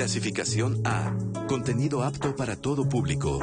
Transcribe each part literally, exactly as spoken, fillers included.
Clasificación A. Contenido apto para todo público.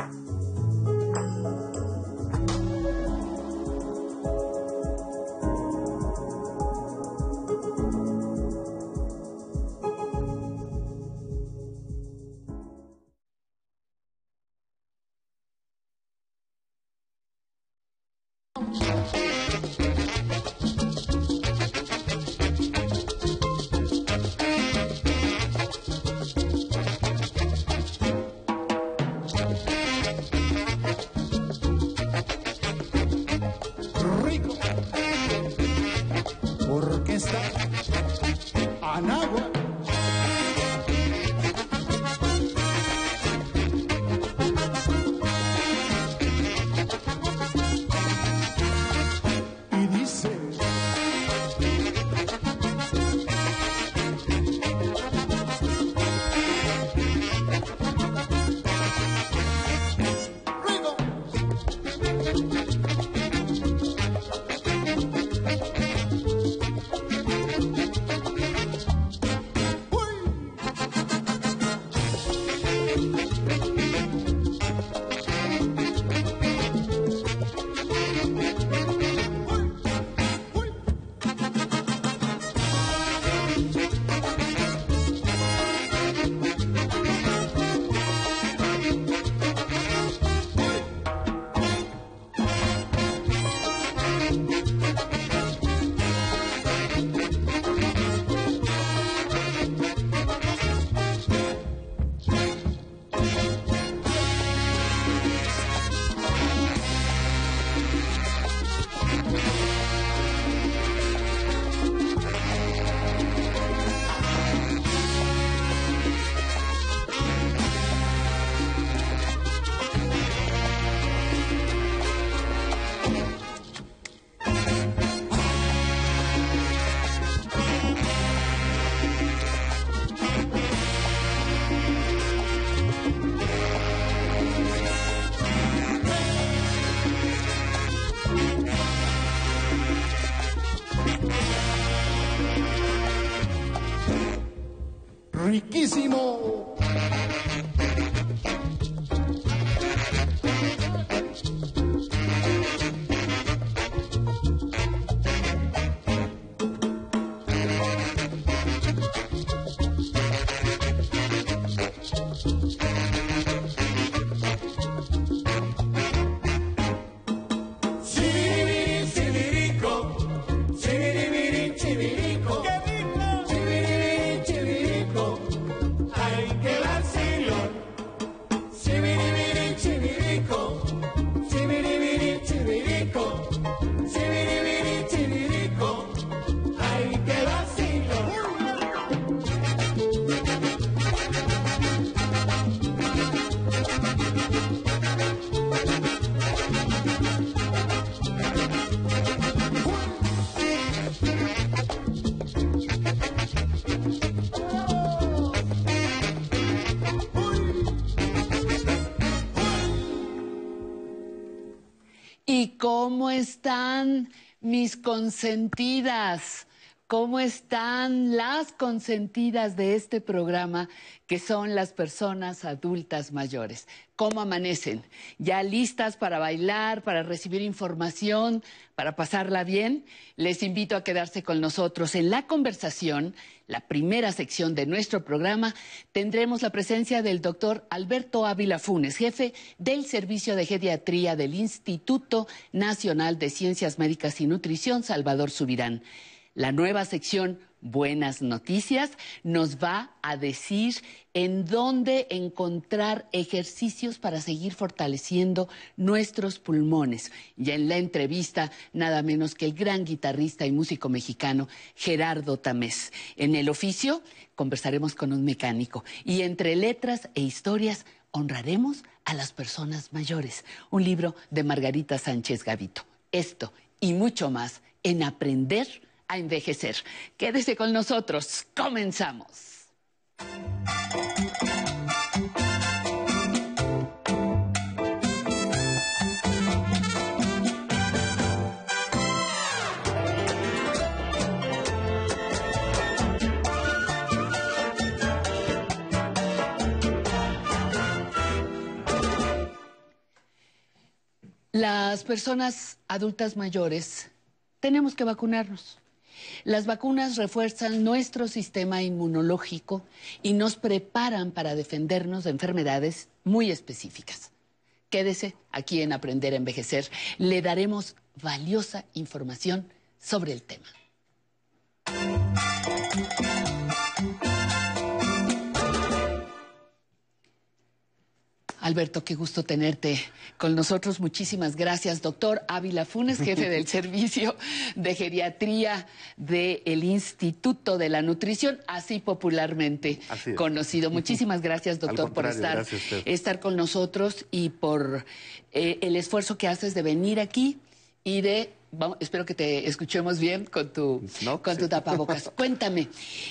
Riquísimo. ¿Y cómo están mis consentidas? ¿Cómo están las consentidas de este programa, que son las personas adultas mayores? ¿Cómo amanecen? ¿Ya listas para bailar, para recibir información, para pasarla bien? Les invito a quedarse con nosotros. En la conversación, la primera sección de nuestro programa, tendremos la presencia del doctor Alberto Ávila Funes, jefe del Servicio de Geriatría del Instituto Nacional de Ciencias Médicas y Nutrición, Salvador Subirán. La nueva sección Buenas Noticias nos va a decir en dónde encontrar ejercicios para seguir fortaleciendo nuestros pulmones. Y en la entrevista, nada menos que el gran guitarrista y músico mexicano Gerardo Tamés. En el oficio, conversaremos con un mecánico. Y entre letras e historias, honraremos a las personas mayores. Un libro de Margarita Sánchez Gavito. Esto y mucho más en Aprender a Envejecer. Quédese con nosotros. Comenzamos. Las personas adultas mayores tenemos que vacunarnos. Las vacunas refuerzan nuestro sistema inmunológico y nos preparan para defendernos de enfermedades muy específicas. Quédese aquí en Aprender a Envejecer. Le daremos valiosa información sobre el tema. Alberto, qué gusto tenerte con nosotros. Muchísimas gracias. Doctor Ávila Funes, jefe del Servicio de Geriatría del Instituto de la Nutrición, así popularmente así conocido. Muchísimas gracias, doctor, por estar, estar con nosotros y por eh, el esfuerzo que haces de venir aquí y de... Vamos, espero que te escuchemos bien con tu, no, con sí. tu tapabocas. Cuéntame,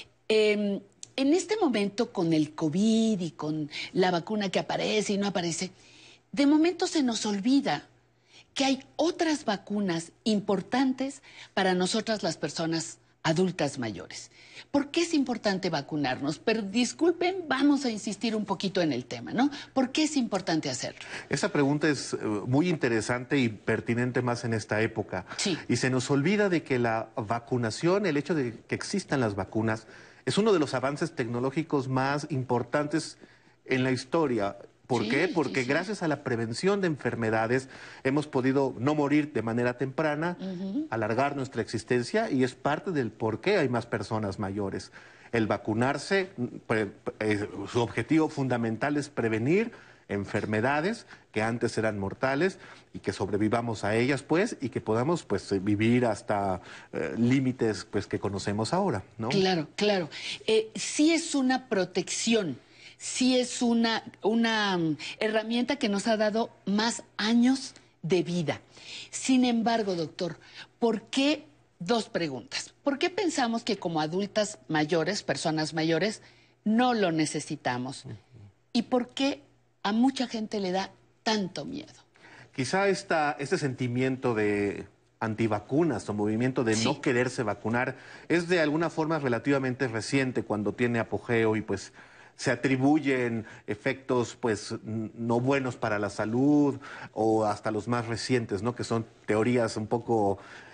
eh, en este momento con el COVID y con la vacuna que aparece y no aparece, de momento se nos olvida que hay otras vacunas importantes para nosotras las personas adultas mayores. ¿Por qué es importante vacunarnos? Pero disculpen, vamos a insistir un poquito en el tema, ¿no? ¿Por qué es importante hacerlo? Esa pregunta es muy interesante y pertinente más en esta época. Sí. Y se nos olvida de que la vacunación, el hecho de que existan las vacunas, es uno de los avances tecnológicos más importantes en la historia. ¿Por sí, qué? Porque sí, sí. gracias a la prevención de enfermedades hemos podido no morir de manera temprana, uh-huh. alargar nuestra existencia y es parte del por qué hay más personas mayores. El vacunarse, pre, eh, su objetivo fundamental es prevenir enfermedades que antes eran mortales y que sobrevivamos a ellas, pues, y que podamos, pues, vivir hasta eh, límites, pues, que conocemos ahora, ¿no? Claro, claro. Eh, sí es una protección, sí es una, una um, herramienta que nos ha dado más años de vida. Sin embargo, doctor, ¿por qué? Dos preguntas. ¿Por qué pensamos que como adultas mayores, personas mayores, no lo necesitamos? ¿Y por qué a mucha gente le da tanto miedo? Quizá esta, este sentimiento de antivacunas o movimiento de sí. no quererse vacunar es de alguna forma relativamente reciente, cuando tiene apogeo y pues se atribuyen efectos pues no buenos para la salud o hasta los más recientes, ¿no? Que son teorías un poco...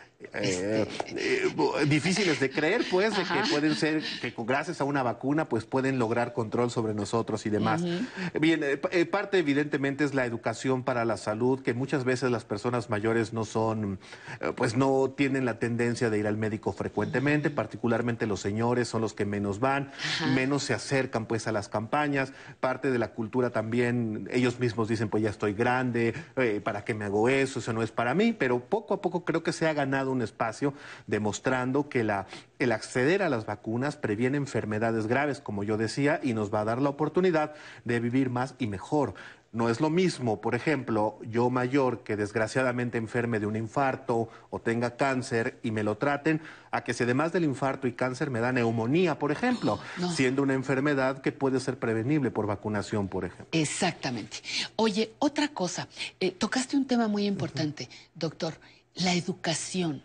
Eh, eh, difíciles de creer, pues, de Ajá. que pueden ser, que gracias a una vacuna, pues pueden lograr control sobre nosotros y demás. Uh-huh. Bien, eh, parte evidentemente es la educación para la salud, que muchas veces las personas mayores no son, eh, pues no tienen la tendencia de ir al médico frecuentemente, uh-huh. particularmente los señores son los que menos van, uh-huh. menos se acercan pues a las campañas. Parte de la cultura también, ellos mismos dicen, pues ya estoy grande, eh, ¿para qué me hago eso? Eso no es para mí, pero poco a poco creo que se ha ganado un espacio demostrando que la, el acceder a las vacunas previene enfermedades graves, como yo decía, y nos va a dar la oportunidad de vivir más y mejor. No es lo mismo, por ejemplo, yo mayor que desgraciadamente enferme de un infarto o tenga cáncer y me lo traten, a que si además del infarto y cáncer me da neumonía, por ejemplo, no. siendo una enfermedad que puede ser prevenible por vacunación, por ejemplo. Exactamente. Oye, otra cosa, eh, tocaste un tema muy importante, uh-huh. doctor. La educación.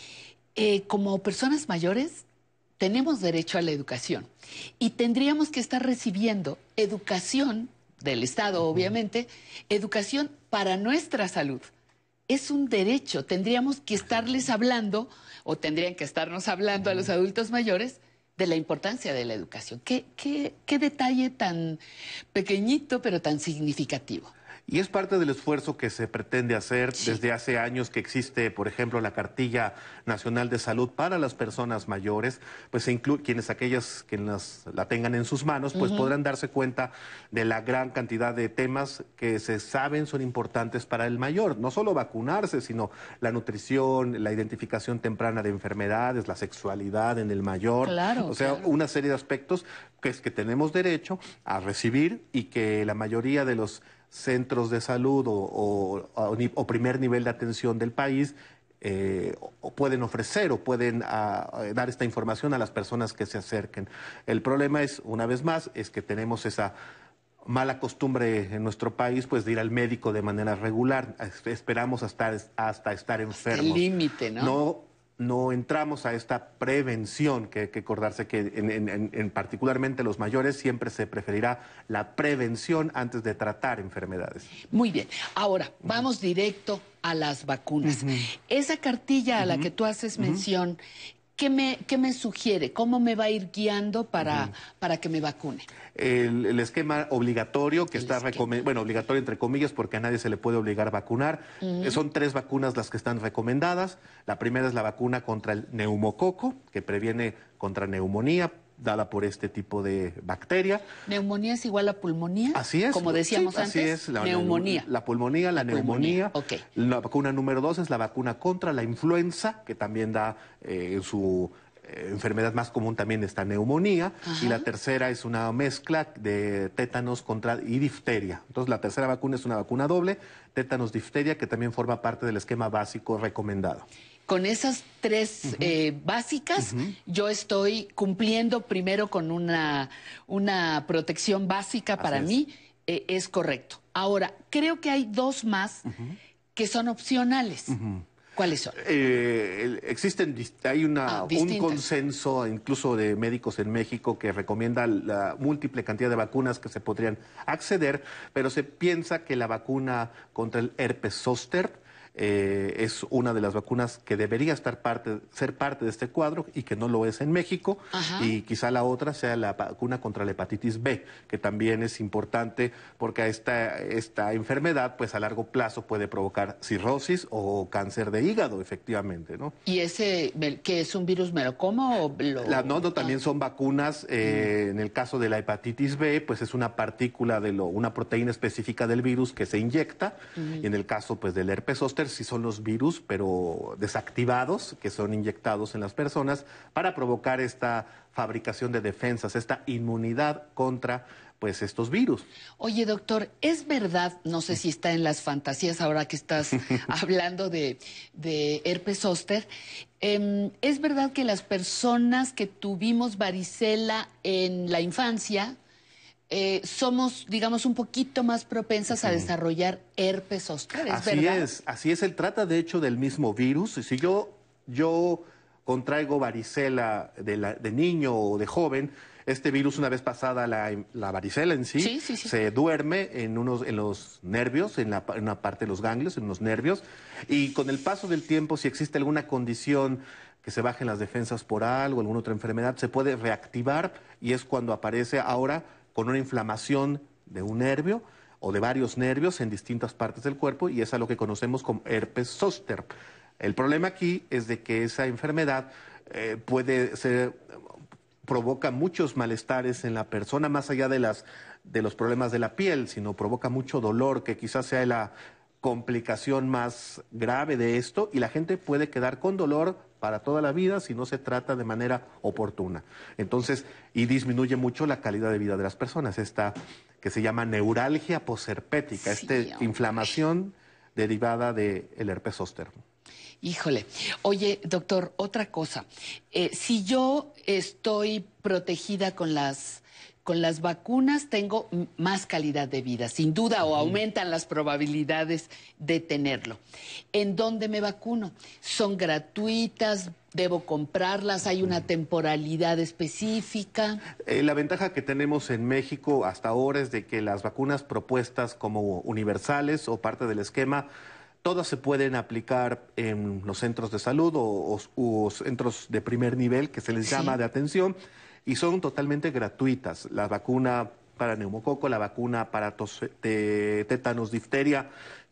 Eh, como personas mayores tenemos derecho a la educación y tendríamos que estar recibiendo educación del Estado, obviamente, educación para nuestra salud. Es un derecho, tendríamos que estarles hablando o tendrían que estarnos hablando a los adultos mayores de la importancia de la educación. ¿Qué, qué, qué detalle tan pequeñito pero tan significativo? Y es parte del esfuerzo que se pretende hacer sí. desde hace años que existe, por ejemplo, la Cartilla Nacional de Salud para las personas mayores, pues se incluye, quienes aquellas que las, la tengan en sus manos, pues uh-huh. podrán darse cuenta de la gran cantidad de temas que se saben son importantes para el mayor. No solo vacunarse, sino la nutrición, la identificación temprana de enfermedades, la sexualidad en el mayor. Claro, o sea, claro. una serie de aspectos que es que tenemos derecho a recibir y que la mayoría de los centros de salud o, o, o primer nivel de atención del país eh, o pueden ofrecer o pueden a, a dar esta información a las personas que se acerquen. El problema es, una vez más, es que tenemos esa mala costumbre en nuestro país, pues, de ir al médico de manera regular. Esperamos hasta, hasta estar enfermos. El límite, ¿no? No no entramos a esta prevención, que hay que acordarse que en, en, en particularmente los mayores siempre se preferirá la prevención antes de tratar enfermedades. Muy bien. Ahora, vamos directo a las vacunas. Uh-huh. Esa cartilla uh-huh. a la que tú haces mención, uh-huh. ¿qué, me, ¿qué me sugiere? ¿Cómo me va a ir guiando para, uh-huh. para que me vacune? El, el esquema obligatorio que el está recomendado, bueno, obligatorio entre comillas porque a nadie se le puede obligar a vacunar. Uh-huh. Son tres vacunas las que están recomendadas. La primera es la vacuna contra el neumococo, que previene contra neumonía, dada por este tipo de bacteria. ¿Neumonía es igual a pulmonía? Así es. Como decíamos sí, antes. Así es. La, neumonía. La, la pulmonía, la, la neumonía. Okay. La vacuna número dos es la vacuna contra la influenza, que también da eh, en su eh, enfermedad más común también está neumonía. Ajá. Y la tercera es una mezcla de tétanos contra y difteria. Entonces la tercera vacuna es una vacuna doble, tétanos, difteria, que también forma parte del esquema básico recomendado. Con esas tres uh-huh. eh, básicas, uh-huh. yo estoy cumpliendo primero con una, una protección básica para Así mí, eh, es correcto. Ahora, creo que hay dos más uh-huh. que son opcionales. Uh-huh. ¿Cuáles son? Eh, existen, hay una, ah, un consenso incluso de médicos en México que recomienda la múltiple cantidad de vacunas que se podrían acceder, pero se piensa que la vacuna contra el herpes zóster Eh, es una de las vacunas que debería estar parte, ser parte de este cuadro y que no lo es en México. Ajá. Y quizá la otra sea la vacuna contra la hepatitis B, que también es importante porque esta, esta enfermedad pues a largo plazo puede provocar cirrosis o cáncer de hígado, efectivamente, ¿no? ¿Y ese qué es un virus me lo como o lo... La, no, no, también son vacunas, eh, mm. en el caso de la hepatitis B, pues es una partícula de lo, una proteína específica del virus que se inyecta, mm. y en el caso pues del herpes zóster sí son los virus, pero desactivados, que son inyectados en las personas para provocar esta fabricación de defensas, esta inmunidad contra pues estos virus. Oye, doctor, ¿es verdad, no sé si está en las fantasías ahora que estás hablando de, de herpes zóster, eh, ¿es verdad que las personas que tuvimos varicela en la infancia Eh, somos, digamos, un poquito más propensas a desarrollar herpes zóster? ¿Es así verdad? es, así es. Él trata, de hecho, del mismo virus. Si yo, yo contraigo varicela de, la, de niño o de joven, este virus, una vez pasada la, la varicela en sí, sí, sí, sí. se duerme en, unos, en los nervios, en, la, en una parte de los ganglios, en los nervios, y con el paso del tiempo, si existe alguna condición que se bajen las defensas por algo, alguna otra enfermedad, se puede reactivar y es cuando aparece ahora con una inflamación de un nervio o de varios nervios en distintas partes del cuerpo y es a lo que conocemos como herpes zóster. El problema aquí es de que esa enfermedad eh, puede ser, provoca muchos malestares en la persona, más allá de, las, de los problemas de la piel, sino provoca mucho dolor, que quizás sea la complicación más grave de esto y la gente puede quedar con dolor para toda la vida si no se trata de manera oportuna. Entonces, y disminuye mucho la calidad de vida de las personas, esta que se llama neuralgia posherpética, sí, esta inflamación derivada del herpes zóster. Híjole. Oye, doctor, otra cosa. Eh, si yo estoy protegida con las... Con las vacunas tengo más calidad de vida, sin duda, o aumentan las probabilidades de tenerlo. ¿En dónde me vacuno? ¿Son gratuitas? ¿Debo comprarlas? ¿Hay una temporalidad específica? Eh, la ventaja que tenemos en México hasta ahora es de que las vacunas propuestas como universales o parte del esquema, todas se pueden aplicar en los centros de salud o, o, o centros de primer nivel, que se les llama, sí, de atención, y son totalmente gratuitas. La vacuna para neumococo, la vacuna para tos, te, tétanos, difteria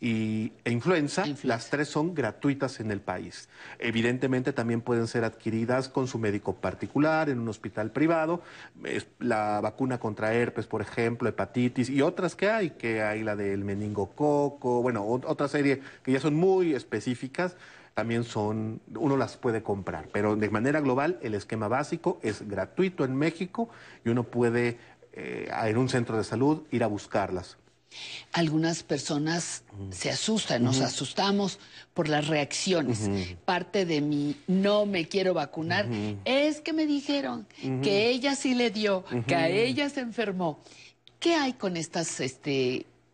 y, e influenza, influenza, las tres son gratuitas en el país. Evidentemente también pueden ser adquiridas con su médico particular, en un hospital privado. La vacuna contra herpes, por ejemplo, hepatitis y otras que hay, que hay la del meningococo, bueno, otra serie que ya son muy específicas, también son, uno las puede comprar, pero de manera global el esquema básico es gratuito en México y uno puede eh, en un centro de salud ir a buscarlas. Algunas personas uh-huh. se asustan, nos uh-huh. asustamos por las reacciones. Uh-huh. Parte de mi no me quiero vacunar uh-huh. es que me dijeron uh-huh. que ella sí le dio, uh-huh. que a ella se enfermó. ¿Qué hay con estas este,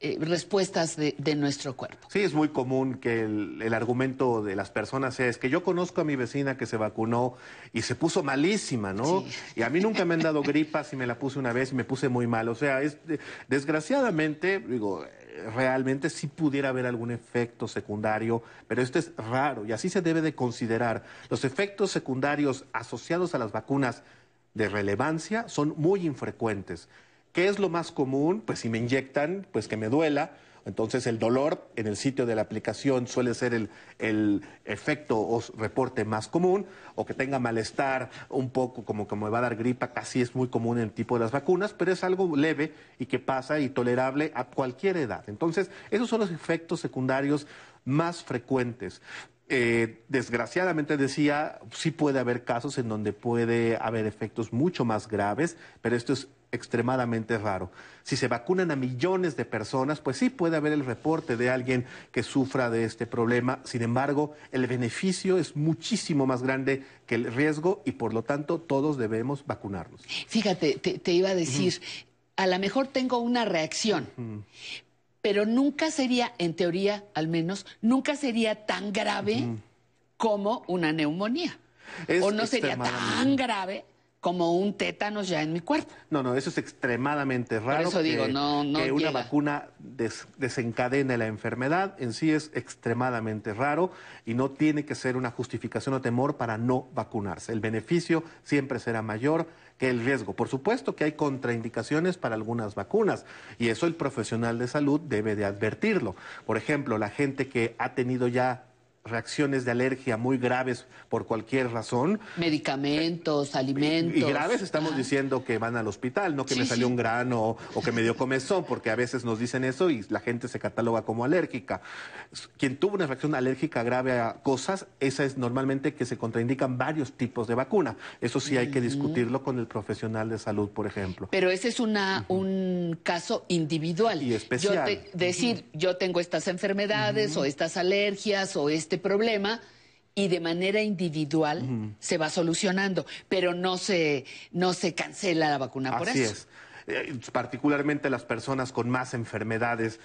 eh, respuestas de, de nuestro cuerpo. Sí, es muy común que el, el argumento de las personas sea, es que yo conozco a mi vecina que se vacunó y se puso malísima, ¿no? Sí. Y a mí nunca me han dado gripas y me la puse una vez y me puse muy mal. O sea, es desgraciadamente, digo, realmente sí pudiera haber algún efecto secundario, pero esto es raro y así se debe de considerar. Los efectos secundarios asociados a las vacunas de relevancia son muy infrecuentes. ¿Qué es lo más común? Pues si me inyectan, pues que me duela. Entonces el dolor en el sitio de la aplicación suele ser el, el efecto o reporte más común, o que tenga malestar un poco como que me va a dar gripa, casi es muy común en el tipo de las vacunas, pero es algo leve y que pasa y tolerable a cualquier edad. Entonces esos son los efectos secundarios más frecuentes. Eh, desgraciadamente decía, sí puede haber casos en donde puede haber efectos mucho más graves, pero esto es extremadamente raro. Si se vacunan a millones de personas, pues sí puede haber el reporte de alguien que sufra de este problema. Sin embargo, el beneficio es muchísimo más grande que el riesgo y por lo tanto todos debemos vacunarnos. Fíjate, te, te iba a decir, uh-huh. a lo mejor tengo una reacción, uh-huh. pero nunca sería, en teoría al menos, nunca sería tan grave uh-huh. como una neumonía. Es o no sería tan grave como un tétanos ya en mi cuerpo. No, no, eso es extremadamente raro. Por eso digo, que, no, no que una llega. vacuna des, desencadene la enfermedad, en sí es extremadamente raro y no tiene que ser una justificación o temor para no vacunarse. El beneficio siempre será mayor que el riesgo. Por supuesto que hay contraindicaciones para algunas vacunas y eso el profesional de salud debe de advertirlo. Por ejemplo, la gente que ha tenido ya reacciones de alergia muy graves por cualquier razón. Medicamentos, eh, alimentos. Y, y graves estamos Ajá. diciendo que van al hospital, no que sí, me salió sí. un grano o que me dio comezón, porque a veces nos dicen eso y la gente se cataloga como alérgica. Quien tuvo una reacción alérgica grave a cosas, esa es normalmente que se contraindican varios tipos de vacuna. Eso sí hay que discutirlo con el profesional de salud, por ejemplo. Pero ese es una, uh-huh. un caso individual. Y especial. Yo te, decir, uh-huh. yo tengo estas enfermedades uh-huh. o estas alergias o este problema y de manera individual uh-huh. se va solucionando, pero no se, no se cancela la vacuna por Así eso. Así es. Eh, particularmente las personas con más enfermedades,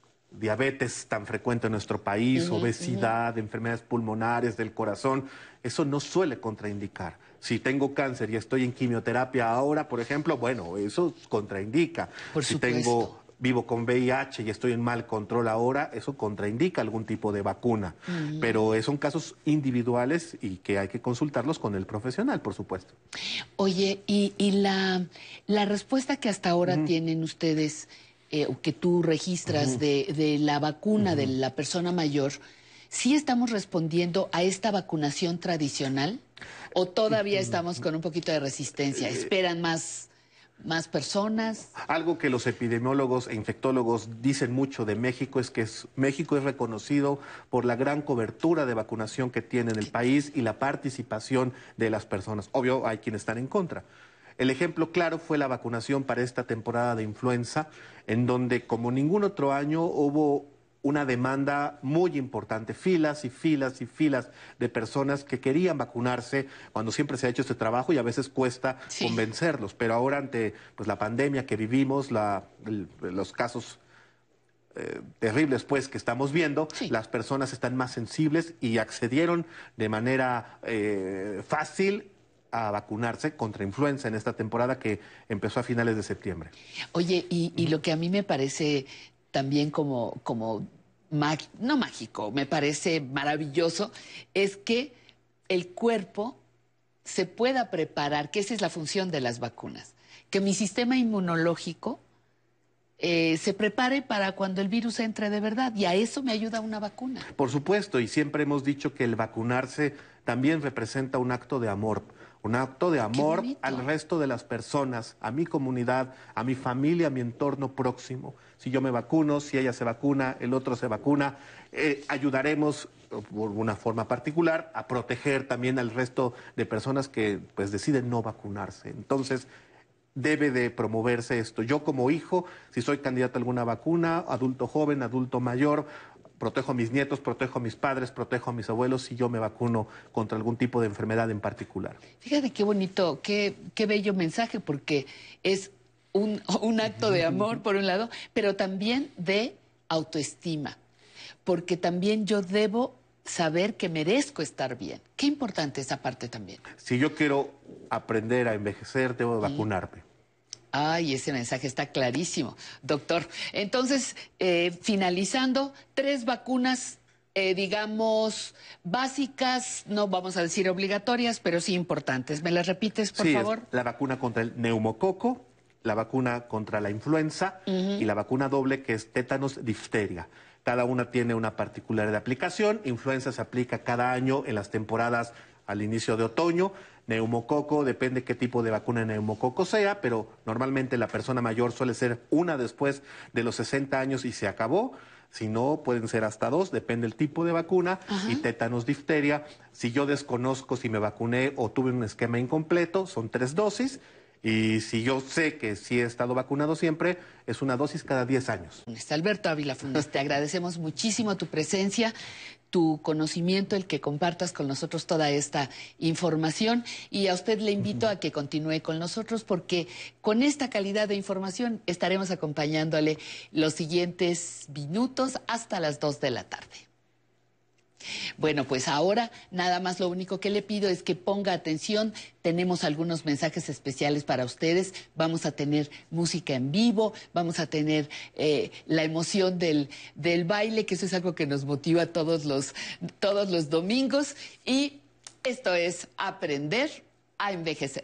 diabetes tan frecuente en nuestro país, uh-huh, obesidad, uh-huh. enfermedades pulmonares, del corazón, eso no suele contraindicar. Si tengo cáncer y estoy en quimioterapia ahora, por ejemplo, bueno, eso contraindica. Por si supuesto. tengo vivo con V I H y estoy en mal control ahora, eso contraindica algún tipo de vacuna. Uh-huh. Pero son casos individuales y que hay que consultarlos con el profesional, por supuesto. Oye, y, y la, la respuesta que hasta ahora uh-huh. tienen ustedes, eh, que tú registras uh-huh. de, de la vacuna uh-huh. de la persona mayor, ¿sí estamos respondiendo a esta vacunación tradicional? ¿O todavía uh-huh. estamos con un poquito de resistencia? ¿Esperan más... ¿Más personas? Algo que los epidemiólogos e infectólogos dicen mucho de México es que es, México es reconocido por la gran cobertura de vacunación que tiene en el país y la participación de las personas. Obvio, hay quienes están en contra. El ejemplo claro fue la vacunación para esta temporada de influenza, en donde como ningún otro año hubo una demanda muy importante, filas y filas y filas de personas que querían vacunarse cuando siempre se ha hecho este trabajo y a veces cuesta sí. convencerlos. Pero ahora ante pues, la pandemia que vivimos, la, el, los casos eh, terribles pues, que estamos viendo, sí. las personas están más sensibles y accedieron de manera eh, fácil a vacunarse contra influenza en esta temporada que empezó a finales de septiembre. Oye, y, y lo que a mí me parece también como, como no mágico, me parece maravilloso, es que el cuerpo se pueda preparar, que esa es la función de las vacunas, que mi sistema inmunológico eh, se prepare para cuando el virus entre de verdad, y a eso me ayuda una vacuna. Por supuesto, y siempre hemos dicho que el vacunarse también representa un acto de amor. Un acto de amor al resto de las personas, a mi comunidad, a mi familia, a mi entorno próximo. Si yo me vacuno, si ella se vacuna, el otro se vacuna, eh, ayudaremos por una forma particular a proteger también al resto de personas que pues deciden no vacunarse. Entonces, debe de promoverse esto. Yo como hijo, si soy candidato a alguna vacuna, adulto joven, adulto mayor, protejo a mis nietos, protejo a mis padres, protejo a mis abuelos si yo me vacuno contra algún tipo de enfermedad en particular. Fíjate qué bonito, qué, qué bello mensaje, porque es un, un acto de amor, por un lado, pero también de autoestima, porque también yo debo saber que merezco estar bien. Qué importante esa parte también. Si yo quiero aprender a envejecer, debo de vacunarme. Ay, ese mensaje está clarísimo, doctor. Entonces, eh, finalizando, tres vacunas, eh, digamos, básicas, no vamos a decir obligatorias, pero sí importantes. ¿Me las repites, por sí, favor? Es la vacuna contra el neumococo, la vacuna contra la influenza uh-huh. y la vacuna doble, que es tétanos, difteria. Cada una tiene una particularidad de aplicación. Influenza se aplica cada año en las temporadas al inicio de otoño. Neumococo, depende qué tipo de vacuna de neumococo sea, pero normalmente la persona mayor suele ser una después de los sesenta años y se acabó. Si no, pueden ser hasta dos, depende del tipo de vacuna. Ajá. Y tétanos, difteria. Si yo desconozco si me vacuné o tuve un esquema incompleto, son tres dosis. Y si yo sé que sí he estado vacunado siempre, es una dosis cada diez años. Alberto Ávila Funes, te agradecemos muchísimo tu presencia, tu conocimiento, el que compartas con nosotros toda esta información. Y a usted le invito uh-huh. a que continúe con nosotros, porque con esta calidad de información estaremos acompañándole los siguientes minutos hasta las dos de la tarde. Bueno, pues ahora nada más lo único que le pido es que ponga atención. Tenemos algunos mensajes especiales para ustedes. Vamos a tener música en vivo, vamos a tener eh, la emoción del, del baile, que eso es algo que nos motiva todos los, todos los domingos. Y esto es Aprender a Envejecer.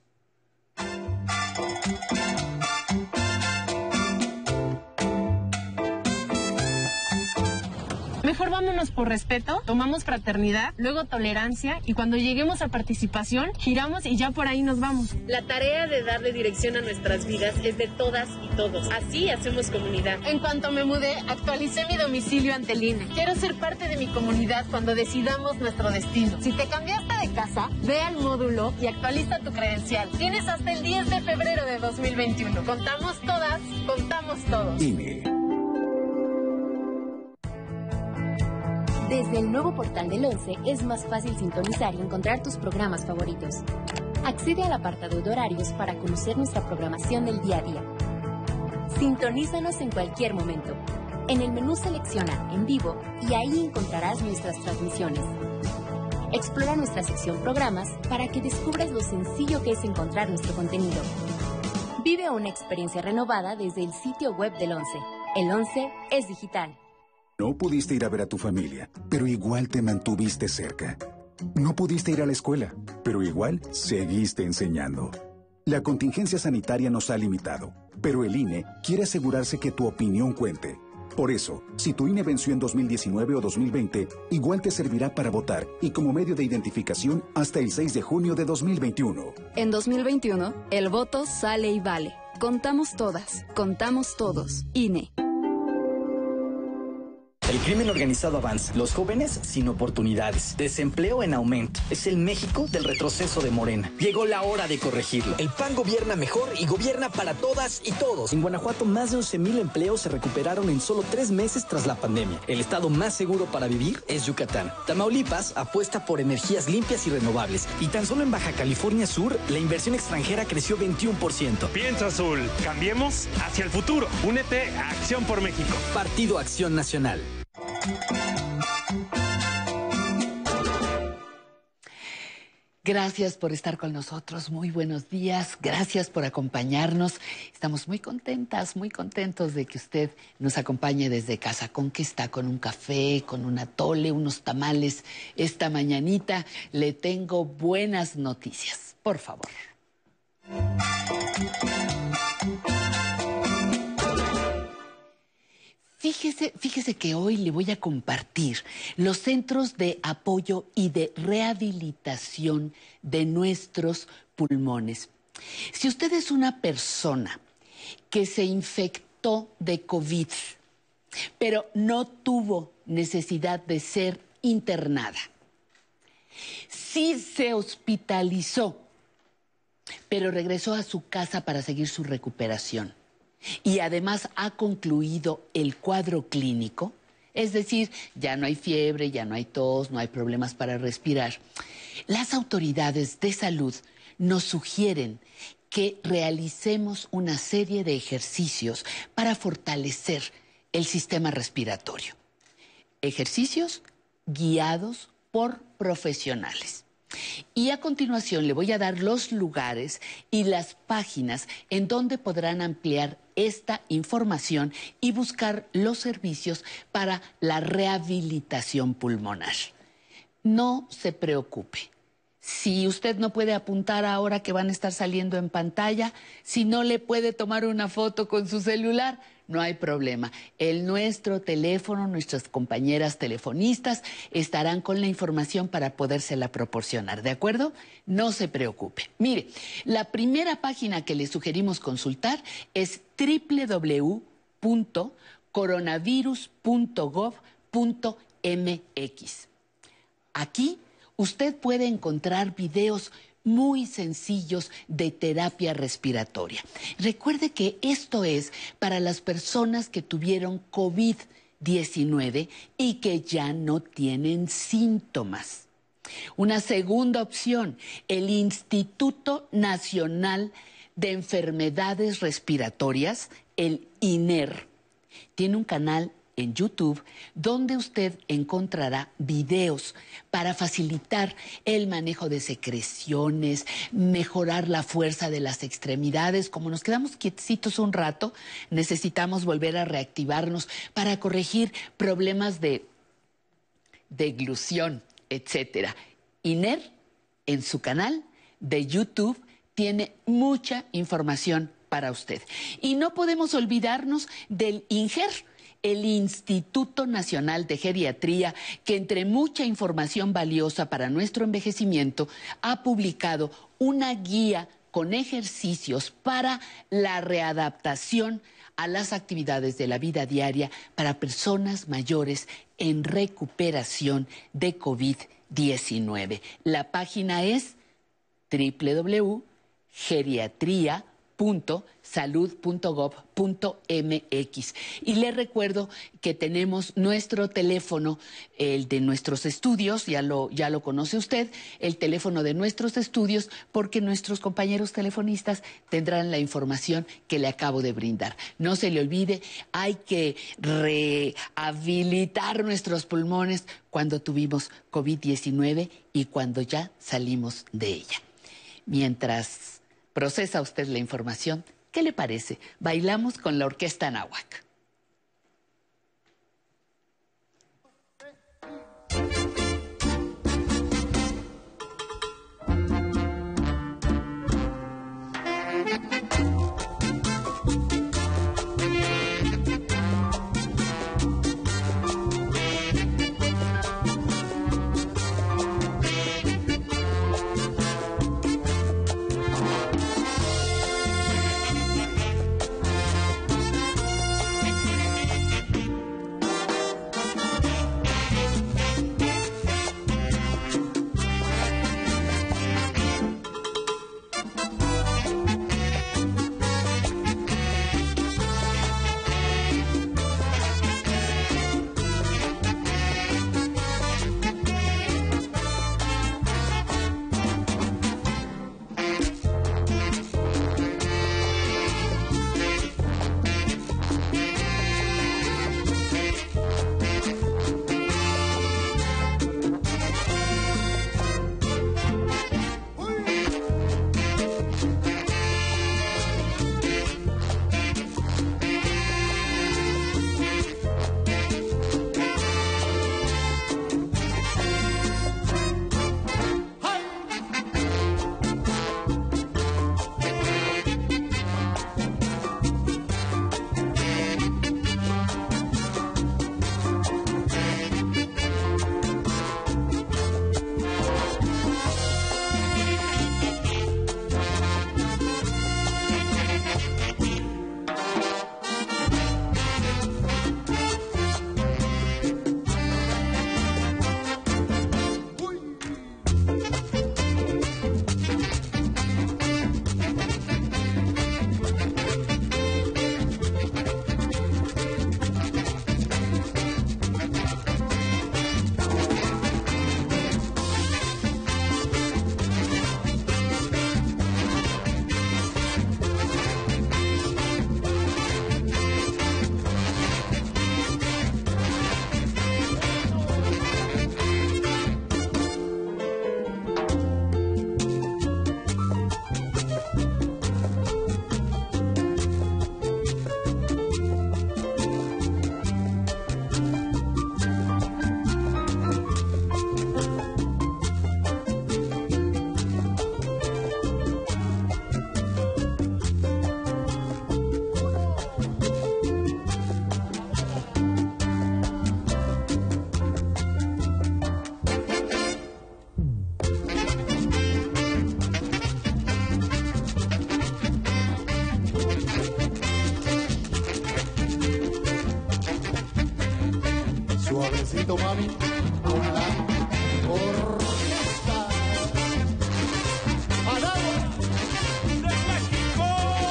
Mejor vámonos por respeto, tomamos fraternidad, luego tolerancia y cuando lleguemos a participación, giramos y ya por ahí nos vamos. La tarea de darle dirección a nuestras vidas es de todas y todos. Así hacemos comunidad. En cuanto me mudé, actualicé mi domicilio ante el I N E. Quiero ser parte de mi comunidad cuando decidamos nuestro destino. Si te cambiaste de casa, ve al módulo y actualiza tu credencial. Tienes hasta el diez de febrero de dos mil veintiuno. Contamos todas, contamos todos. I N E. Desde el nuevo portal del once es más fácil sintonizar y encontrar tus programas favoritos. Accede al apartado de horarios para conocer nuestra programación del día a día. Sintonízanos en cualquier momento. En el menú selecciona En Vivo y ahí encontrarás nuestras transmisiones. Explora nuestra sección Programas para que descubras lo sencillo que es encontrar nuestro contenido. Vive una experiencia renovada desde el sitio web del once. El once es digital. No pudiste ir a ver a tu familia, pero igual te mantuviste cerca. No pudiste ir a la escuela, pero igual seguiste enseñando. La contingencia sanitaria nos ha limitado, pero el I N E quiere asegurarse que tu opinión cuente. Por eso, si tu I N E venció en dos mil diecinueve o dos mil veinte, igual te servirá para votar y como medio de identificación hasta el seis de junio de dos mil veintiuno. En dos mil veintiuno, el voto sale y vale. Contamos todas, contamos todos. I N E. El crimen organizado avanza, los jóvenes sin oportunidades, desempleo en aumento. Es el México del retroceso de Morena. Llegó la hora de corregirlo. El P A N gobierna mejor y gobierna para todas y todos. En Guanajuato, más de once mil empleos se recuperaron en solo tres meses tras la pandemia. El estado más seguro para vivir es Yucatán. Tamaulipas apuesta por energías limpias y renovables. Y tan solo en Baja California Sur, la inversión extranjera creció veintiuno por ciento. Piensa azul, cambiemos hacia el futuro. Únete a Acción por México. Partido Acción Nacional. Gracias por estar con nosotros, muy buenos días, gracias por acompañarnos. Estamos muy contentas, muy contentos de que usted nos acompañe desde casa. ¿Con qué está? ¿Con un café, con un atole, unos tamales? Esta mañanita le tengo buenas noticias, por favor. Fíjese, fíjese que hoy le voy a compartir los centros de apoyo y de rehabilitación de nuestros pulmones. Si usted es una persona que se infectó de COVID, pero no tuvo necesidad de ser internada, sí se hospitalizó, pero regresó a su casa para seguir su recuperación, y además ha concluido el cuadro clínico, es decir, ya no hay fiebre, ya no hay tos, no hay problemas para respirar, las autoridades de salud nos sugieren que realicemos una serie de ejercicios para fortalecer el sistema respiratorio. Ejercicios guiados por profesionales. Y a continuación le voy a dar los lugares y las páginas en donde podrán ampliar esta información y buscar los servicios para la rehabilitación pulmonar. No se preocupe. Si usted no puede apuntar ahora que van a estar saliendo en pantalla, si no le puede tomar una foto con su celular, no hay problema. El nuestro teléfono, nuestras compañeras telefonistas estarán con la información para podérsela proporcionar, ¿de acuerdo? No se preocupe. Mire, la primera página que le sugerimos consultar es doble u doble u doble u punto coronavirus punto gov punto m x. Aquí usted puede encontrar videos muy sencillos de terapia respiratoria. Recuerde que esto es para las personas que tuvieron COVID diecinueve y que ya no tienen síntomas. Una segunda opción, el Instituto Nacional de Enfermedades Respiratorias, el I N E R, tiene un canal en YouTube, donde usted encontrará videos para facilitar el manejo de secreciones, mejorar la fuerza de las extremidades. Como nos quedamos quietecitos un rato, necesitamos volver a reactivarnos para corregir problemas de deglución, etcétera. I N E R, en su canal de YouTube, tiene mucha información para usted. Y no podemos olvidarnos del I N G E R, el Instituto Nacional de Geriatría, que entre mucha información valiosa para nuestro envejecimiento, ha publicado una guía con ejercicios para la readaptación a las actividades de la vida diaria para personas mayores en recuperación de COVID diecinueve. La página es doble u doble u doble u punto geriatría punto salud punto gov punto m x. Y le recuerdo que tenemos nuestro teléfono, el de nuestros estudios, ya lo, ya lo conoce usted, el teléfono de nuestros estudios, porque nuestros compañeros telefonistas tendrán la información que le acabo de brindar. No se le olvide, hay que rehabilitar nuestros pulmones cuando tuvimos COVID diecinueve y cuando ya salimos de ella. Mientras procesa usted la información, ¿qué le parece? Bailamos con la Orquesta Anáhuac. invito, mami, con la orquesta. ¡Anáhuac de México!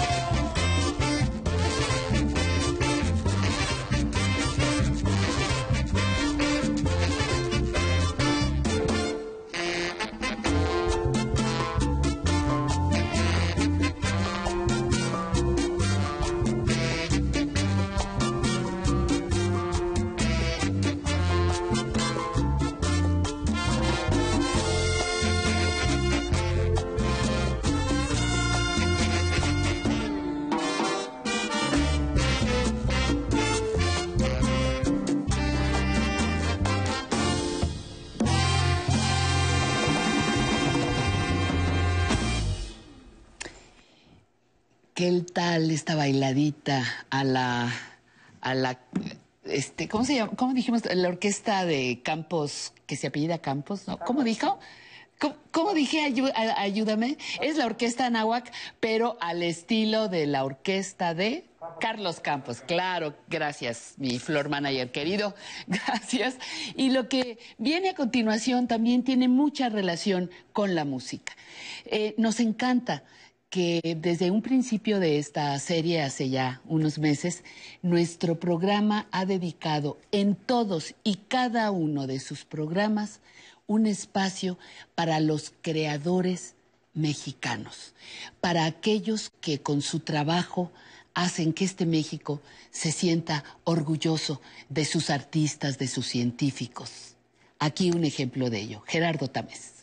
¿Qué tal esta bailadita a la, a la, este, ¿cómo se llama? ¿Cómo dijimos? La orquesta de Campos, que se apellida Campos, ¿no? ¿Cómo dijo? ¿Cómo, cómo dije? Ayú, ayúdame. Es la orquesta Anáhuac, pero al estilo de la orquesta de Carlos Campos. Claro, gracias, mi floor manager querido, gracias. Y lo que viene a continuación también tiene mucha relación con la música. Eh, nos encanta que desde un principio de esta serie, hace ya unos meses, nuestro programa ha dedicado en todos y cada uno de sus programas un espacio para los creadores mexicanos, para aquellos que con su trabajo hacen que este México se sienta orgulloso de sus artistas, de sus científicos. Aquí un ejemplo de ello, Gerardo Tamés.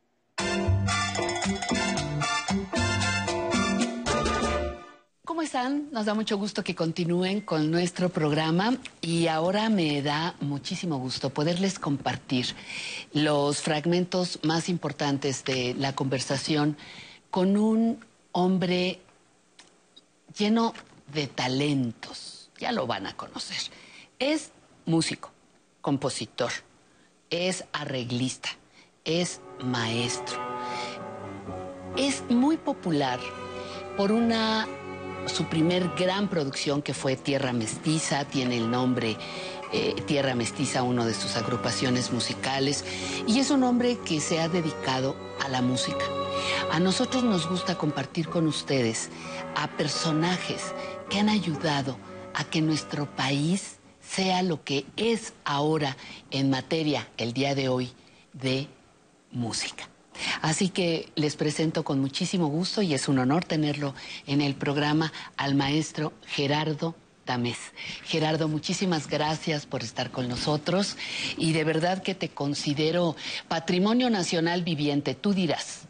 ¿Cómo están? Nos da mucho gusto que continúen con nuestro programa y ahora me da muchísimo gusto poderles compartir los fragmentos más importantes de la conversación con un hombre lleno de talentos. Ya lo van a conocer. Es músico, compositor, es arreglista, es maestro. Es muy popular por una... su primer gran producción, que fue Tierra Mestiza, tiene el nombre eh, Tierra Mestiza, una de sus agrupaciones musicales, y es un hombre que se ha dedicado a la música. A nosotros nos gusta compartir con ustedes a personajes que han ayudado a que nuestro país sea lo que es ahora en materia, el día de hoy, de música. Así que les presento con muchísimo gusto, y es un honor tenerlo en el programa, al maestro Gerardo Tamés. Gerardo, muchísimas gracias por estar con nosotros y de verdad que te considero patrimonio nacional viviente, tú dirás.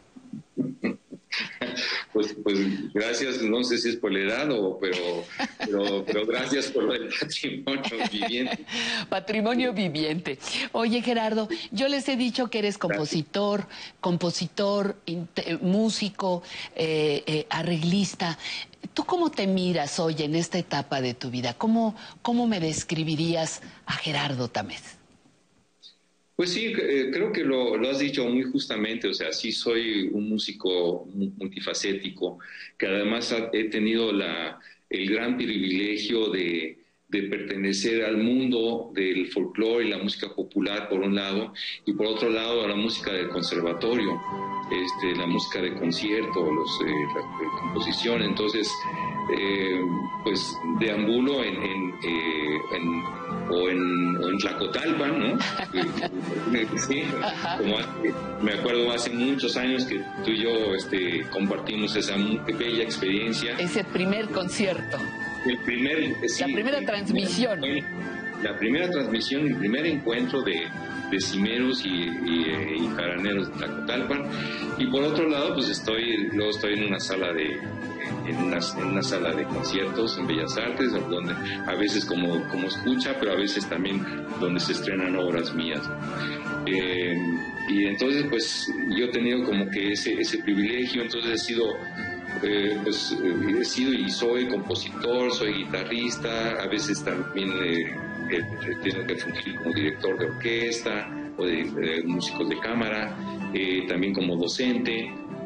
Pues, pues gracias, no sé si es por la edad o, pero, pero, pero gracias por lo del patrimonio viviente. Patrimonio viviente. Oye, Gerardo, yo les he dicho que eres compositor, compositor, músico, eh, eh, arreglista. ¿Tú cómo te miras hoy en esta etapa de tu vida? ¿Cómo, cómo me describirías a Gerardo Tamés? Pues sí, eh, creo que lo, lo has dicho muy justamente, o sea, sí soy un músico multifacético, que además ha, he tenido la, el gran privilegio de, de pertenecer al mundo del folclore y la música popular por un lado, y por otro lado a la música del conservatorio, este, la música de concierto, los, eh, la, la composición. Entonces, eh, pues deambulo en, en, eh, en o en, o en Tlacotalpan, ¿no? Sí, como hace, me acuerdo hace muchos años que tú y yo este, compartimos esa muy bella experiencia. Ese primer concierto. El primer, sí, la primera el, transmisión. La primera transmisión, el primer encuentro de, de cimeros y, y, y jaraneros de Tlacotalpan. Y por otro lado, pues estoy, luego estoy en una sala de En una, en una sala de conciertos en Bellas Artes, donde a veces como, como escucha, pero a veces también donde se estrenan obras mías. Eh, y entonces, pues, yo he tenido como que ese, ese privilegio, entonces he sido, eh, pues, he sido y soy compositor, soy guitarrista, a veces también eh, eh, tengo que fungir como director de orquesta o de, de músicos de cámara, eh, también como docente.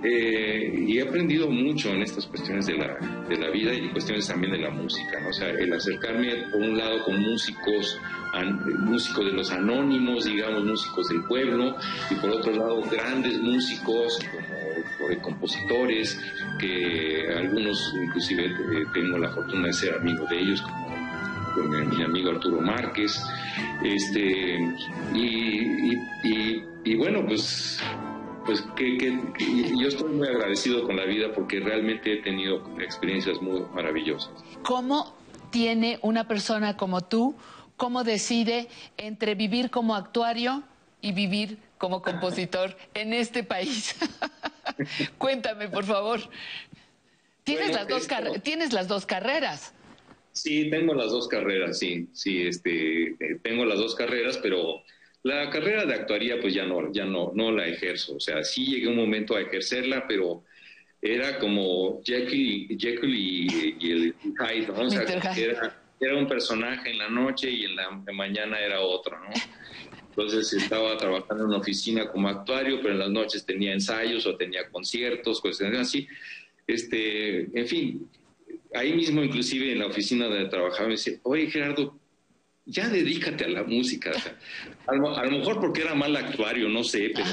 Eh, y he aprendido mucho en estas cuestiones de la, de la vida y cuestiones también de la música, ¿no? O sea, el acercarme por un lado con músicos, an, músicos de los anónimos, digamos, músicos del pueblo, y por otro lado grandes músicos como, como compositores, que algunos inclusive eh, tengo la fortuna de ser amigo de ellos, como mi, mi amigo Arturo Márquez, este, y, y, y, y bueno, pues... Pues que, que, que yo estoy muy agradecido con la vida porque realmente he tenido experiencias muy maravillosas. ¿Cómo tiene una persona como tú, cómo decide entre vivir como actuario y vivir como compositor en este país? Cuéntame, por favor. ¿Tienes, bueno, las dos esto... ¿Tienes las dos carreras? Sí, tengo las dos carreras, sí. Sí, este, eh, tengo las dos carreras, pero... La carrera de actuaría pues ya no, ya no, no la ejerzo, o sea, sí llegué un momento a ejercerla, pero era como Jekyll, Jekyll y, y el Hyde, ¿no? O sea, era, era un personaje en la noche y en la mañana era otro, ¿no? Entonces estaba trabajando en una oficina como actuario, pero en las noches tenía ensayos o tenía conciertos, cuestiones así. Este, en fin, ahí mismo inclusive en la oficina donde trabajaba me decía, oye Gerardo, ya dedícate a la música. O sea, a, lo, a lo mejor porque era mal actuario, no sé, pero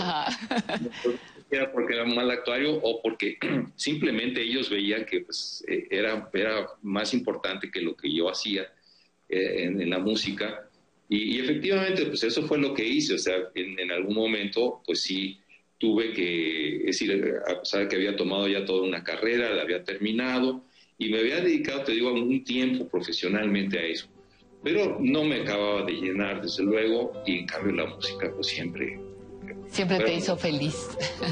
era porque era mal actuario o porque simplemente ellos veían que pues, era, era más importante que lo que yo hacía eh, en, en la música. Y, y efectivamente, pues eso fue lo que hice. O sea, en, en algún momento, pues sí, tuve que, es decir, a pesar de que había tomado ya toda una carrera, la había terminado y me había dedicado, te digo, un tiempo profesionalmente a eso. Pero no me acababa de llenar, desde luego, y en cambio la música, pues siempre... Siempre pero, te hizo feliz.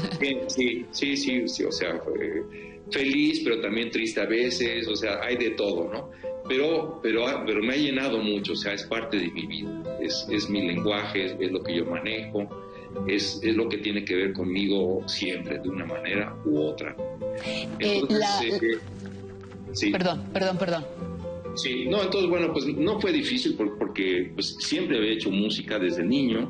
Sí, sí, sí, sí, o sea, feliz, pero también triste a veces, o sea, hay de todo, ¿no? Pero, pero, pero me ha llenado mucho, o sea, es parte de mi vida, es, es mi lenguaje, es, es lo que yo manejo, es, es lo que tiene que ver conmigo siempre, de una manera u otra. Entonces, eh, la... eh, sí. Perdón, perdón, perdón. Sí, no, entonces, bueno, pues no fue difícil porque pues, siempre había hecho música desde niño.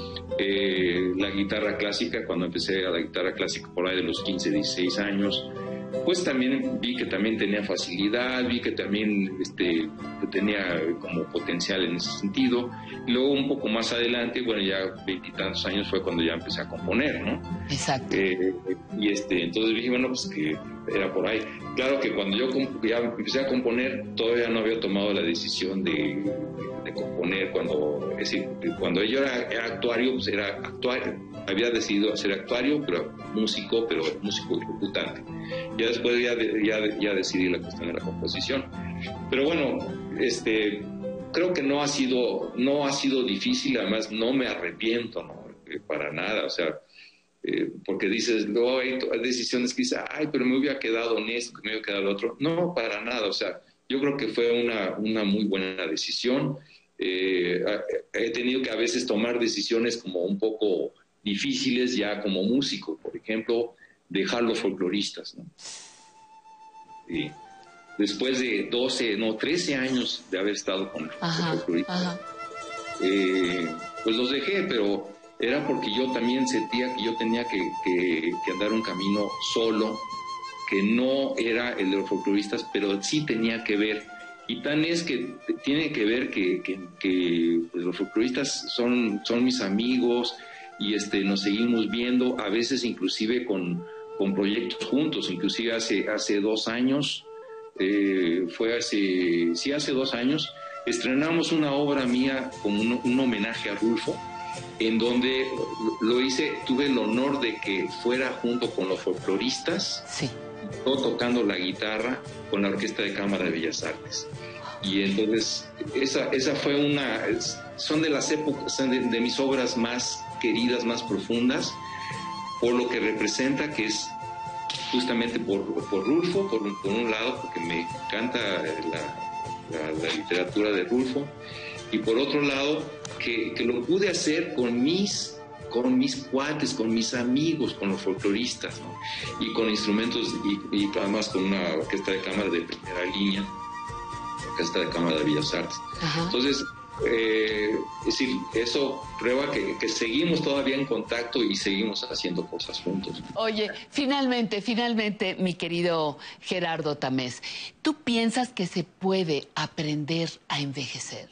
Eh, la guitarra clásica, cuando empecé a la guitarra clásica por ahí de los quince, dieciséis años, pues también vi que también tenía facilidad, vi que también este, que tenía como potencial en ese sentido. Y luego un poco más adelante, bueno, ya veintitantos años fue cuando ya empecé a componer, ¿no? Exacto. Eh, y este, entonces dije, bueno, pues que era por ahí. Claro que cuando yo ya empecé a componer, todavía no había tomado la decisión de, de componer. Cuando, es decir, cuando yo era, era actuario, pues era actuario. Había decidido ser actuario, pero músico, pero músico ejecutante. Ya después ya, ya, ya decidí la cuestión de la composición. Pero bueno, este, creo que no ha sido, no ha sido difícil, además no me arrepiento, ¿no? Para nada, o sea, eh, porque dices, no, hay, hay decisiones que dices, ay, pero me hubiera quedado en esto, que me hubiera quedado en lo otro. No, para nada, o sea, yo creo que fue una, una muy buena decisión. Eh, he tenido que a veces tomar decisiones como un poco difíciles ya como músico, por ejemplo, dejar los folcloristas, ¿no? Y después de doce, no, trece años de haber estado con ajá, los folcloristas, ajá. Eh, pues los dejé, pero era porque yo también sentía que yo tenía que, que, que andar un camino solo, que no era el de los folcloristas, pero sí tenía que ver. Y tan es que tiene que ver que, que, que pues los folcloristas son, son mis amigos y este, nos seguimos viendo, a veces inclusive con, con proyectos juntos, inclusive hace, hace dos años, eh, fue hace, sí, hace dos años, estrenamos una obra mía como un, un homenaje a Rulfo, en donde lo hice, tuve el honor de que fuera junto con los folcloristas, sí. Yo tocando la guitarra con la Orquesta de Cámara de Bellas Artes. Y entonces, esa, esa fue una, son de las épocas, de, de mis obras más queridas, más profundas, por lo que representa, que es justamente por, por Rulfo, por un, por un lado, porque me encanta la, la, la literatura de Rulfo, y por otro lado, que, que lo pude hacer con mis con mis cuates, con mis amigos, con los folcloristas, ¿no? Y con instrumentos, y, y además con una orquesta de cámara de primera línea, orquesta de cámara de Bellas Artes. Ajá. Entonces, eh, es decir, eso prueba que, que seguimos todavía en contacto y seguimos haciendo cosas juntos. Oye, finalmente, finalmente, mi querido Gerardo Tamés, ¿tú piensas que se puede aprender a envejecer?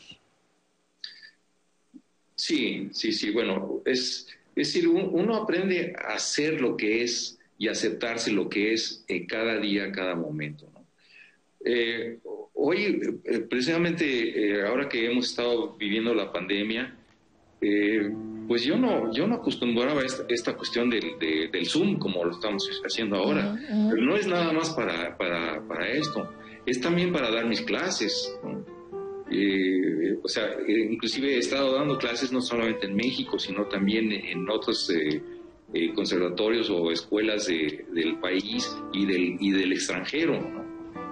Sí, sí, sí, bueno, es, es decir, uno aprende a ser lo que es y aceptarse lo que es en cada día, cada momento, ¿no? Eh, hoy, eh, precisamente eh, ahora que hemos estado viviendo la pandemia, eh, pues yo no, yo no acostumbraba a esta, esta cuestión del, de, del Zoom como lo estamos haciendo ahora. Uh-huh. Pero no es nada más para, para, para esto, es también para dar mis clases, ¿no? Eh, o sea, eh, inclusive he estado dando clases no solamente en México, sino también en otros eh, eh, conservatorios o escuelas de, del país y del, y del extranjero, ¿no?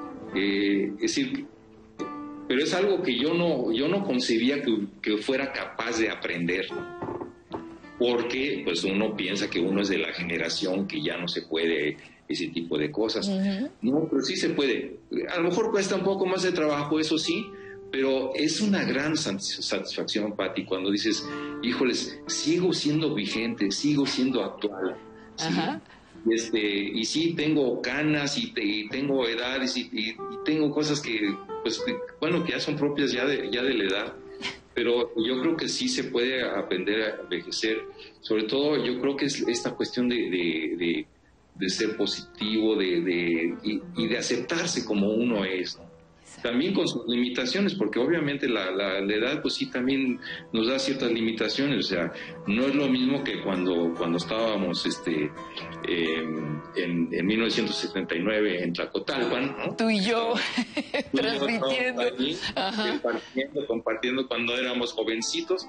Eh, es decir, pero es algo que yo no, yo no concebía que, que fuera capaz de aprender, ¿no? Porque pues uno piensa que uno es de la generación que ya no se puede ese tipo de cosas. Uh-huh. No, pero sí se puede. A lo mejor cuesta un poco más de trabajo, eso sí, pero es una gran satisfacción, Pati, cuando dices, híjoles, sigo siendo vigente, sigo siendo actual. ¿Sí? Ajá. Este, y sí, tengo canas y, te, y tengo edades y, y, y tengo cosas que, pues, que, bueno, que ya son propias ya de, ya de la edad, pero yo creo que sí se puede aprender a envejecer. Sobre todo, yo creo que es esta cuestión de, de, de, de ser positivo de, de, y, y de aceptarse como uno es, ¿no? También con sus limitaciones, porque obviamente la, la, la edad pues sí también nos da ciertas limitaciones. O sea, no es lo mismo que cuando, cuando estábamos este, eh, en, en mil novecientos setenta y nueve en Tlacotalpan, ¿no? Tú y yo transmitiendo, allí, compartiendo, compartiendo cuando éramos jovencitos,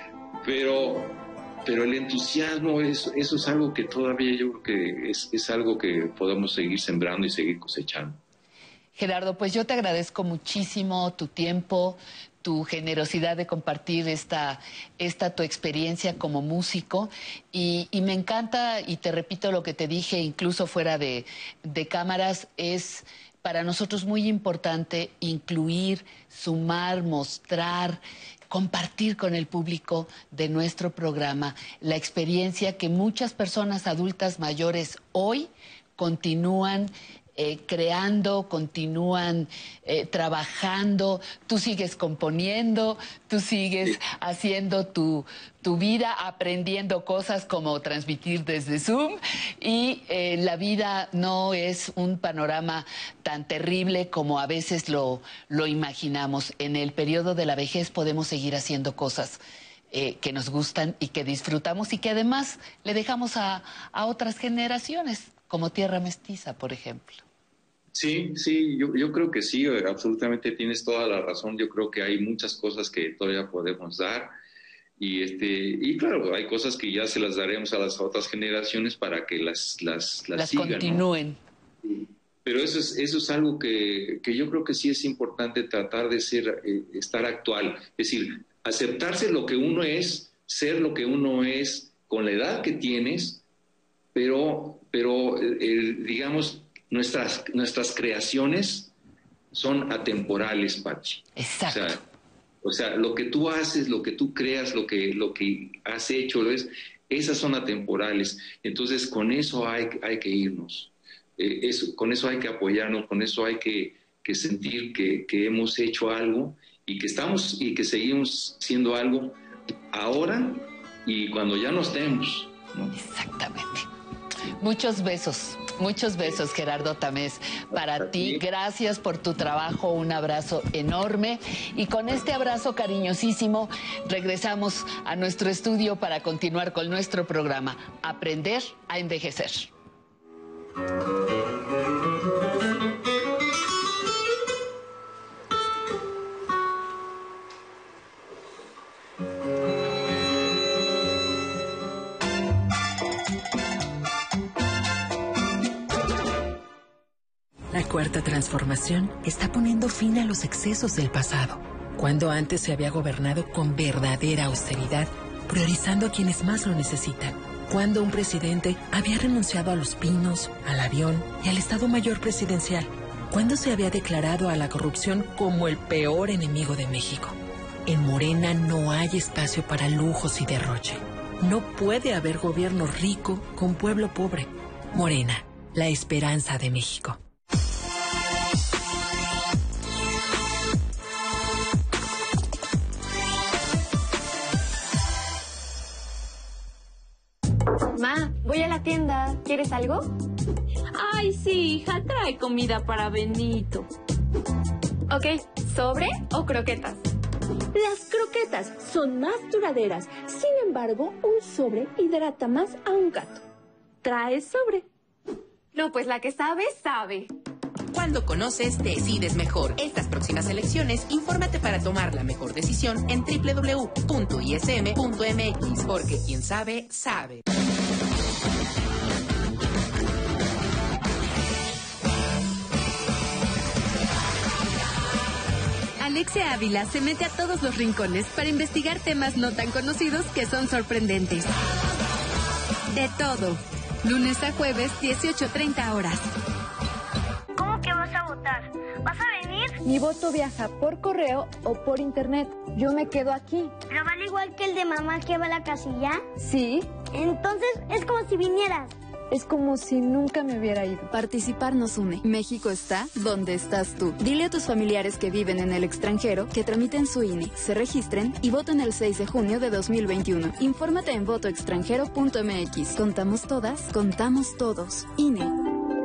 pero, pero el entusiasmo, es, eso es algo que todavía yo creo que es, es algo que podemos seguir sembrando y seguir cosechando. Gerardo, pues yo te agradezco muchísimo tu tiempo, tu generosidad de compartir esta, esta tu experiencia como músico y, y me encanta, y te repito lo que te dije incluso fuera de, de cámaras, es para nosotros muy importante incluir, sumar, mostrar, compartir con el público de nuestro programa la experiencia que muchas personas adultas mayores hoy continúan Eh, creando, continúan eh, trabajando, tú sigues componiendo, tú sigues haciendo tu, tu vida, aprendiendo cosas como transmitir desde Zoom y eh, la vida no es un panorama tan terrible como a veces lo, lo imaginamos. En el periodo de la vejez podemos seguir haciendo cosas eh, que nos gustan y que disfrutamos y que además le dejamos a, a otras generaciones, como Tierra Mestiza, por ejemplo. Sí, sí, yo, yo creo que sí, absolutamente tienes toda la razón. Yo creo que hay muchas cosas que todavía podemos dar y este y claro, hay cosas que ya se las daremos a las otras generaciones para que las las las, las sigan, continúen. ¿no? Pero eso es eso es algo que, que yo creo que sí es importante tratar de ser eh, estar actual, es decir, aceptarse lo que uno es, ser lo que uno es con la edad que tienes, pero pero eh, digamos Nuestras, nuestras creaciones son atemporales, Pachi. Exacto. O sea, o sea, lo que tú haces, lo que tú creas, lo que, lo que has hecho, lo es, esas son atemporales. Entonces, con eso hay, hay que irnos. Eh, eso, con eso hay que apoyarnos, con eso hay que, que sentir que, que hemos hecho algo y que estamos y que seguimos siendo algo ahora y cuando ya no estemos, ¿no? Exactamente. Muchos besos. Muchos besos, Gerardo Tamés, para ti. Gracias por tu trabajo, un abrazo enorme. Y con este abrazo cariñosísimo, regresamos a nuestro estudio para continuar con nuestro programa, Aprender a Envejecer. La cuarta transformación está poniendo fin a los excesos del pasado. Cuando antes se había gobernado con verdadera austeridad, priorizando a quienes más lo necesitan. Cuando un presidente había renunciado a los pinos, al avión y al Estado Mayor Presidencial. Cuando se había declarado a la corrupción como el peor enemigo de México. En Morena no hay espacio para lujos y derroche. No puede haber gobierno rico con pueblo pobre. Morena, la esperanza de México. Ma, voy a la tienda. ¿Quieres algo? Ay, sí, hija, trae comida para Benito. Ok, ¿sobre o croquetas? Las croquetas son más duraderas. Sin embargo, un sobre hidrata más a un gato. ¿Traes sobre? No, pues la que sabe, sabe. Cuando conoces, decides mejor. Estas próximas elecciones, infórmate para tomar la mejor decisión en doble u doble u doble u punto i s m punto m x, porque quien sabe, sabe. Alexia Ávila se mete a todos los rincones para investigar temas no tan conocidos que son sorprendentes. De todo. Lunes a jueves, dieciocho treinta horas. ¿Cómo que vas a votar? ¿Vas a venir? Mi voto viaja por correo o por internet. Yo me quedo aquí. ¿Pero vale igual que el de mamá que va a la casilla? Sí. Entonces es como si vinieras. Es como si nunca me hubiera ido. Participar nos une. México está donde estás tú. Dile a tus familiares que viven en el extranjero que tramiten su I N E, se registren y voten el seis de junio de dos mil veintiuno. Infórmate en voto extranjero punto m x. Contamos todas, contamos todos. I N E.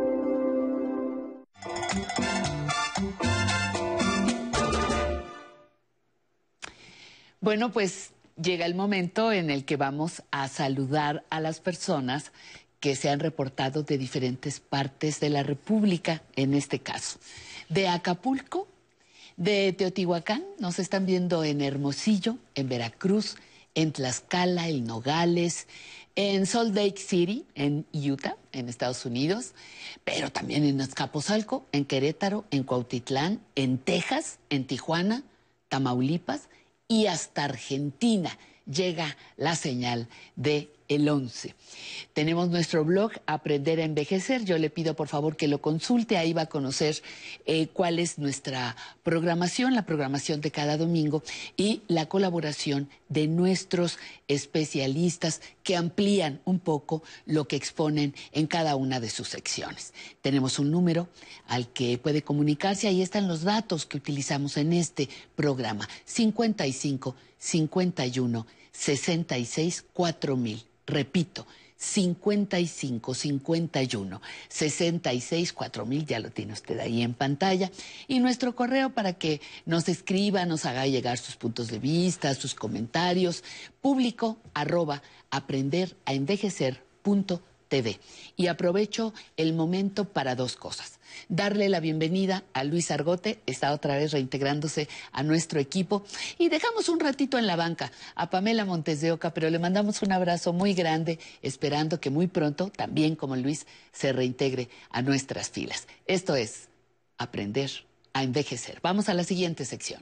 Bueno, pues llega el momento en el que vamos a saludar a las personas que se han reportado de diferentes partes de la República, en este caso. De Acapulco, de Teotihuacán, nos están viendo en Hermosillo, en Veracruz, en Tlaxcala, en Nogales, en Salt Lake City, en Utah, en Estados Unidos, pero también en Azcapotzalco, en Querétaro, en Cuautitlán, en Texas, en Tijuana, Tamaulipas y hasta Argentina llega la señal de el once. Tenemos nuestro blog Aprender a Envejecer. Yo le pido por favor que lo consulte. Ahí va a conocer eh, cuál es nuestra programación, la programación de cada domingo y la colaboración de nuestros especialistas que amplían un poco lo que exponen en cada una de sus secciones. Tenemos un número al que puede comunicarse. Ahí están los datos que utilizamos en este programa. cincuenta y cinco, cincuenta y uno, sesenta y seis, cuatro mil. Repito, cincuenta y cinco, cincuenta y uno, sesenta y seis, cuatro mil, ya lo tiene usted ahí en pantalla. Y nuestro correo para que nos escriba, nos haga llegar sus puntos de vista, sus comentarios, público arroba aprender a envejecer punto t v. Y aprovecho el momento para dos cosas. Darle la bienvenida a Luis Argote, está otra vez reintegrándose a nuestro equipo. Y dejamos un ratito en la banca a Pamela Montes de Oca, pero le mandamos un abrazo muy grande, esperando que muy pronto, también como Luis, se reintegre a nuestras filas. Esto es Aprender a Envejecer. Vamos a la siguiente sección.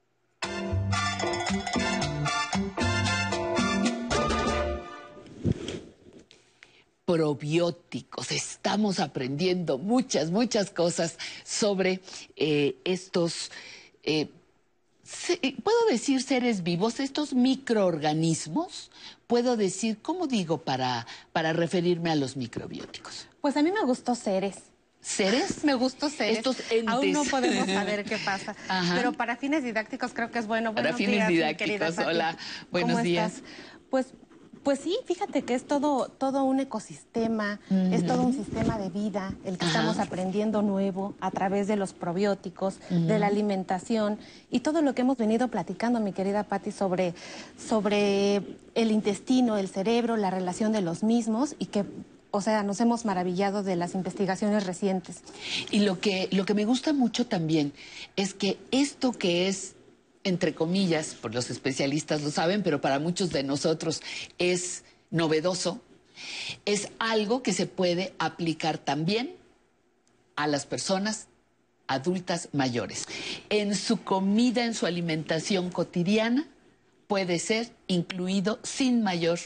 Probióticos. Estamos aprendiendo muchas, muchas cosas sobre eh, estos, eh, se, puedo decir seres vivos, estos microorganismos. Puedo decir, ¿cómo digo para, para referirme a los microbióticos? Pues a mí me gustó seres. ¿Seres? Me gustó seres. Estos entes. Aún no podemos saber qué pasa. Ajá. Pero para fines didácticos creo que es bueno. Para Buenos fines días, didácticos, hola, buenos ¿Cómo días. Estás? Pues... Pues sí, fíjate que es todo, todo un ecosistema, uh-huh. es todo un sistema de vida, el que uh-huh. estamos aprendiendo nuevo a través de los probióticos, uh-huh. de la alimentación y todo lo que hemos venido platicando, mi querida Patti, sobre, sobre el intestino, el cerebro, la relación de los mismos y que, o sea, nos hemos maravillado de las investigaciones recientes. Y lo que, lo que me gusta mucho también es que esto que es, entre comillas, por los especialistas lo saben, pero para muchos de nosotros es novedoso, es algo que se puede aplicar también a las personas adultas mayores. En su comida, en su alimentación cotidiana, puede ser incluido sin mayor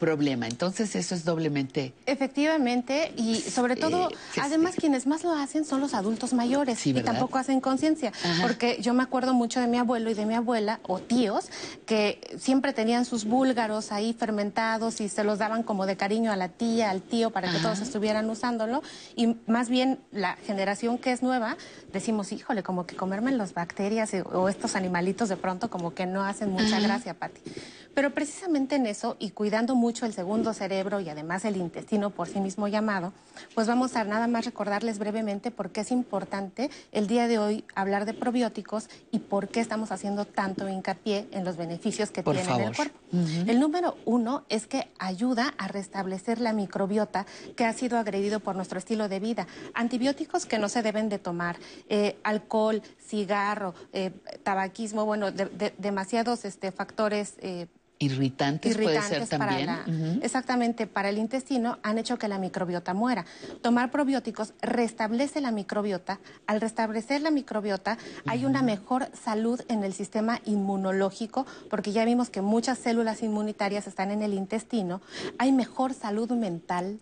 problema. Entonces eso es doblemente... Efectivamente, y sobre todo, eh, sí, además sí. quienes más lo hacen son los adultos mayores, Sí, y ¿verdad? tampoco hacen conciencia, porque yo me acuerdo mucho de mi abuelo y de mi abuela, o tíos, que siempre tenían sus búlgaros ahí fermentados y se los daban como de cariño a la tía, al tío, para que Ajá. todos estuvieran usándolo, y más bien la generación que es nueva, decimos, híjole, como que comerme las bacterias o estos animalitos de pronto como que no hacen mucha Ajá. gracia, Pati. Pero precisamente en eso, y cuidando mucho el segundo cerebro y además el intestino por sí mismo llamado, pues vamos a nada más recordarles brevemente por qué es importante el día de hoy hablar de probióticos y por qué estamos haciendo tanto hincapié en los beneficios que Por tienen favor. el cuerpo. Ujú. El número uno es que ayuda a restablecer la microbiota que ha sido agredido por nuestro estilo de vida. Antibióticos que no se deben de tomar, eh, alcohol, cigarro, eh, tabaquismo, bueno, de, de, demasiados este, factores... Eh, Irritantes, irritantes puede ser también. para la- Ujú. exactamente, para el intestino han hecho que la microbiota muera. Tomar probióticos restablece la microbiota. Al restablecer la microbiota hay una mejor salud en el sistema inmunológico, porque ya vimos que muchas células inmunitarias están en el intestino. Hay mejor salud mental.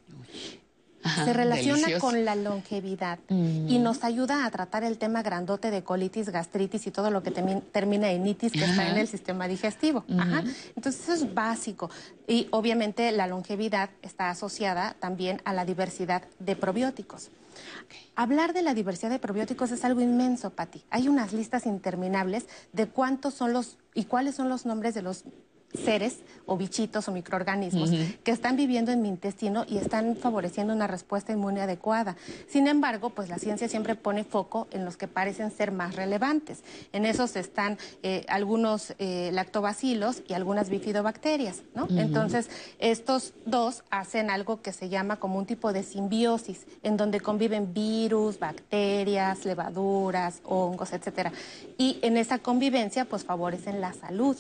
Ajá, Se relaciona delicioso. con la longevidad Ujú. y nos ayuda a tratar el tema grandote de colitis, gastritis y todo lo que temi- termina en itis, que está Ajá. en el sistema digestivo. Ujú. Ajá. Entonces eso es básico. Y obviamente la longevidad está asociada también a la diversidad de probióticos. Hablar de la diversidad de probióticos es algo inmenso, Pati. Hay unas listas interminables de cuántos son los y cuáles son los nombres de los seres o bichitos o microorganismos Ujú. que están viviendo en mi intestino y están favoreciendo una respuesta inmune adecuada. Sin embargo, pues la ciencia siempre pone foco en los que parecen ser más relevantes. En esos están eh, algunos eh, lactobacilos y algunas bifidobacterias, ¿no? Ujú. Entonces, estos dos hacen algo que se llama como un tipo de simbiosis, en donde conviven virus, bacterias, levaduras, hongos, etcétera. Y en esa convivencia, pues favorecen la salud.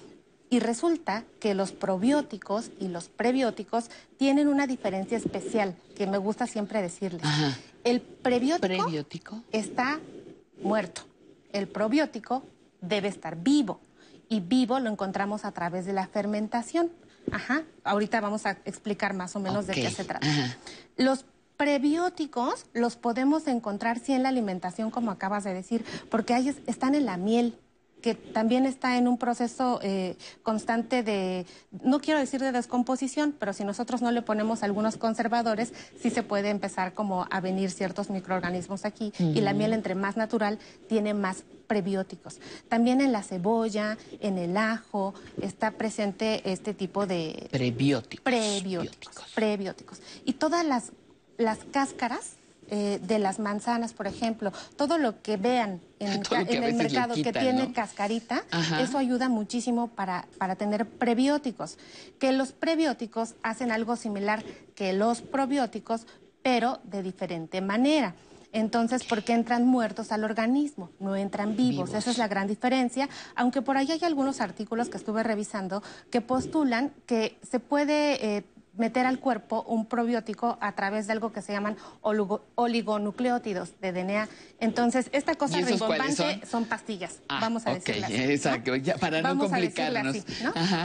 Y resulta que los probióticos y los prebióticos tienen una diferencia especial que me gusta siempre decirles. Ajá. El prebiótico, Prebiótico. está muerto. El probiótico debe estar vivo. Y vivo lo encontramos a través de la fermentación. Ajá. Ahorita vamos a explicar más o menos Ok. de qué se trata. Ajá. Los prebióticos los podemos encontrar sí en la alimentación, como acabas de decir, porque ahí es- están en la miel, que también está en un proceso eh, constante de, no quiero decir de descomposición, pero si nosotros no le ponemos algunos conservadores, sí se puede empezar como a venir ciertos microorganismos aquí. Y la Ujú. miel, entre más natural, tiene más prebióticos. También en la cebolla, en el ajo, está presente este tipo de Prebióticos. prebióticos. Prebióticos. Y todas las, las cáscaras eh, de las manzanas, por ejemplo, todo lo que vean en, Todo lo que en a el veces le mercado que quitan, tiene ¿no? cascarita, Ajá. eso ayuda muchísimo para, para tener prebióticos. Que los prebióticos hacen algo similar que los probióticos, pero de diferente manera. Entonces, porque entran muertos al organismo, no entran vivos. Vivos. Esa es la gran diferencia, aunque por ahí hay algunos artículos que estuve revisando que postulan que se puede eh, meter al cuerpo un probiótico a través de algo que se llaman oligo- oligonucleótidos de D N A. Entonces, esta cosa ¿Y esos cuáles rimbombante son? son pastillas, Ah, vamos a ok, decirlo así. ¿no? exacto, ya, para no Vamos a decirle complicarnos. así, ¿no? Ajá.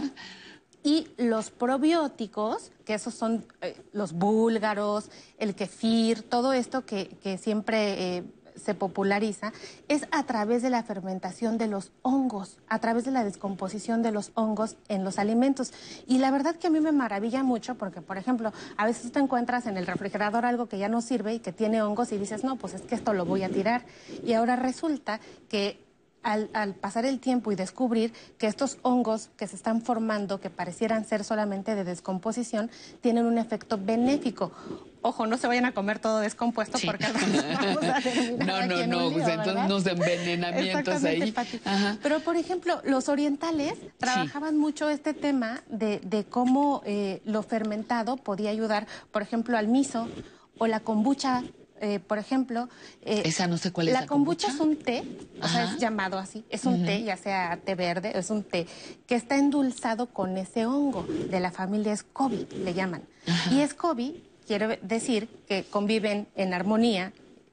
Y los probióticos, que esos son eh, los búlgaros, el kefir, todo esto que, que siempre eh, se populariza, es a través de la fermentación de los hongos, a través de la descomposición de los hongos en los alimentos. Y la verdad que a mí me maravilla mucho porque, por ejemplo, a veces te encuentras en el refrigerador algo que ya no sirve y que tiene hongos y dices, no, pues es que esto lo voy a tirar. Y ahora resulta que Al, al pasar el tiempo y descubrir que estos hongos que se están formando, que parecieran ser solamente de descomposición, tienen un efecto benéfico. Ojo, no se vayan a comer todo descompuesto porque al rato vamos a terminar No, aquí no, en no, un lío, pues entonces ¿verdad? unos envenenamientos Exactamente, ahí. Pati. Ajá. Pero, por ejemplo, los orientales trabajaban mucho este tema de, de cómo eh, lo fermentado podía ayudar, por ejemplo, al miso o la kombucha. Eh, por ejemplo, eh, Esa no sé cuál es la la kombucha kombucha. es un té, o sea, Ajá. es llamado así, es un Ujú. té, ya sea té verde, es un té que está endulzado con ese hongo de la familia SCOBY, le llaman. Ajá. Y SCOBY quiere decir que conviven en armonía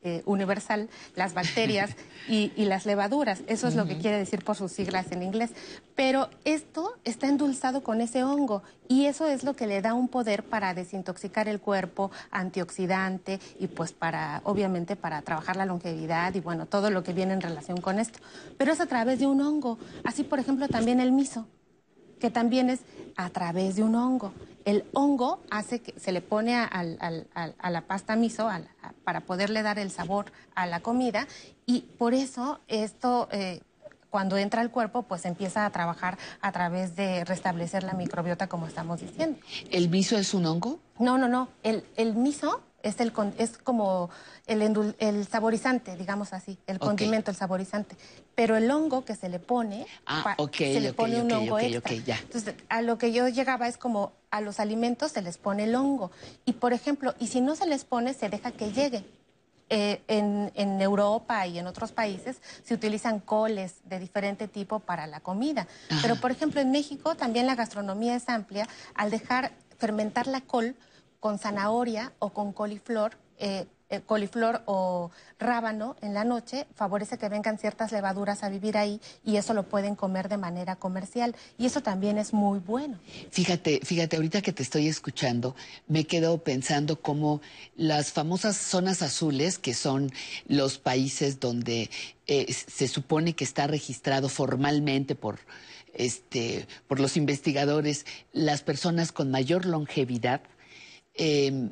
eh, universal, las bacterias y, y las levaduras. Eso es uh-huh. lo que quiere decir por sus siglas en inglés. Pero esto está endulzado con ese hongo y eso es lo que le da un poder para desintoxicar el cuerpo, antioxidante y pues para, obviamente, para trabajar la longevidad y bueno, todo lo que viene en relación con esto. Pero es a través de un hongo. Así, por ejemplo, también el miso, que también es a través de un hongo. El hongo hace que se le pone a, a, a, a la pasta miso a la, a, para poderle dar el sabor a la comida y por eso esto, eh, cuando entra al cuerpo, pues empieza a trabajar a través de restablecer la microbiota, como estamos diciendo. ¿El miso es un hongo? No, no, no. El, el miso es, el, es como el, endul, el saborizante, digamos así, el okay. condimento, el saborizante. Pero el hongo que se le pone, ah, okay, se le okay, pone un okay, hongo okay, extra. Okay, ya. Entonces, a lo que yo llegaba es como a los alimentos se les pone el hongo. Y, por ejemplo, y si no se les pone, se deja que llegue. Eh, en, en Europa y en otros países se utilizan coles de diferente tipo para la comida. Ajá. Pero, por ejemplo, en México también la gastronomía es amplia al dejar fermentar la col con zanahoria o con coliflor, eh, eh, coliflor o rábano en la noche, favorece que vengan ciertas levaduras a vivir ahí y eso lo pueden comer de manera comercial y eso también es muy bueno. Fíjate, fíjate, ahorita que te estoy escuchando, me quedo pensando cómo las famosas zonas azules, que son los países donde eh, se supone que está registrado formalmente por, este, por los investigadores las personas con mayor longevidad, eh,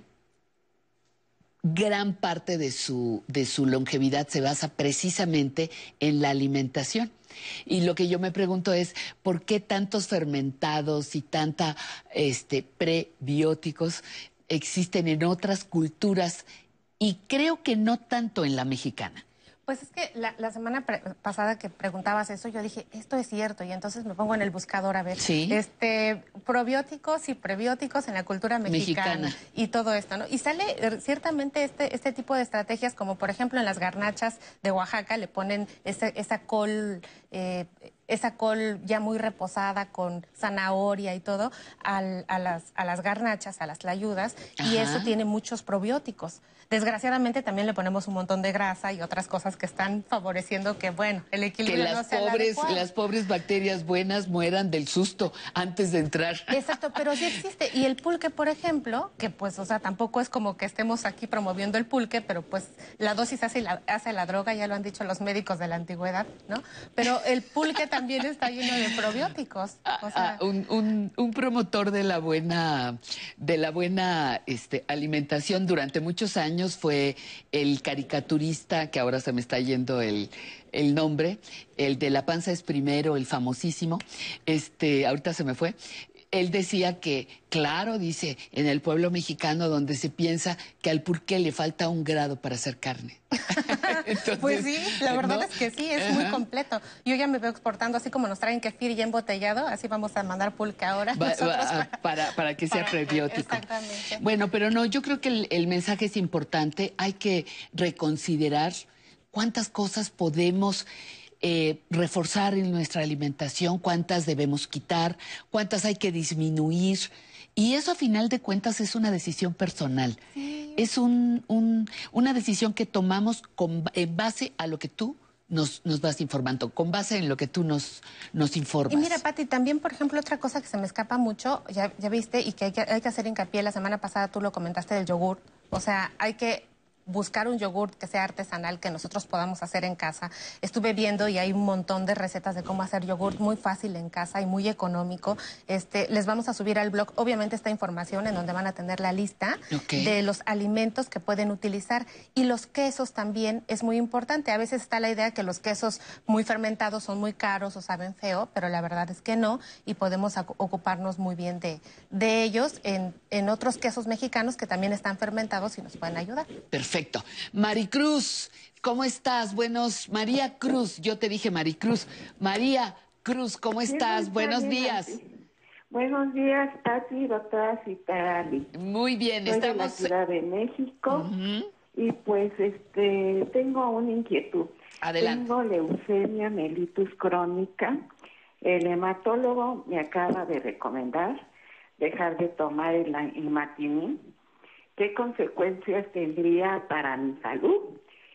gran parte de su, de su longevidad se basa precisamente en la alimentación. Y lo que yo me pregunto es, ¿por qué tantos fermentados y tanta este, prebióticos existen en otras culturas? Y creo que no tanto en la mexicana. Pues es que la, la semana pasada que preguntabas eso, yo dije, esto es cierto, y entonces me pongo en el buscador a ver. ¿Sí? Este, probióticos y prebióticos en la cultura mexicana, mexicana. Y todo esto, ¿no? Y sale ciertamente este, este tipo de estrategias, como por ejemplo en las garnachas de Oaxaca le ponen ese, esa col... Eh, esa col ya muy reposada con zanahoria y todo al, a, las, a las garnachas, a las tlayudas, y eso tiene muchos probióticos. Desgraciadamente también le ponemos un montón de grasa y otras cosas que están favoreciendo que, bueno, el equilibrio que las no sea pobres, el las pobres bacterias buenas mueran del susto antes de entrar. Exacto, pero sí existe. Y el pulque, por ejemplo, que pues, o sea, tampoco es como que estemos aquí promoviendo el pulque, pero pues la dosis hace la, hace la droga, ya lo han dicho los médicos de la antigüedad, ¿no? Pero el pulque también está lleno de probióticos. O sea... ah, un, un, un promotor de la buena, de la buena este, alimentación durante muchos años fue el caricaturista, que ahora se me está yendo el, el nombre, el de La panza es primero, el famosísimo, este, ahorita se me fue. Él decía que, claro, dice, en el pueblo mexicano donde se piensa que al pulque le falta un grado para hacer carne. Entonces, pues sí, la verdad ¿no? es que sí, es Ajá. muy completo. Yo ya me veo exportando, así como nos traen kefir ya embotellado, así vamos a mandar pulque ahora. Va, va, para, para, para que sea para, prebiótico. Exactamente. Bueno, pero no, yo creo que el, el mensaje es importante. Hay que reconsiderar cuántas cosas podemos... Eh, reforzar en nuestra alimentación, cuántas debemos quitar, cuántas hay que disminuir. Y eso a final de cuentas es una decisión personal. Sí. Es un, un, una decisión que tomamos con, en base a lo que tú nos, nos vas informando, con base en lo que tú nos, nos informas. Y mira, Pati, también, por ejemplo, otra cosa que se me escapa mucho, ya, ya viste, y que hay, que hay que hacer hincapié, la semana pasada tú lo comentaste del yogur. O sea, hay que... buscar un yogur que sea artesanal, que nosotros podamos hacer en casa. Estuve viendo y hay un montón de recetas de cómo hacer yogur muy fácil en casa y muy económico. Este, les vamos a subir al blog, obviamente, esta información en donde van a tener la lista okay. de los alimentos que pueden utilizar. Y los quesos también es muy importante. A veces está la idea que los quesos muy fermentados son muy caros o saben feo, pero la verdad es que no, y podemos ocuparnos muy bien de, de ellos en, en otros quesos mexicanos que también están fermentados y nos pueden ayudar. Perfecto. Perfecto. Maricruz, ¿cómo estás? Buenos, María Cruz, yo te dije Maricruz. María Cruz, ¿cómo estás? Bien, Buenos bien, días. Así. Buenos días, Pati, doctora Citarali. Muy bien, Soy estamos... de la Ciudad de México uh-huh. y pues este tengo una inquietud. Adelante. Tengo leucemia mellitus crónica. El hematólogo me acaba de recomendar dejar de tomar el imatinib. ¿Qué consecuencias tendría para mi salud?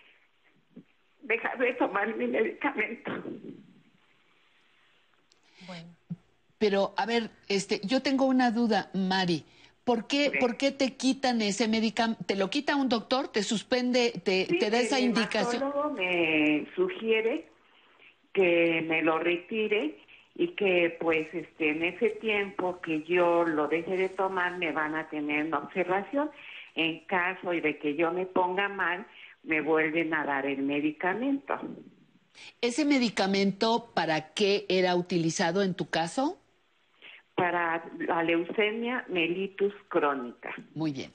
dejar de tomar mi medicamento. Bueno. Pero, a ver, este, yo tengo una duda, Mari. ¿Por qué, sí. ¿Por qué te quitan ese medicamento? ¿Te lo quita un doctor? ¿Te suspende? ¿Te, sí, te da esa indicación? El hematólogo me sugiere que me lo retire y que, pues, este, en ese tiempo que yo lo deje de tomar, me van a tener una observación. En caso de que yo me ponga mal, me vuelven a dar el medicamento. ¿Ese medicamento para qué era utilizado en tu caso? Para la leucemia mellitus crónica. Muy bien.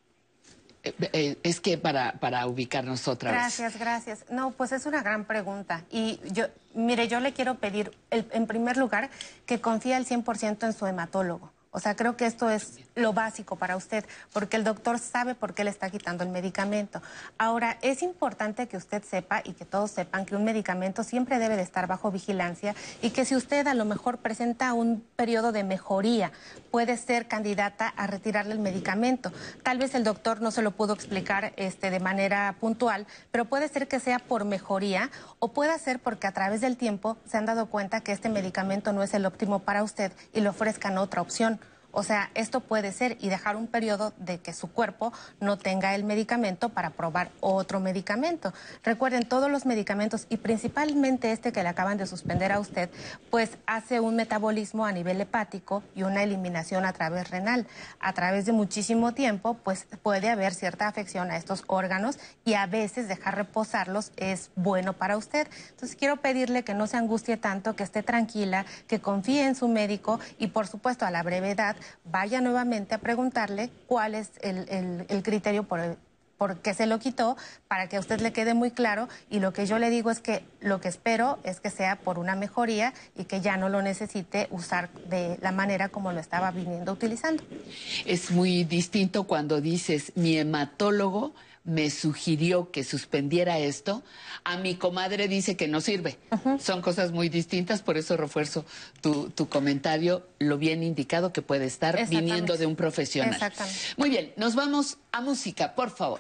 Eh, eh, es que para, para ubicarnos otra gracias, vez. Gracias, gracias. No, pues es una gran pregunta. Y yo, mire, yo le quiero pedir, el, en primer lugar, que confíe al cien por ciento en su hematólogo. O sea, creo que esto es lo básico para usted, porque el doctor sabe por qué le está quitando el medicamento. Ahora, es importante que usted sepa y que todos sepan que un medicamento siempre debe de estar bajo vigilancia y que si usted a lo mejor presenta un periodo de mejoría, puede ser candidata a retirarle el medicamento. Tal vez el doctor no se lo pudo explicar este, de manera puntual, pero puede ser que sea por mejoría o puede ser porque a través del tiempo se han dado cuenta que este medicamento no es el óptimo para usted y le ofrezcan otra opción. O sea, esto puede ser y dejar un periodo de que su cuerpo no tenga el medicamento para probar otro medicamento. Recuerden, todos los medicamentos y principalmente este que le acaban de suspender a usted, pues hace un metabolismo a nivel hepático y una eliminación a través renal. A través de muchísimo tiempo, pues puede haber cierta afección a estos órganos y a veces dejar reposarlos es bueno para usted. Entonces quiero pedirle que no se angustie tanto, que esté tranquila, que confíe en su médico y por supuesto a la brevedad vaya nuevamente a preguntarle cuál es el, el, el criterio por, el, por qué se lo quitó, para que a usted le quede muy claro. Y lo que yo le digo es que lo que espero es que sea por una mejoría y que ya no lo necesite usar de la manera como lo estaba viniendo utilizando. Es muy distinto cuando dices, mi hematólogo me sugirió que suspendiera esto, a mi comadre dice que no sirve. Uh-huh. Son cosas muy distintas, por eso refuerzo tu, tu comentario, lo bien indicado que puede estar viniendo de un profesional. Exactamente. Muy bien, nos vamos a música, por favor.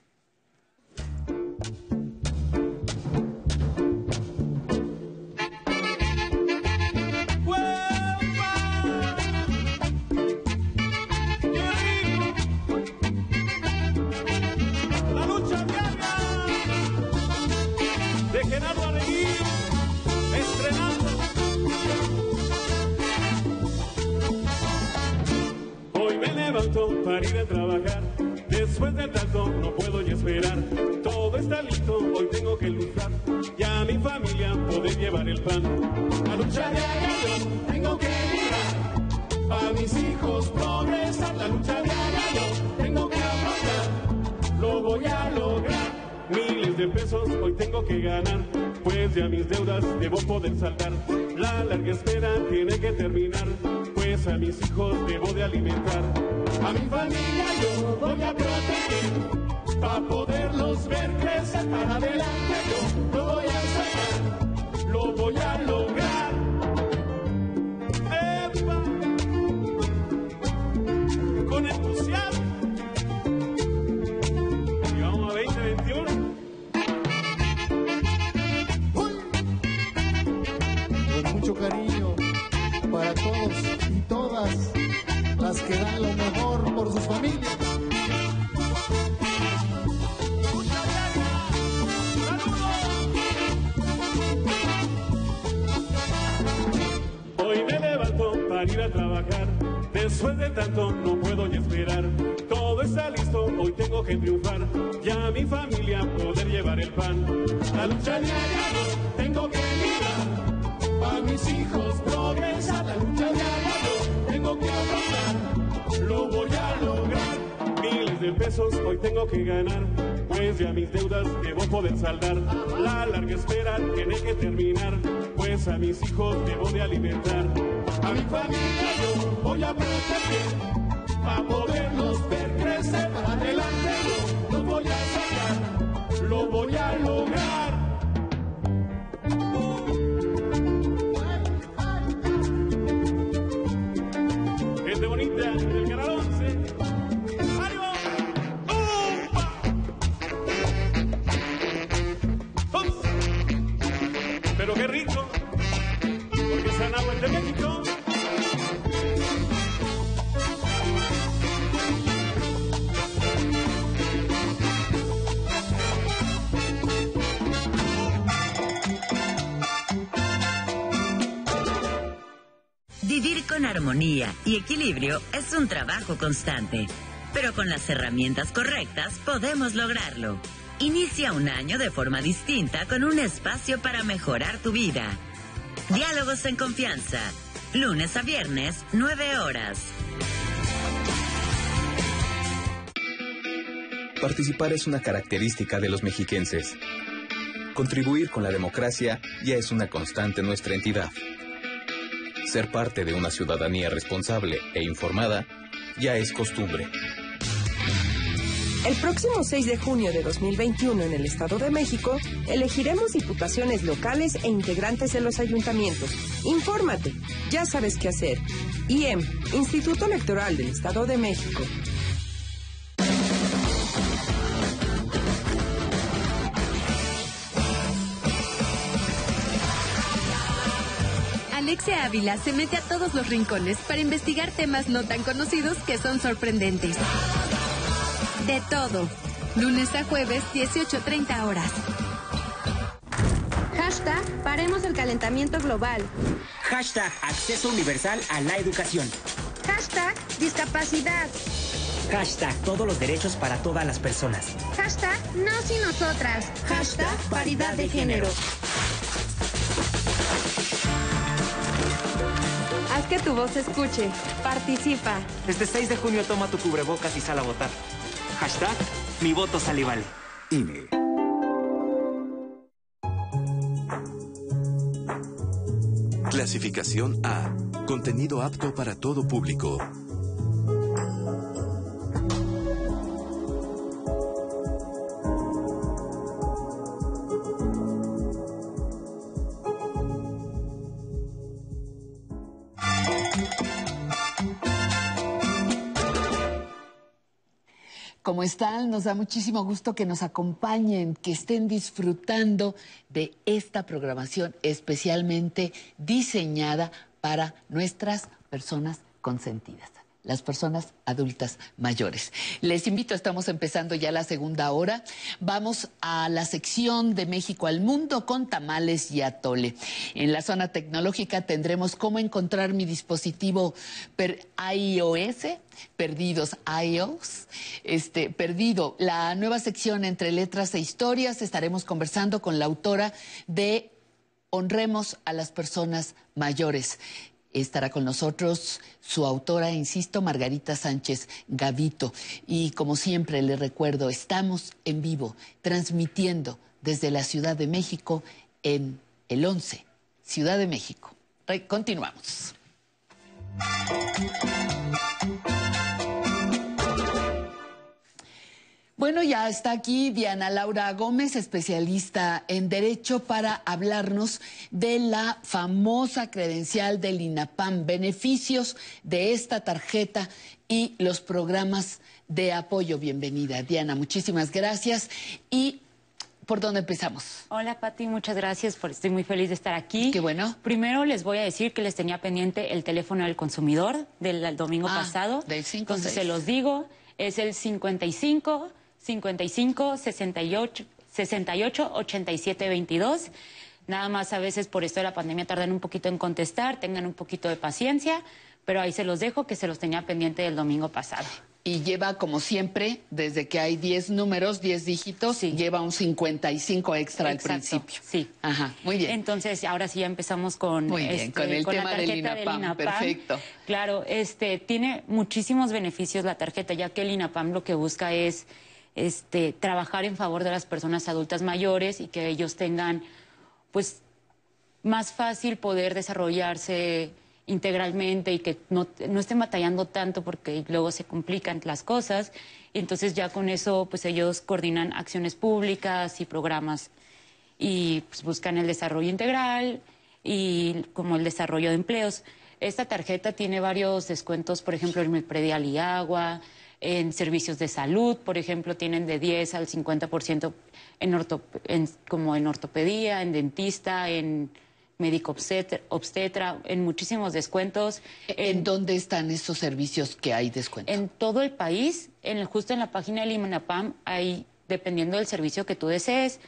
Para ir a trabajar, después de tanto no puedo ya esperar. Todo está listo, hoy tengo que luchar y a mi familia poder llevar el pan. La lucha diaria yo tengo que librar, a mis hijos progresar. La lucha diaria yo tengo que afrontar, lo voy a lograr. Miles de pesos hoy tengo que ganar, pues ya mis deudas debo poder saldar. La larga espera tiene que terminar, pues a mis hijos debo de alimentar. A mi familia yo voy a proteger, para poderlos ver crecer para adelante. Yo lo voy a sacar, lo voy a lograr. ¡Epa! Con entusiasmo. Y vamos a veinte veintiuno. Con mucho cariño para todos y todas las que dan lo mejor por sus familias. Hoy me levanto para ir a trabajar, después de tanto no puedo ya esperar. Todo está listo, hoy tengo que triunfar, ya a mi familia poder llevar el pan. La lucha diaria yo tengo que librar, para mis hijos progresar. La lucha diaria yo tengo que afrontar, lo voy a lograr. Miles de pesos hoy tengo que ganar, pues ya mis deudas debo poder saldar. La larga espera tiene que terminar, pues a mis hijos debo de alimentar. A mi familia yo voy a proteger, para poderlos ver crecer para adelante. Yo lo voy a sacar, lo voy a lograr. Gente bonita del Canal once. ¡Ánimo! ¡Umpa! ¡Dos! pero qué rico, porque San Agua es de México. Vivir con armonía y equilibrio es un trabajo constante, pero con las herramientas correctas podemos lograrlo. Inicia un año de forma distinta con un espacio para mejorar tu vida. Diálogos en confianza, lunes a viernes, nueve horas. Participar es una característica de los mexiquenses. Contribuir con la democracia ya es una constante en nuestra entidad. Ser parte de una ciudadanía responsable e informada ya es costumbre. El próximo seis de junio de dos mil veintiuno en el Estado de México, elegiremos diputaciones locales e integrantes de los ayuntamientos. Infórmate, ya sabes qué hacer. I E M, Instituto Electoral del Estado de México. Alexia Ávila se mete a todos los rincones para investigar temas no tan conocidos que son sorprendentes. De todo. Lunes a jueves, dieciocho treinta horas. Hashtag Paremos el calentamiento global. Hashtag Acceso universal a la educación. Hashtag Discapacidad. Hashtag Todos los derechos para todas las personas. Hashtag Nos y Nosotras. Hashtag Paridad de género. Haz que tu voz se escuche. Participa. Este seis de junio toma tu cubrebocas y sal a votar. Hashtag Mi voto sale y vale. I N E. Clasificación A. Contenido apto para todo público. ¿Cómo están? Nos da muchísimo gusto que nos acompañen, que estén disfrutando de esta programación especialmente diseñada para nuestras personas consentidas, las personas adultas mayores. Les invito, estamos empezando ya la segunda hora. Vamos a la sección de México al Mundo con tamales y atole. En la zona tecnológica tendremos cómo encontrar mi dispositivo per iOS, perdidos iOS, este, perdido. La nueva sección entre letras e historias, estaremos conversando con la autora de Honremos a las personas mayores. Estará con nosotros su autora, insisto, Margarita Sánchez Gavito. Y como siempre les recuerdo, estamos en vivo, transmitiendo desde la Ciudad de México en el once, Ciudad de México. Re- continuamos. Bueno, ya está aquí Diana Laura Gómez, especialista en Derecho, para hablarnos de la famosa credencial del INAPAM, beneficios de esta tarjeta y los programas de apoyo. Bienvenida, Diana, muchísimas gracias. ¿Y por dónde empezamos? Hola, Pati, muchas gracias, por, estoy muy feliz de estar aquí. Qué bueno. Primero les voy a decir que les tenía pendiente el teléfono del consumidor del, del domingo ah, pasado. Del cinco, Entonces seis. se los digo, es el cincuenta y cinco, cincuenta y cinco, sesenta y ocho, sesenta y ocho, ochenta y siete, veintidós. Nada más a veces por esto de la pandemia tardan un poquito en contestar, tengan un poquito de paciencia, pero ahí se los dejo, que se los tenía pendiente del domingo pasado. Y lleva, como siempre, desde que hay diez números, diez dígitos, sí. Lleva un cincuenta y cinco extra Exacto, al principio. Sí. Ajá, muy bien. Entonces, ahora sí ya empezamos con, muy bien, este, con el con tema la del tarjeta INAPAM. del INAPAM. Perfecto. Claro, este, tiene muchísimos beneficios la tarjeta, ya que el INAPAM lo que busca es este, trabajar en favor de las personas adultas mayores y que ellos tengan, pues, más fácil poder desarrollarse integralmente y que no, no estén batallando tanto porque luego se complican las cosas. Y entonces ya con eso pues ellos coordinan acciones públicas y programas y pues, buscan el desarrollo integral y como el desarrollo de empleos. Esta tarjeta tiene varios descuentos, por ejemplo, en el predial y agua, En servicios de salud, por ejemplo, tienen de diez al cincuenta por ciento en orto, en, como en ortopedia, en dentista, en médico obstetra, obstetra, en muchísimos descuentos. ¿En, ¿En dónde están esos servicios que hay descuento? En todo el país, en, justo en la página del INAPAM, hay, dependiendo del servicio que tú desees,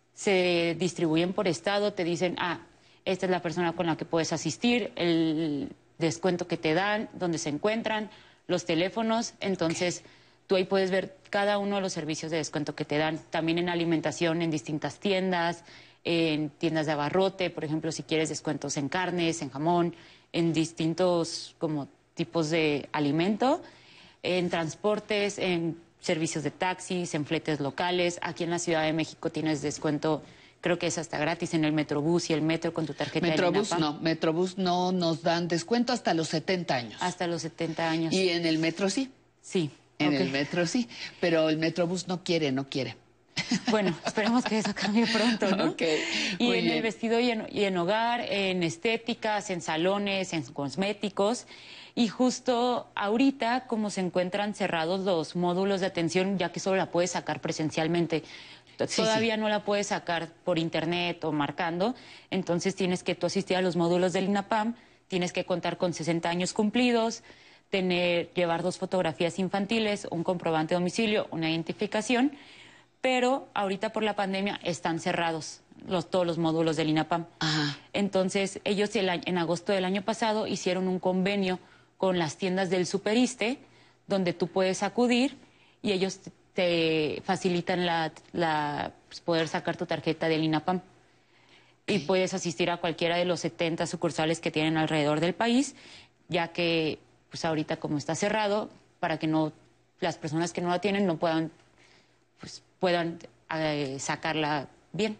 se distribuyen por estado, te dicen, ah, esta es la persona con la que puedes asistir, el descuento que te dan, dónde se encuentran, los teléfonos, entonces okay. tú ahí puedes ver cada uno de los servicios de descuento que te dan, también en alimentación en distintas tiendas, en tiendas de abarrote, por ejemplo, si quieres descuentos en carnes, en jamón, en distintos como tipos de alimento, en transportes, en servicios de taxis, en fletes locales. Aquí en la Ciudad de México tienes descuento, creo que es hasta gratis en el Metrobús y el metro con tu tarjeta Metrobús de no, Metrobús no nos dan descuento hasta los setenta años. Hasta los setenta años. ¿Y en el metro sí? Sí. En okay. el metro sí, pero el Metrobús no quiere, no quiere. Bueno, esperemos que eso cambie pronto, ¿no? Okay, y en bien. el vestido y en, y en hogar, en estéticas, en salones, en cosméticos. Y justo ahorita, como se encuentran cerrados los módulos de atención, ya que solo la puedes sacar presencialmente, sí, todavía sí. no la puedes sacar por internet o marcando, entonces tienes que tú asistir a los módulos del INAPAM, tienes que contar con sesenta años cumplidos, tener, llevar dos fotografías infantiles, un comprobante de domicilio, una identificación, pero ahorita por la pandemia están cerrados los, todos los módulos del INAPAM. Ajá. Entonces ellos el, en agosto del año pasado hicieron un convenio con las tiendas del Superiste, donde tú puedes acudir y ellos te, te facilitan la, la pues, poder sacar tu tarjeta del INAPAM. Okay. Y puedes asistir a cualquiera de los setenta sucursales que tienen alrededor del país, ya que pues ahorita como está cerrado, para que no las personas que no la tienen no puedan pues puedan eh, sacarla bien.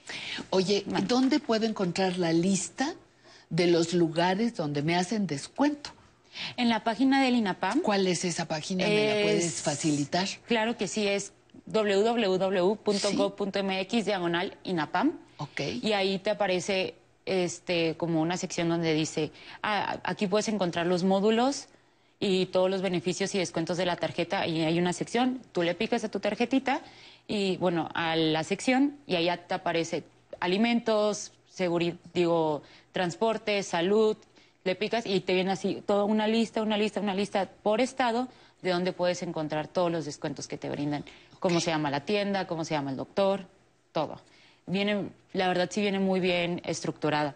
Oye, bueno. ¿Dónde puedo encontrar la lista de los lugares donde me hacen descuento? En la página del INAPAM. ¿Cuál es esa página? ¿Me es, la puedes facilitar? Claro que sí, es doble u doble u doble u punto gob punto m x diagonal INAPAM. Ok. Y ahí te aparece este, como una sección donde dice, ah, aquí puedes encontrar los módulos y todos los beneficios y descuentos de la tarjeta, y hay una sección, tú le picas a tu tarjetita y bueno, a la sección, y allá te aparece alimentos, seguridad, digo, transporte, salud, le picas y te viene así toda una lista, una lista, una lista por estado de donde puedes encontrar todos los descuentos que te brindan, cómo se llama la tienda, cómo se llama el doctor, todo. Viene, la verdad sí viene muy bien estructurada.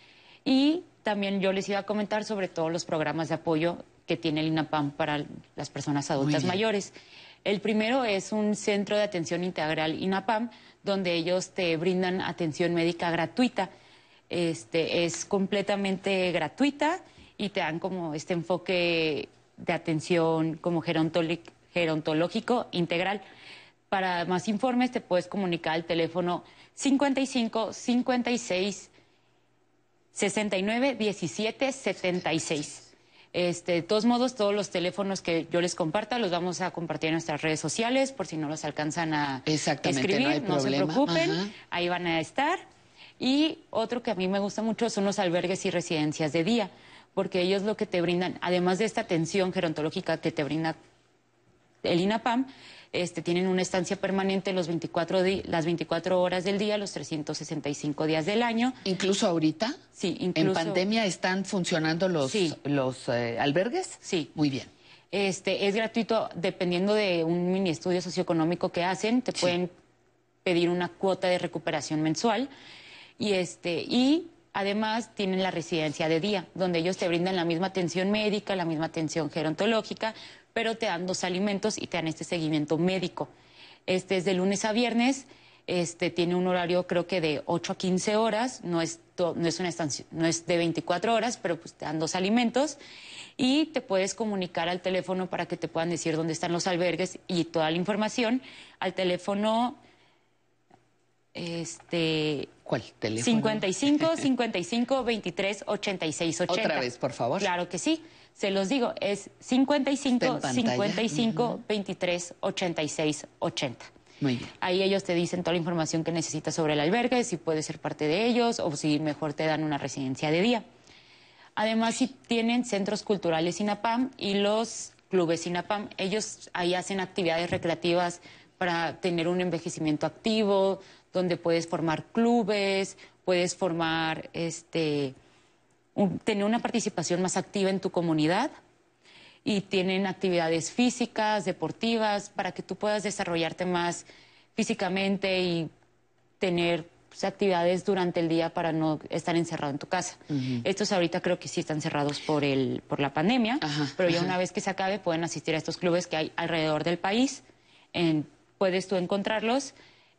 Y también yo les iba a comentar sobre todos los programas de apoyo que tiene el INAPAM para las personas adultas mayores. El primero es un centro de atención integral INAPAM, donde ellos te brindan atención médica gratuita. Este, es completamente gratuita y te dan como este enfoque de atención como gerontológico integral. Para más informes te puedes comunicar al teléfono cincuenta y cinco, cincuenta y seis, sesenta y nueve, diecisiete, setenta y seis. Este, de todos modos, todos los teléfonos que yo les comparta los vamos a compartir en nuestras redes sociales por si no los alcanzan a escribir, no, hay no se preocupen, Ajá. ahí van a estar. Y otro que a mí me gusta mucho son los albergues y residencias de día, porque ellos lo que te brindan, además de esta atención gerontológica que te brinda el INAPAM, este, tienen una estancia permanente los veinticuatro las veinticuatro horas del día, los trescientos sesenta y cinco días del año. ¿Incluso ahorita? Sí, incluso. ¿En pandemia están funcionando los, sí. los eh, albergues? Sí. Muy bien. Este, es gratuito, dependiendo de un mini estudio socioeconómico que hacen, te sí. pueden pedir una cuota de recuperación mensual. Y, este, y además tienen la residencia de día, donde ellos te brindan la misma atención médica, la misma atención gerontológica, pero te dan dos alimentos y te dan este seguimiento médico. Este es de lunes a viernes, este tiene un horario creo que de ocho a quince horas, no es, to, no es, una estancia, no es de veinticuatro horas, pero pues te dan dos alimentos y te puedes comunicar al teléfono para que te puedan decir dónde están los albergues y toda la información al teléfono... Este, ¿Cuál teléfono? cincuenta y cinco, cincuenta y cinco, veintitrés, ochenta y seis, ochenta. Otra vez, por favor. Claro que sí. Se los digo, es cincuenta y cinco, cincuenta y cinco, veintitrés, ochenta y seis, ochenta. Muy bien. Ahí ellos te dicen toda la información que necesitas sobre el albergue, si puedes ser parte de ellos o si mejor te dan una residencia de día. Además, si tienen centros culturales INAPAM y los clubes INAPAM. Ellos ahí hacen actividades recreativas para tener un envejecimiento activo, donde puedes formar clubes, puedes formar, este, un, tener una participación más activa en tu comunidad, y tienen actividades físicas, deportivas, para que tú puedas desarrollarte más físicamente y tener pues, actividades durante el día para no estar encerrado en tu casa. Uh-huh. Estos ahorita creo que sí están cerrados por, el, por la pandemia, ajá, pero ya ajá. una vez que se acabe pueden asistir a estos clubes que hay alrededor del país. En, puedes tú encontrarlos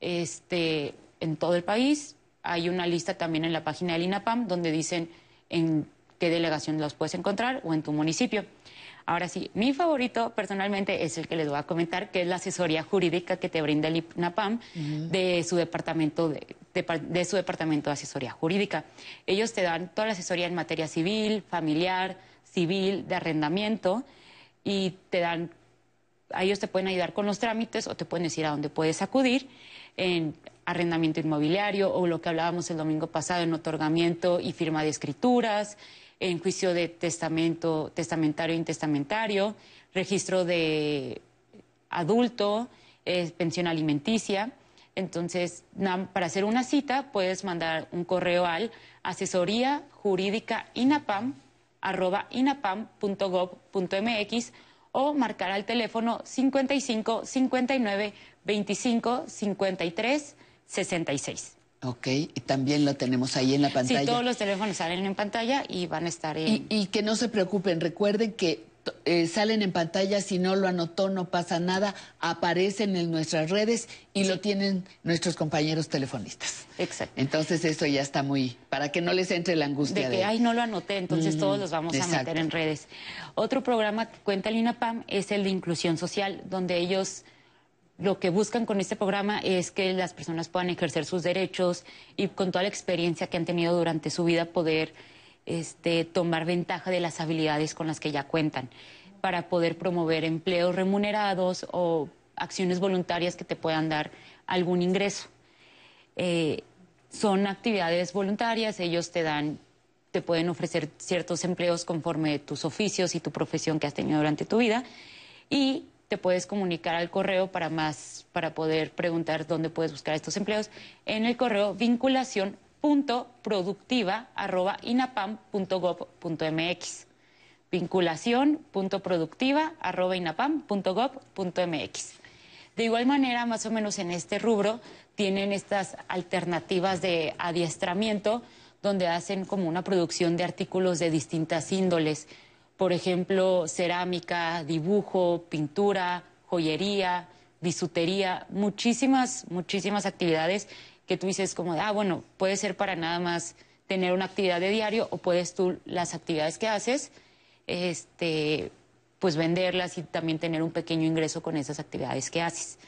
este, en todo el país. Hay una lista también en la página del INAPAM donde dicen en qué delegación los puedes encontrar o en tu municipio. Ahora sí, mi favorito personalmente es el que les voy a comentar, que es la asesoría jurídica que te brinda el INAPAM uh-huh. de su departamento de, de, de su departamento de asesoría jurídica. Ellos te dan toda la asesoría en materia civil, familiar, civil, de arrendamiento, y te dan, a ellos te pueden ayudar con los trámites o te pueden decir a dónde puedes acudir en arrendamiento inmobiliario o lo que hablábamos el domingo pasado en otorgamiento y firma de escrituras, en juicio de testamento, testamentario e intestamentario, registro de adulto, eh, pensión alimenticia. Entonces, na, para hacer una cita, puedes mandar un correo al asesoría jurídica inapam arroba inapam punto gob punto mx o marcar al teléfono cincuenta y cinco, cincuenta y nueve, veinticinco, cincuenta y tres, sesenta y seis. Ok, y también lo tenemos ahí en la pantalla. Sí, todos los teléfonos salen en pantalla y van a estar en... Y, y que no se preocupen, recuerden que eh, salen en pantalla, si no lo anotó no pasa nada, aparecen en nuestras redes y sí. lo tienen nuestros compañeros telefonistas. Exacto. Entonces eso ya está muy... para que no les entre la angustia de... que, de... ay, no lo anoté, entonces mm, todos los vamos exacto. a meter en redes. Otro programa que cuenta el INAPAM es el de inclusión social, donde ellos... lo que buscan con este programa es que las personas puedan ejercer sus derechos y con toda la experiencia que han tenido durante su vida poder este, tomar ventaja de las habilidades con las que ya cuentan para poder promover empleos remunerados o acciones voluntarias que te puedan dar algún ingreso. Eh, son actividades voluntarias, ellos te dan, te pueden ofrecer ciertos empleos conforme tus oficios y tu profesión que has tenido durante tu vida, y te puedes comunicar al correo para más, para poder preguntar dónde puedes buscar estos empleos en el correo vinculación punto productiva arroba inapam punto gob punto mx. vinculación punto productiva arroba inapam punto gob punto mx. De igual manera, más o menos en este rubro, tienen estas alternativas de adiestramiento donde hacen como una producción de artículos de distintas índoles. Por ejemplo, cerámica, dibujo, pintura, joyería, bisutería, muchísimas, muchísimas actividades que tú dices como, de, ah, bueno, puede ser para nada más tener una actividad de diario o puedes tú, las actividades que haces, este, pues venderlas y también tener un pequeño ingreso con esas actividades que haces.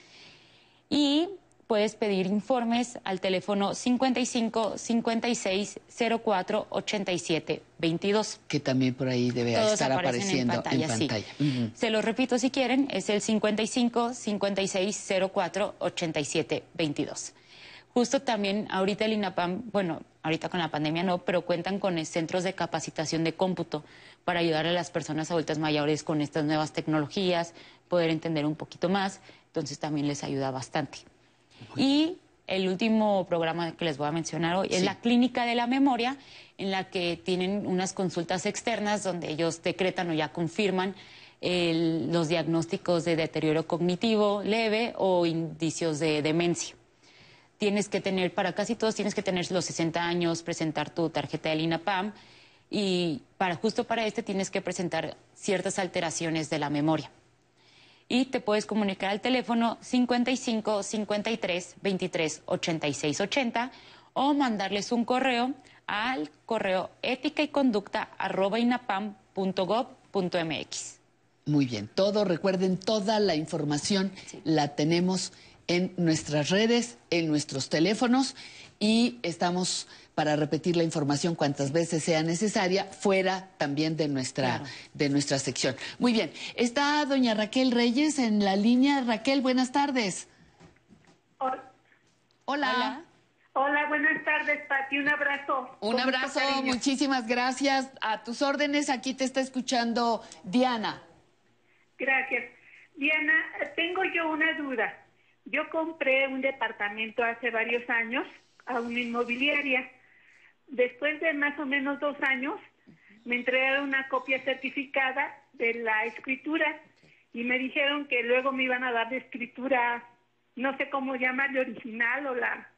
Y puedes pedir informes al teléfono cincuenta y cinco, cincuenta y seis, cero cuatro, ochenta y siete, veintidós. Que también por ahí debe Todos estar apareciendo en pantalla. En pantalla. Sí. Uh-huh. Se lo repito si quieren, es el cincuenta y cinco, cincuenta y seis, cero cuatro, ochenta y siete, veintidós. Justo también ahorita el INAPAM, bueno, ahorita con la pandemia no, pero cuentan con centros de capacitación de cómputo para ayudar a las personas adultas mayores con estas nuevas tecnologías, poder entender un poquito más, entonces también les ayuda bastante. Y el último programa que les voy a mencionar hoy sí. es la Clínica de la Memoria, en la que tienen unas consultas externas donde ellos decretan o ya confirman el, los diagnósticos de deterioro cognitivo leve o indicios de demencia. Tienes que tener, para casi todos tienes que tener los sesenta años, presentar tu tarjeta del INAPAM y para, justo para este tienes que presentar ciertas alteraciones de la memoria. Y te puedes comunicar al teléfono cincuenta y cinco, cincuenta y tres, veintitrés, ochenta y seis, ochenta o mandarles un correo al correo ética y conducta arroba inapam punto gob punto mx. Muy bien, todo, recuerden, toda la información sí. la tenemos en nuestras redes, en nuestros teléfonos y estamos para repetir la información cuantas veces sea necesaria, fuera también de nuestra, claro. de nuestra sección. Muy bien, está doña Raquel Reyes en la línea. Raquel, buenas tardes. Hola. Hola. Hola, buenas tardes, Pati, un abrazo. Un abrazo, muchísimas gracias. A tus órdenes, aquí te está escuchando Diana. Gracias. Diana, tengo yo una duda. Yo compré un departamento hace varios años a una inmobiliaria. Después de más o menos dos años, me entregaron una copia certificada de la escritura y me dijeron que luego me iban a dar de escritura, no sé cómo llamarle, original o la,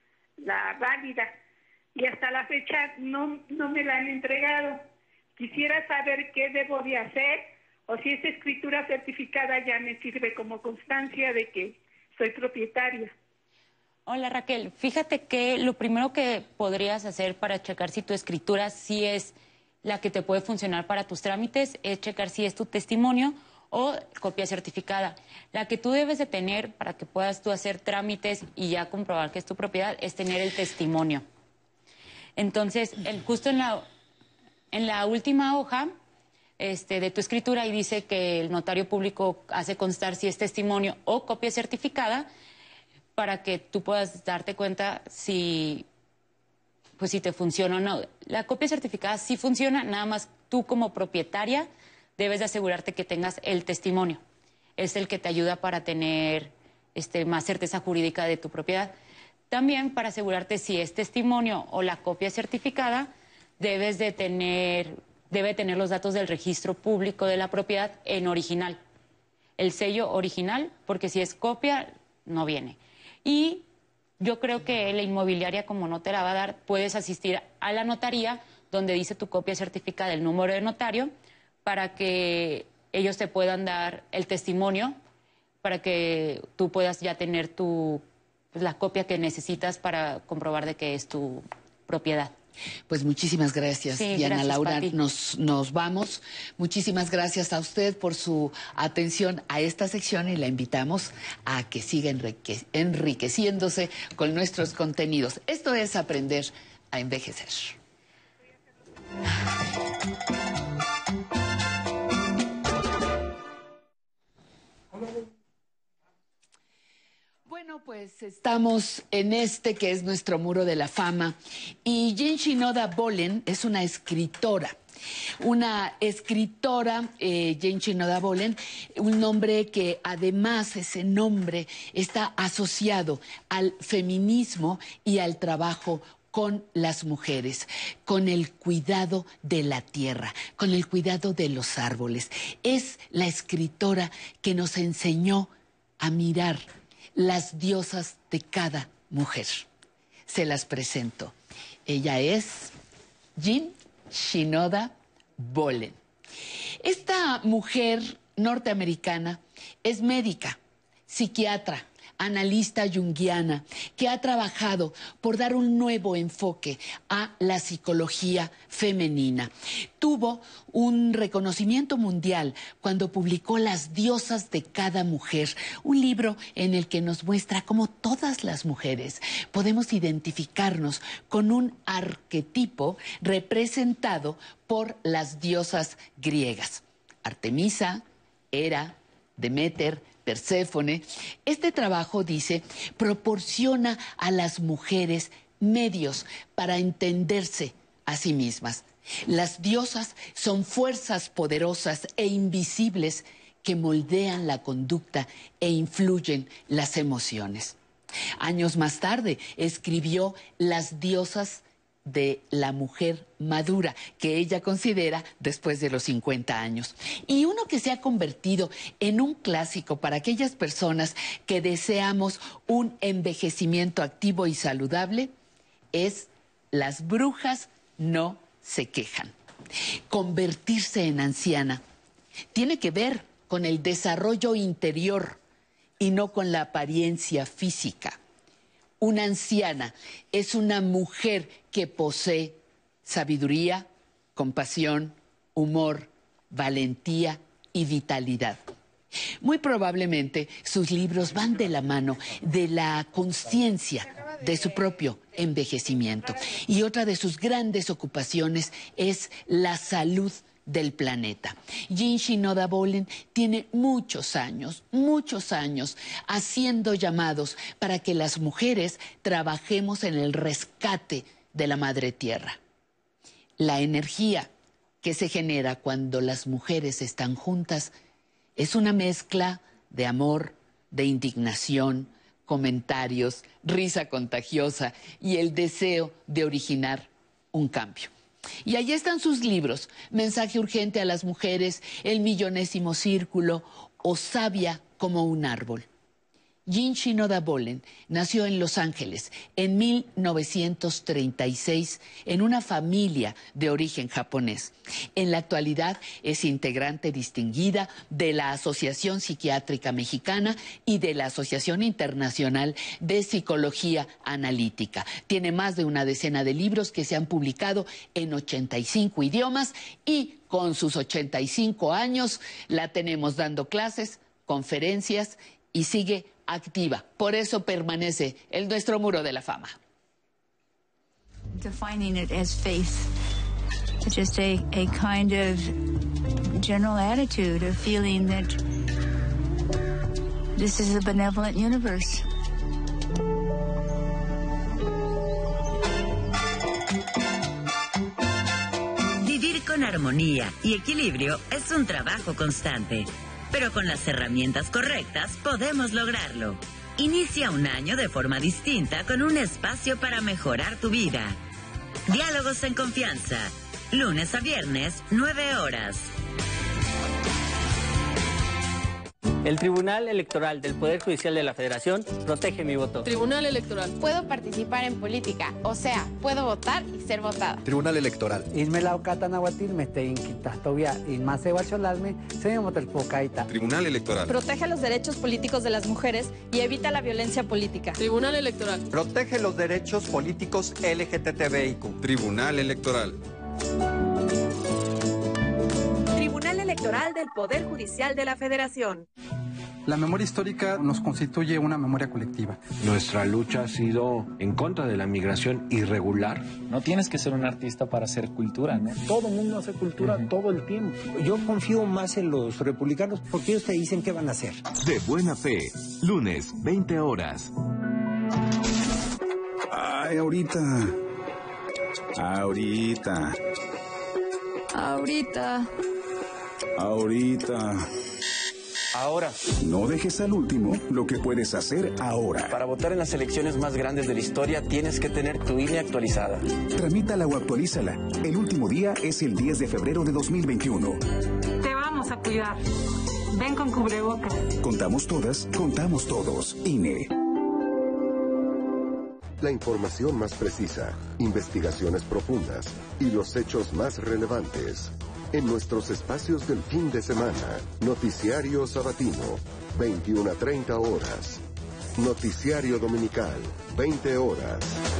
la válida. Y hasta la fecha no, no me la han entregado. Quisiera saber qué debo de hacer o si esa escritura certificada ya me sirve como constancia de que soy propietaria. Hola Raquel, fíjate que lo primero que podrías hacer para checar si tu escritura sí es la que te puede funcionar para tus trámites es checar si es tu testimonio o copia certificada. La que tú debes de tener para que puedas tú hacer trámites y ya comprobar que es tu propiedad es tener el testimonio. Entonces, el, justo en la, en la última hoja este, de tu escritura ahí dice que el notario público hace constar si es testimonio o copia certificada para que tú puedas darte cuenta si, pues, si te funciona o no. La copia certificada sí funciona, nada más tú como propietaria debes de asegurarte que tengas el testimonio. Es el que te ayuda para tener este, más certeza jurídica de tu propiedad. También para asegurarte si es testimonio o la copia certificada, debes de tener, debe tener los datos del registro público de la propiedad en original. El sello original, porque si es copia, no viene. Y yo creo que la inmobiliaria, como no te la va a dar, puedes asistir a la notaría donde dice tu copia certificada, el número de notario, para que ellos te puedan dar el testimonio, para que tú puedas ya tener tu, pues, la copia que necesitas para comprobar de que es tu propiedad. Pues muchísimas gracias, Sí, Diana gracias, Laura. Pati. Nos, nos vamos. Muchísimas gracias a usted por su atención a esta sección y la invitamos a que siga enrique, enriqueciéndose con nuestros contenidos. Esto es Aprender a Envejecer. Bueno, pues estamos en este que es nuestro muro de la fama y Jean Shinoda Bolen es una escritora. Una escritora, eh, Jean Shinoda Bolen, un nombre que además ese nombre está asociado al feminismo y al trabajo con las mujeres, con el cuidado de la tierra, con el cuidado de los árboles. Es la escritora que nos enseñó a mirar las diosas de cada mujer. Se las presento. Ella es Jean Shinoda Bolen. Esta mujer norteamericana es médica, psiquiatra, analista junguiana, que ha trabajado por dar un nuevo enfoque a la psicología femenina. Tuvo un reconocimiento mundial cuando publicó Las diosas de cada mujer, un libro en el que nos muestra cómo todas las mujeres podemos identificarnos con un arquetipo representado por las diosas griegas. Artemisa, Hera, Deméter, Perséfone. Este trabajo, dice, proporciona a las mujeres medios para entenderse a sí mismas. Las diosas son fuerzas poderosas e invisibles que moldean la conducta e influyen las emociones. Años más tarde escribió Las diosas de la mujer madura, que ella considera después de los cincuenta años. Y uno que se ha convertido en un clásico para aquellas personas que deseamos un envejecimiento activo y saludable es Las brujas no se quejan. Convertirse en anciana tiene que ver con el desarrollo interior y no con la apariencia física. Una anciana es una mujer que posee sabiduría, compasión, humor, valentía y vitalidad. Muy probablemente sus libros van de la mano de la conciencia de su propio envejecimiento. Y otra de sus grandes ocupaciones es la salud del planeta. Jean Shinoda Bolen tiene muchos años, muchos años haciendo llamados para que las mujeres trabajemos en el rescate de la madre tierra. La energía que se genera cuando las mujeres están juntas Es una mezcla de amor, de indignación, comentarios, risa contagiosa y el deseo de originar un cambio. Y allí están sus libros: Mensaje urgente a las mujeres, El millonésimo círculo o Sabia como un árbol. Jin Shinoda Bolen nació en Los Ángeles en mil novecientos treinta y seis en una familia de origen japonés. En la actualidad es integrante distinguida de la Asociación Psiquiátrica Mexicana y de la Asociación Internacional de Psicología Analítica. Tiene más de una decena de libros que se han publicado en ochenta y cinco idiomas y con sus ochenta y cinco años la tenemos dando clases, conferencias y sigue activa. Por eso permanece en nuestro muro de la fama. Defining it as faith, it's just a, a kind of general attitude of feeling that this is a benevolent universe. Vivir con armonía y equilibrio es un trabajo constante. Pero con las herramientas correctas podemos lograrlo. Inicia un año de forma distinta con un espacio para mejorar tu vida. Diálogos en confianza. Lunes a viernes, nueve horas. El Tribunal Electoral del Poder Judicial de la Federación protege mi voto. Tribunal Electoral. Puedo participar en política, o sea, puedo votar y ser votada. Tribunal Electoral. Tribunal Electoral. Protege los derechos políticos de las mujeres y evita la violencia política. Tribunal Electoral. Protege los derechos políticos L G B T I Q. Tribunal Electoral. Tribunal Electoral del Poder Judicial de la Federación. La memoria histórica nos constituye una memoria colectiva. Nuestra lucha ha sido en contra de la migración irregular. No tienes que ser un artista para hacer cultura, ¿no? Todo el mundo hace cultura uh-huh. todo el tiempo. Yo confío más en los republicanos porque ellos te dicen qué van a hacer. De buena fe, lunes, veinte horas. Ay, ahorita. Ahorita. Ahorita. Ahorita. Ahora. No dejes al último lo que puedes hacer ahora. Para votar en las elecciones más grandes de la historia tienes que tener tu I N E actualizada. Tramítala o actualízala. El último día es el diez de febrero de dos mil veintiuno. Te vamos a cuidar. Ven con cubrebocas. Contamos todas, contamos todos. I N E. La información más precisa, investigaciones profundas y los hechos más relevantes. En nuestros espacios del fin de semana, Noticiario Sabatino, veintiuna a treinta horas. Noticiario Dominical, veinte horas.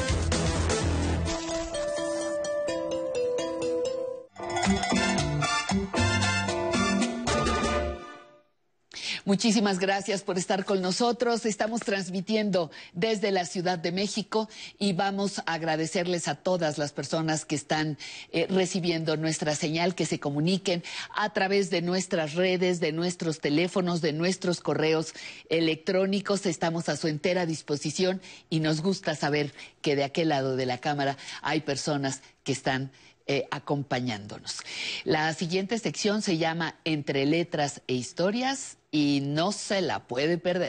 Muchísimas gracias por estar con nosotros. Estamos transmitiendo desde la Ciudad de México y vamos a agradecerles a todas las personas que están eh, recibiendo nuestra señal, que se comuniquen a través de nuestras redes, de nuestros teléfonos, de nuestros correos electrónicos. Estamos a su entera disposición y nos gusta saber que de aquel lado de la cámara hay personas que están Eh, acompañándonos. La siguiente sección se llama Entre Letras e Historias y no se la puede perder.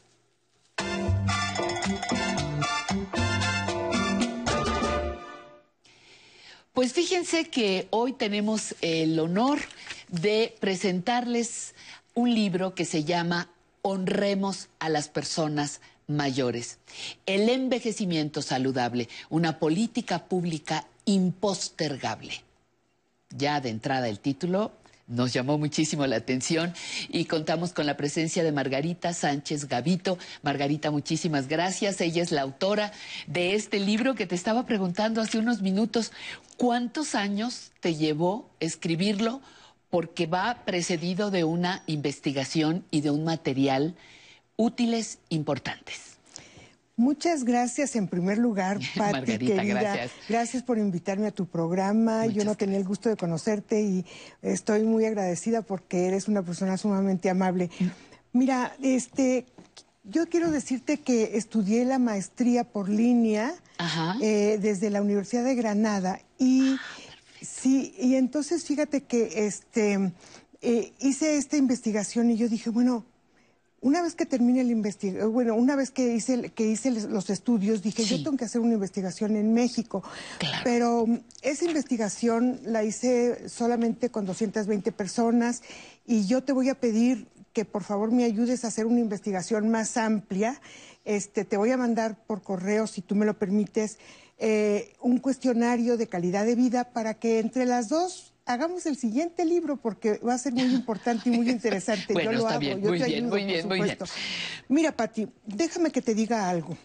Pues fíjense que hoy tenemos el honor de presentarles un libro que se llama Honremos a las personas mayores. El envejecimiento saludable, una política pública impostergable. Ya de entrada el título nos llamó muchísimo la atención y contamos con la presencia de Margarita Sánchez Gavito. Margarita, muchísimas gracias. Ella es la autora de este libro que te estaba preguntando hace unos minutos. ¿Cuántos años te llevó escribirlo? Porque va precedido de una investigación y de un material útiles, importantes. Muchas gracias en primer lugar, Pati, Margarita, querida. Gracias. Gracias por invitarme a tu programa. Muchas Yo no tenía el gusto de conocerte y estoy muy agradecida porque eres una persona sumamente amable. Mira, este, yo quiero decirte que estudié la maestría por línea eh, desde la Universidad de Granada y ah, sí, y entonces fíjate que este eh, hice esta investigación y yo dije, bueno, una vez que termine la investigación, bueno, una vez que hice, que hice los estudios, dije, sí, yo tengo que hacer una investigación en México. Claro. Pero esa investigación la hice solamente con doscientas veinte personas y yo te voy a pedir que por favor me ayudes a hacer una investigación más amplia. Este, te voy a mandar por correo, si tú me lo permites, eh, un cuestionario de calidad de vida para que entre las dos hagamos el siguiente libro, porque va a ser muy importante y muy interesante. Bueno, yo lo está hago, bien, yo muy te bien, ayudo, muy bien, muy bien. Mira, Pati, déjame que te diga algo.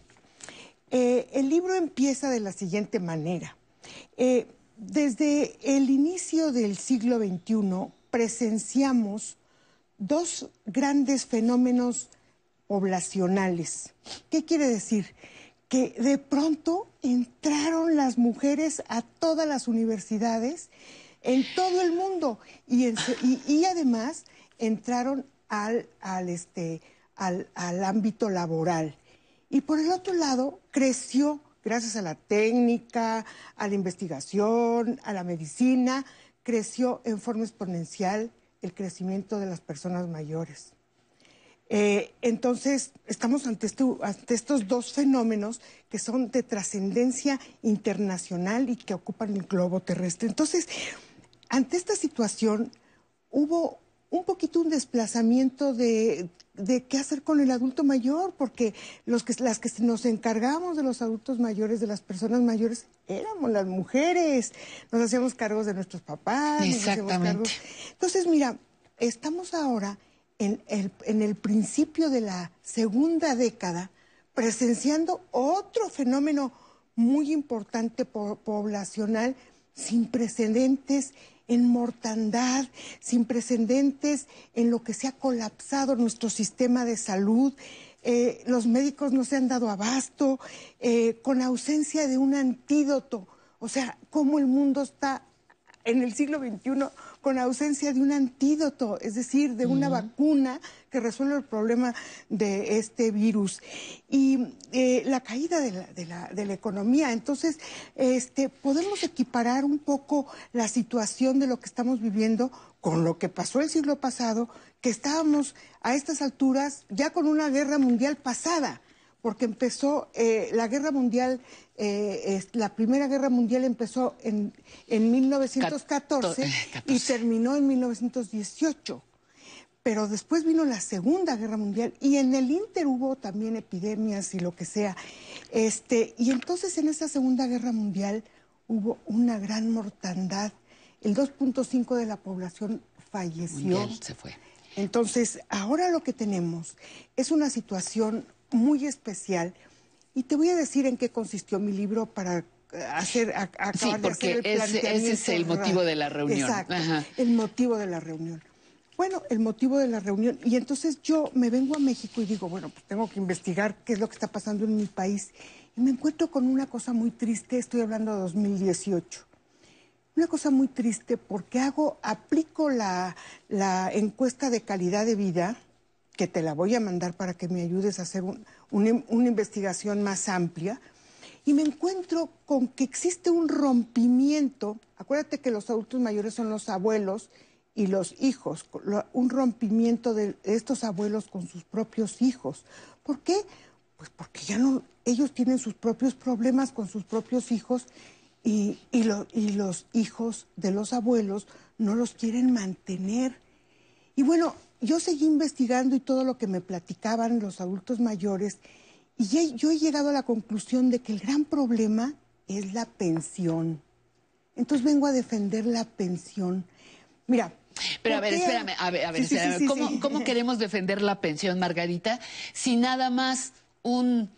Eh, el libro empieza de la siguiente manera. Eh, desde el inicio del siglo veintiuno presenciamos dos grandes fenómenos poblacionales. ¿Qué quiere decir? Que de pronto entraron las mujeres a todas las universidades en todo el mundo y, en, y, y además entraron al, al, este, al, al ámbito laboral. Y por el otro lado creció, gracias a la técnica, a la investigación, a la medicina, creció en forma exponencial el crecimiento de las personas mayores. Eh, entonces, estamos ante, este, ante estos dos fenómenos que son de trascendencia internacional y que ocupan el globo terrestre. Entonces, ante esta situación, hubo un poquito un desplazamiento de, de qué hacer con el adulto mayor, porque los que, las que nos encargamos de los adultos mayores, de las personas mayores, éramos las mujeres. Nos hacíamos cargos de nuestros papás. Exactamente. Nos hacíamos cargos. Entonces, mira, estamos ahora en el, en el principio de la segunda década presenciando otro fenómeno muy importante po poblacional, sin precedentes en mortandad, sin precedentes en lo que se ha colapsado nuestro sistema de salud. Eh, los médicos no se han dado abasto, eh, con ausencia de un antídoto. O sea, cómo el mundo está en el siglo veintiuno con ausencia de un antídoto, es decir, de una uh-huh. vacuna que resuelva el problema de este virus. Y eh, la caída de la, de, la, de la economía. Entonces, este, podemos equiparar un poco la situación de lo que estamos viviendo con lo que pasó el siglo pasado, que estábamos a estas alturas ya con una guerra mundial pasada, porque empezó eh, la guerra mundial, eh, es, la primera guerra mundial empezó en, en mil novecientos catorce y terminó en mil novecientos dieciocho. Pero después vino la Segunda Guerra Mundial y en el Inter hubo también epidemias y lo que sea. Este, y entonces en esa Segunda Guerra Mundial hubo una gran mortandad. El dos punto cinco de la población falleció. Mundial se fue. Entonces, ahora lo que tenemos es una situación muy especial y te voy a decir en qué consistió mi libro para hacer a, a sí, acabar de hacer el ese, ese es el motivo de la reunión. Exacto, Ajá. El motivo de la reunión. Bueno, el motivo de la reunión, y entonces yo me vengo a México y digo, bueno, pues tengo que investigar qué es lo que está pasando en mi país, y me encuentro con una cosa muy triste, estoy hablando de dos mil dieciocho. Una cosa muy triste porque hago, aplico la, la encuesta de calidad de vida, que te la voy a mandar para que me ayudes a hacer un, un, una investigación más amplia, y me encuentro con que existe un rompimiento. Acuérdate que los adultos mayores son los abuelos y los hijos, un rompimiento de estos abuelos con sus propios hijos. ¿Por qué? Pues porque ya no, ellos tienen sus propios problemas con sus propios hijos y, y, lo, y los hijos de los abuelos no los quieren mantener. Y bueno, yo seguí investigando y todo lo que me platicaban los adultos mayores, y yo he llegado a la conclusión de que el gran problema es la pensión. Entonces vengo a defender la pensión. Mira. Pero a ver, espérame, a ver, a ver, sí, espérame. Sí, sí, ¿Cómo, sí. ¿Cómo queremos defender la pensión, Margarita, si nada más un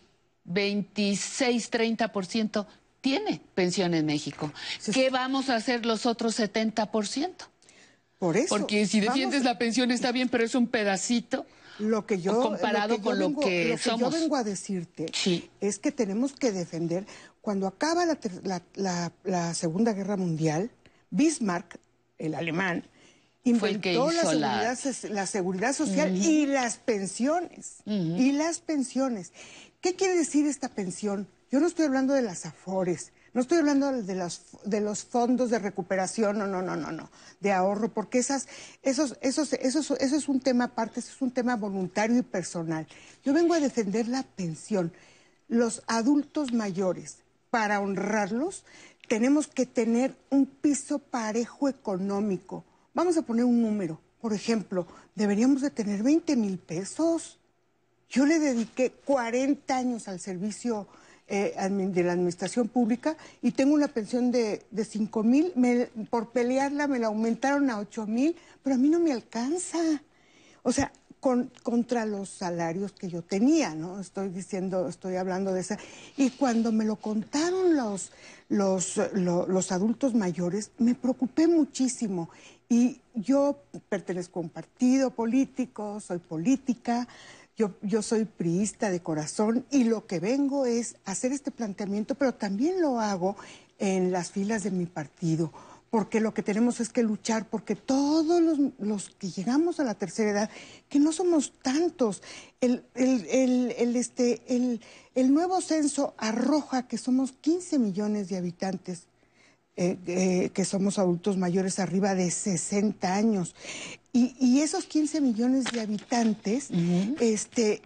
veintiséis, treinta por ciento tiene pensión en México? Sí. ¿Qué vamos a hacer los otros setenta por ciento? Por eso. Porque si defiendes vamos... la pensión está bien, pero es un pedacito lo que yo, comparado lo que yo con vengo, lo que lo que somos. yo vengo a decirte sí. es que tenemos que defender, cuando acaba la, la, la, la Segunda Guerra Mundial, Bismarck, el alemán, inventó la seguridad, la... la seguridad social uh-huh. y las pensiones. Uh-huh. Y las pensiones. ¿Qué quiere decir esta pensión? Yo no estoy hablando de las afores, No estoy hablando de los, de los fondos de recuperación, no, no, no, no, no, de ahorro, porque esas, esos, esos, esos, eso es un tema aparte, eso es un tema voluntario y personal. Yo vengo a defender la pensión. Los adultos mayores, para honrarlos, tenemos que tener un piso parejo económico. Vamos a poner un número. Por ejemplo, deberíamos de tener veinte mil pesos. Yo le dediqué cuarenta años al servicio eh, de la administración pública y tengo una pensión de, de cinco mil. Por pelearla me la aumentaron a ocho mil, pero a mí no me alcanza. O sea, con, contra los salarios que yo tenía, ¿no? Estoy diciendo, estoy hablando de esa. Y cuando me lo contaron los, los, los, los adultos mayores, me preocupé muchísimo. Y yo pertenezco a un partido político, soy política, yo, yo soy priista de corazón y lo que vengo es hacer este planteamiento, pero también lo hago en las filas de mi partido, porque lo que tenemos es que luchar, porque todos los, los que llegamos a la tercera edad, que no somos tantos, el, el, el, el, este, el, el nuevo censo arroja que somos quince millones de habitantes. Eh, eh, que somos adultos mayores arriba de sesenta años. Y, y esos quince millones de habitantes uh-huh. este,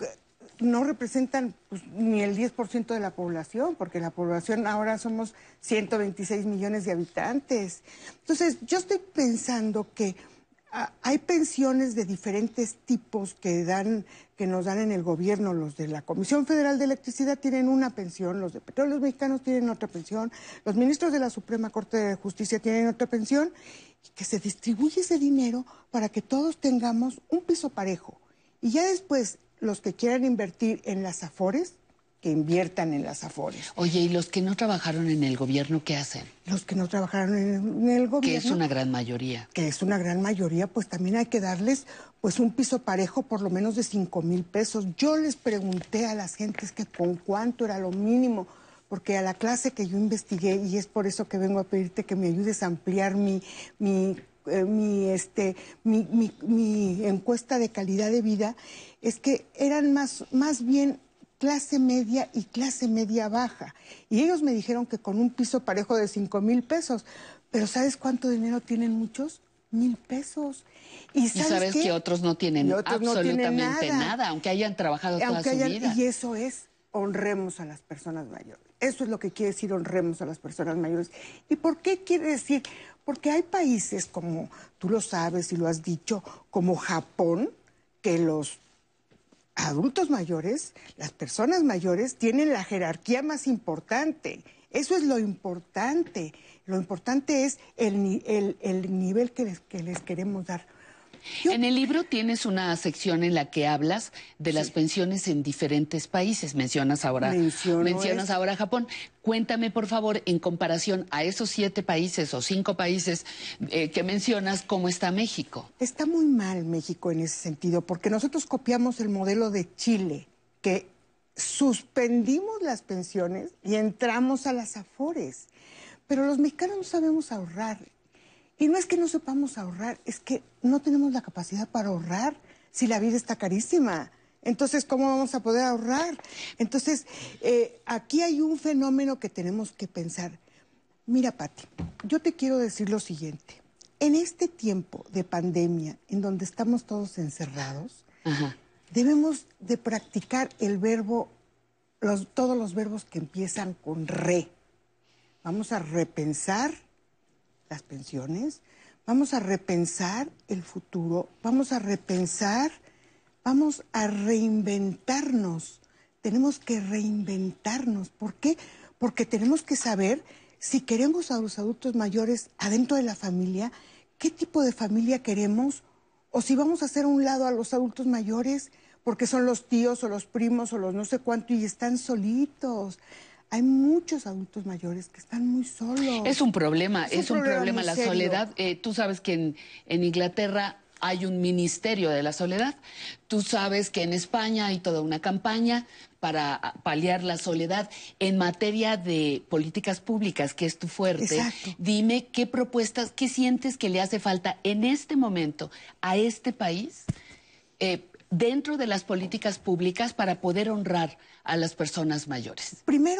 no representan pues, ni el diez por ciento de la población, porque la población ahora somos ciento veintiséis millones de habitantes. Entonces, yo estoy pensando que ah, hay pensiones de diferentes tipos que dan, que nos dan en el gobierno. Los de la Comisión Federal de Electricidad tienen una pensión, los de Petróleos Mexicanos tienen otra pensión, los ministros de la Suprema Corte de Justicia tienen otra pensión, y que se distribuye ese dinero para que todos tengamos un piso parejo. Y ya después, los que quieran invertir en las AFORES, que inviertan en las AFORES. Oye, ¿y los que no trabajaron en el gobierno, qué hacen? Los que no trabajaron en el, en el gobierno. Que es una gran mayoría. Que es una gran mayoría, pues también hay que darles pues un piso parejo por lo menos de cinco mil pesos. Yo les pregunté a las gentes que con cuánto era lo mínimo, porque a la clase que yo investigué, y es por eso que vengo a pedirte que me ayudes a ampliar mi, mi, eh, mi, este, mi, mi, mi encuesta de calidad de vida, es que eran más, más bien clase media y clase media baja. Y ellos me dijeron que con un piso parejo de cinco mil pesos. Pero ¿sabes cuánto dinero tienen muchos? Mil pesos. Y sabes, ¿Y sabes que otros no tienen otros absolutamente no tienen nada. nada, aunque hayan trabajado toda aunque su hayan, vida. Y eso es, honremos a las personas mayores. Eso es lo que quiere decir, honremos a las personas mayores. ¿Y por qué quiere decir? Porque hay países como, tú lo sabes y lo has dicho, como Japón, que los adultos mayores, las personas mayores, tienen la jerarquía más importante. Eso es lo importante. Lo importante es el, el, el nivel que les, que les queremos dar. Yo... En el libro tienes una sección en la que hablas de las sí. pensiones en diferentes países. Mencionas ahora, mencionas es... ahora Japón. Cuéntame, por favor, en comparación a esos siete países o cinco países eh, que mencionas, ¿cómo está México? Está muy mal México en ese sentido, porque nosotros copiamos el modelo de Chile, que suspendimos las pensiones y entramos a las AFORES. Pero los mexicanos no sabemos ahorrar. Y no es que no sepamos ahorrar, es que no tenemos la capacidad para ahorrar si la vida está carísima. Entonces, ¿cómo vamos a poder ahorrar? Entonces, eh, aquí hay un fenómeno que tenemos que pensar. Mira, Pati, yo te quiero decir lo siguiente. En este tiempo de pandemia, en donde estamos todos encerrados, Ajá. debemos de practicar el verbo, los, todos los verbos que empiezan con re. Vamos a repensar las pensiones, vamos a repensar el futuro, vamos a repensar, vamos a reinventarnos. Tenemos que reinventarnos. ¿Por qué? Porque tenemos que saber si queremos a los adultos mayores adentro de la familia, qué tipo de familia queremos, o si vamos a hacer a un lado a los adultos mayores porque son los tíos o los primos o los no sé cuánto y están solitos. Hay muchos adultos mayores que están muy solos. Es un problema, es un, es un problema, problema la serio. soledad. Eh, tú sabes que en, en Inglaterra hay un ministerio de la soledad. Tú sabes que en España hay toda una campaña para paliar la soledad. En materia de políticas públicas, que es tu fuerte, Exacto. dime qué propuestas, qué sientes que le hace falta en este momento a este país eh, dentro de las políticas públicas para poder honrar a las personas mayores. Primero,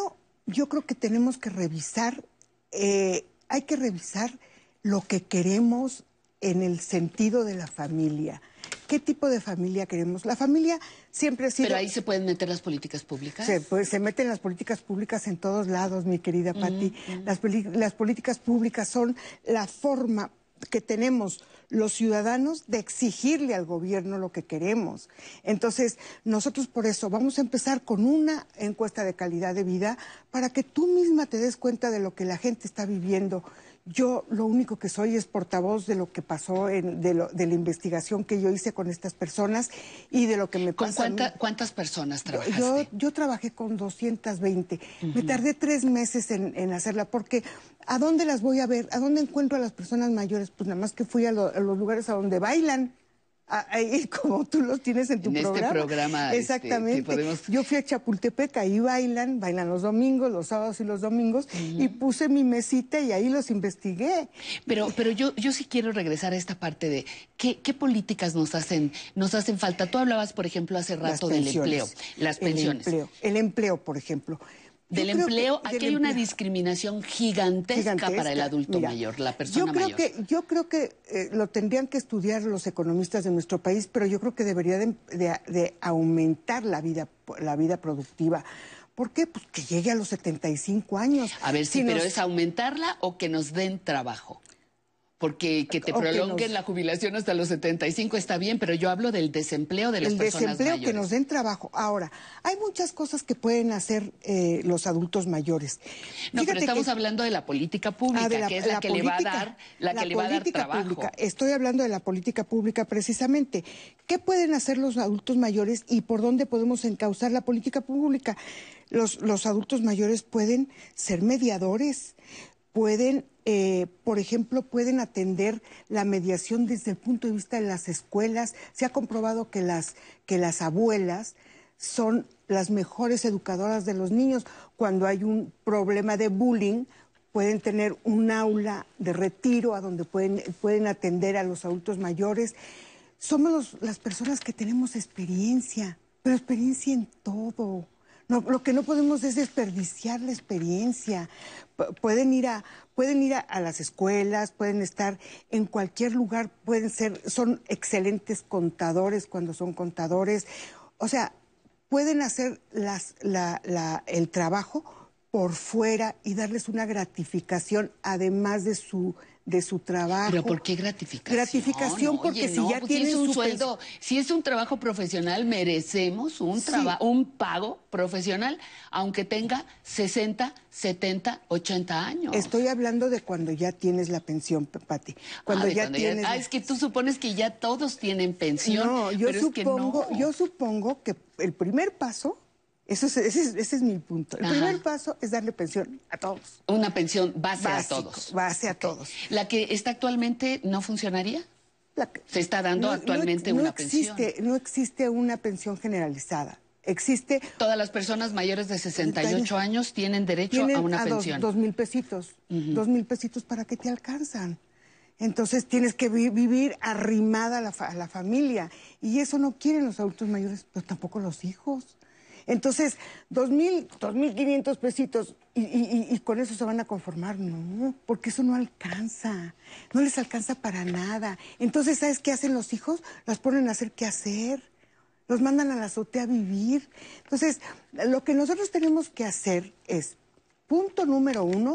yo creo que tenemos que revisar, eh, hay que revisar lo que queremos en el sentido de la familia. ¿Qué tipo de familia queremos? La familia siempre ha sido... Pero ahí se pueden meter las políticas públicas. Se, pues, se meten las políticas públicas en todos lados, mi querida Pati. Mm-hmm. Las, las políticas públicas son la forma que tenemos los ciudadanos de exigirle al gobierno lo que queremos. Entonces, nosotros por eso vamos a empezar con una encuesta de calidad de vida para que tú misma te des cuenta de lo que la gente está viviendo. Yo lo único que soy es portavoz de lo que pasó, en, de, lo, de la investigación que yo hice con estas personas y de lo que me pasa. ¿Con cuánta, cuántas personas trabajaste? Yo, yo trabajé con doscientas veinte. Uh-huh. Me tardé tres meses en, en hacerla porque ¿a dónde las voy a ver? ¿A dónde encuentro a las personas mayores? Pues nada más que fui a, lo, a los lugares a donde bailan. Ahí, como tú los tienes en tu en programa. Este programa Exactamente. Este, podemos... Yo fui a Chapultepec, ahí bailan, bailan los domingos, los sábados y los domingos, uh-huh. y puse mi mesita y ahí los investigué. Pero, pero yo, yo sí quiero regresar a esta parte de ¿qué, qué políticas nos hacen, nos hacen falta? Tú hablabas, por ejemplo, hace rato del empleo, las pensiones. El empleo, el empleo, por ejemplo. Del yo empleo, que, aquí del hay una empleo. discriminación gigantesca, gigantesca para el adulto Mira, mayor, la persona yo creo mayor. Que, yo creo que eh, lo tendrían que estudiar los economistas de nuestro país, pero yo creo que debería de, de, de aumentar la vida, la vida productiva. ¿Por qué? Pues que llegue a los setenta y cinco años. A ver, sí, si pero nos... ¿es aumentarla o que nos den trabajo? Porque que te prolonguen nos... la jubilación hasta los setenta y cinco está bien, pero yo hablo del desempleo de las el personas mayores. El desempleo, que nos den trabajo. Ahora, hay muchas cosas que pueden hacer eh, los adultos mayores. No, Fíjate pero estamos que... hablando de la política pública, ah, la, que es la, la que política, le va a dar, la, la que le va a dar trabajo. Pública. Estoy hablando de la política pública precisamente. ¿Qué pueden hacer los adultos mayores y por dónde podemos encauzar la política pública? Los, los adultos mayores pueden ser mediadores, pueden... Eh, por ejemplo, pueden atender la mediación desde el punto de vista de las escuelas. Se ha comprobado que las, que las abuelas son las mejores educadoras de los niños. Cuando hay un problema de bullying, pueden tener un aula de retiro a donde pueden, pueden atender a los adultos mayores. Somos los, las personas que tenemos experiencia, pero experiencia en todo. No, lo que no podemos es desperdiciar la experiencia. P- pueden ir a pueden ir a, a las escuelas, pueden estar en cualquier lugar, pueden ser, son excelentes contadores cuando son contadores. O sea, pueden hacer las, la, la, el trabajo por fuera y darles una gratificación además de su de su trabajo. ¿Pero por qué gratificación? Gratificación no, porque oye, si no, ya pues tienen si es un su sueldo, si es un trabajo profesional, merecemos un Sí. trabajo, un pago profesional, aunque tenga sesenta, setenta, ochenta años. Estoy hablando de cuando ya tienes la pensión, Pati. Cuando Ah, de ya cuando tienes. Ah, es que tú supones que ya todos tienen pensión. No, yo pero supongo, es que no. yo supongo que el primer paso, eso es, ese, es, ese es mi punto. El Ajá. primer paso es darle pensión a todos. Una pensión base Básico, a todos. Base a todos. ¿La que está actualmente no funcionaría? La que- Se está dando no- actualmente no, no una existe, pensión. No existe una pensión generalizada. Existe. Todas las personas mayores de sesenta y ocho años tienen derecho tienen a una a dos, pensión. dos mil pesitos. Ujú. Dos mil pesitos para que te alcanzan. Entonces tienes que vi- vivir arrimada a la, fa- a la familia. Y eso no quieren los adultos mayores, pero tampoco los hijos. Entonces, dos mil, dos mil quinientos pesitos y, y, y, y con eso se van a conformar. No, porque eso no alcanza. No les alcanza para nada. Entonces, ¿sabes qué hacen los hijos? Las ponen a hacer qué hacer. Los mandan a la azotea a vivir. Entonces, lo que nosotros tenemos que hacer es, punto número uno,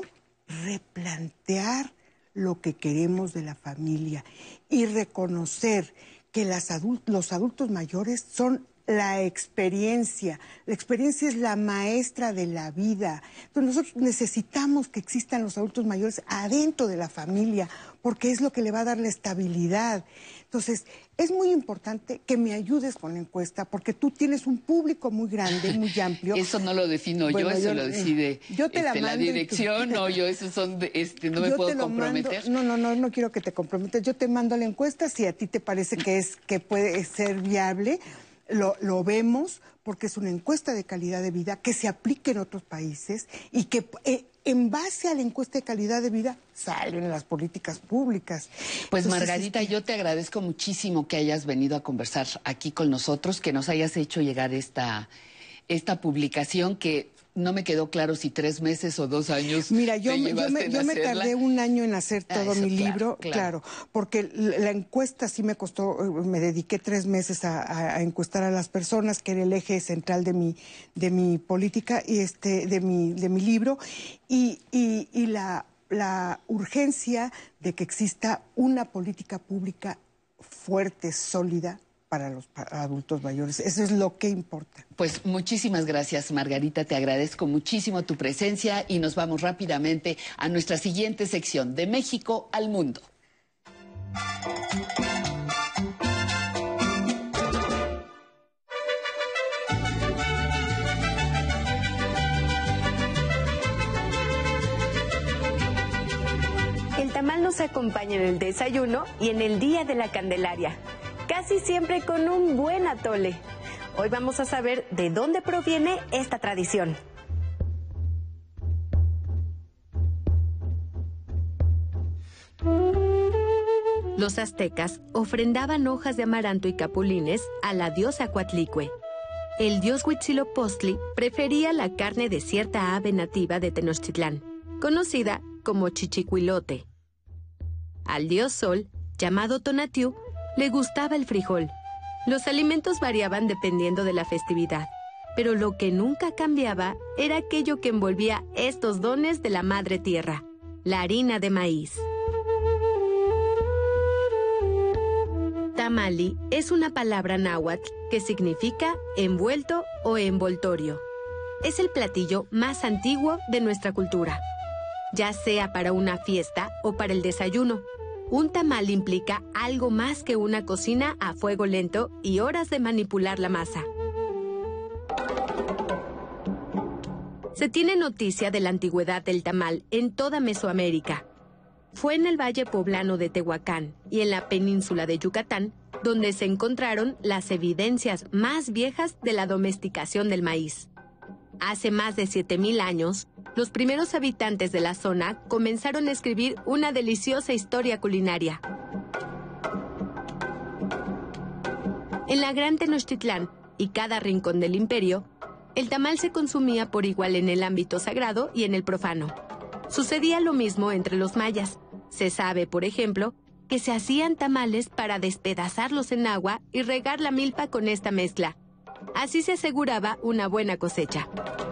replantear lo que queremos de la familia y reconocer que las adul- los adultos mayores son la experiencia. La experiencia es la maestra de la vida. Entonces nosotros necesitamos que existan los adultos mayores adentro de la familia, porque es lo que le va a dar la estabilidad. Entonces, es muy importante que me ayudes con la encuesta, porque tú tienes un público muy grande, muy amplio. Eso no lo defino Bueno, yo, eso yo- lo decide yo te la este, la, mando y tú- dirección, no, yo eso son, de- este, no me Yo puedo te lo comprometer. mando- no, no, no, no quiero que te comprometas. Yo te mando la encuesta, si a ti te parece que es que puede ser viable, lo, lo vemos, porque es una encuesta de calidad de vida que se aplica en otros países y que eh, en base a la encuesta de calidad de vida salen las políticas públicas. Pues Entonces, Margarita, este, yo te agradezco muchísimo que hayas venido a conversar aquí con nosotros, que nos hayas hecho llegar esta, esta publicación que no me quedó claro si tres meses o dos años. Mira, yo, te me, yo, me, yo me tardé un año en hacer todo ah, eso, mi claro, libro, claro. claro, porque la encuesta sí me costó, me dediqué tres meses a, a, a encuestar a las personas, que era el eje central de mi, de mi política y este, de mi, de mi libro, y, y, y la, la urgencia de que exista una política pública fuerte, sólida, para los para adultos mayores. Eso es lo que importa. Pues muchísimas gracias, Margarita. Te agradezco muchísimo tu presencia y nos vamos rápidamente a nuestra siguiente sección, de México al mundo. El tamal nos acompaña en el desayuno y en el Día de la Candelaria, casi siempre con un buen atole. Hoy vamos a saber de dónde proviene esta tradición. Los aztecas ofrendaban hojas de amaranto y capulines a la diosa Coatlicue. El dios Huitzilopochtli prefería la carne de cierta ave nativa de Tenochtitlán, conocida como chichicuilote. Al dios Sol, llamado Tonatiuh, le gustaba el frijol. Los alimentos variaban dependiendo de la festividad, pero lo que nunca cambiaba era aquello que envolvía estos dones de la madre tierra, la harina de maíz. Tamali es una palabra náhuatl que significa envuelto o envoltorio. Es el platillo más antiguo de nuestra cultura. Ya sea para una fiesta o para el desayuno, un tamal implica algo más que una cocina a fuego lento y horas de manipular la masa. Se tiene noticia de la antigüedad del tamal en toda Mesoamérica. Fue en el Valle Poblano de Tehuacán y en la península de Yucatán donde se encontraron las evidencias más viejas de la domesticación del maíz. Hace más de siete mil años, los primeros habitantes de la zona comenzaron a escribir una deliciosa historia culinaria. En la Gran Tenochtitlán y cada rincón del imperio, el tamal se consumía por igual en el ámbito sagrado y en el profano. Sucedía lo mismo entre los mayas. Se sabe, por ejemplo, que se hacían tamales para despedazarlos en agua y regar la milpa con esta mezcla. Así se aseguraba una buena cosecha.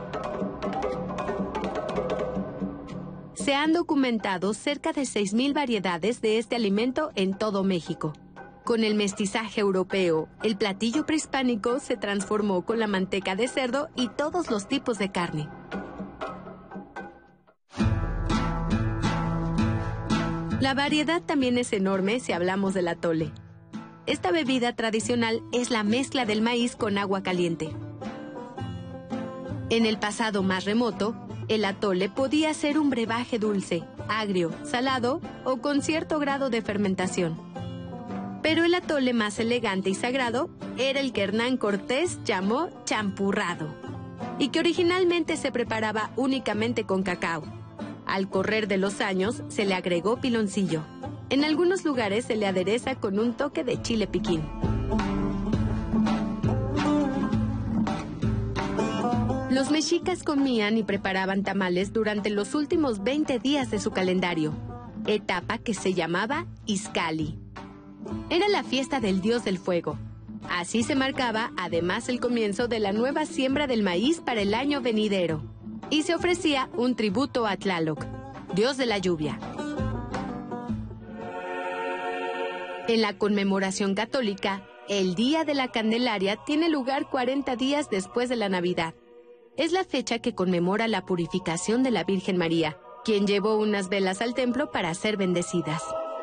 Se han documentado cerca de seis mil variedades de este alimento en todo México. Con el mestizaje europeo, el platillo prehispánico se transformó con la manteca de cerdo y todos los tipos de carne. La variedad también es enorme si hablamos del atole. Esta bebida tradicional es la mezcla del maíz con agua caliente. En el pasado más remoto, el atole podía ser un brebaje dulce, agrio, salado o con cierto grado de fermentación. Pero el atole más elegante y sagrado era el que Hernán Cortés llamó champurrado, y que originalmente se preparaba únicamente con cacao. Al correr de los años se le agregó piloncillo. En algunos lugares se le adereza con un toque de chile piquín. Los mexicas comían y preparaban tamales durante los últimos veinte días de su calendario, etapa que se llamaba Izcalli. Era la fiesta del dios del fuego. Así se marcaba además el comienzo de la nueva siembra del maíz para el año venidero. Y se ofrecía un tributo a Tlaloc, dios de la lluvia. En la conmemoración católica, el Día de la Candelaria tiene lugar cuarenta días después de la Navidad. Es la fecha que conmemora la purificación de la Virgen María, quien llevó unas velas al templo para ser bendecidas.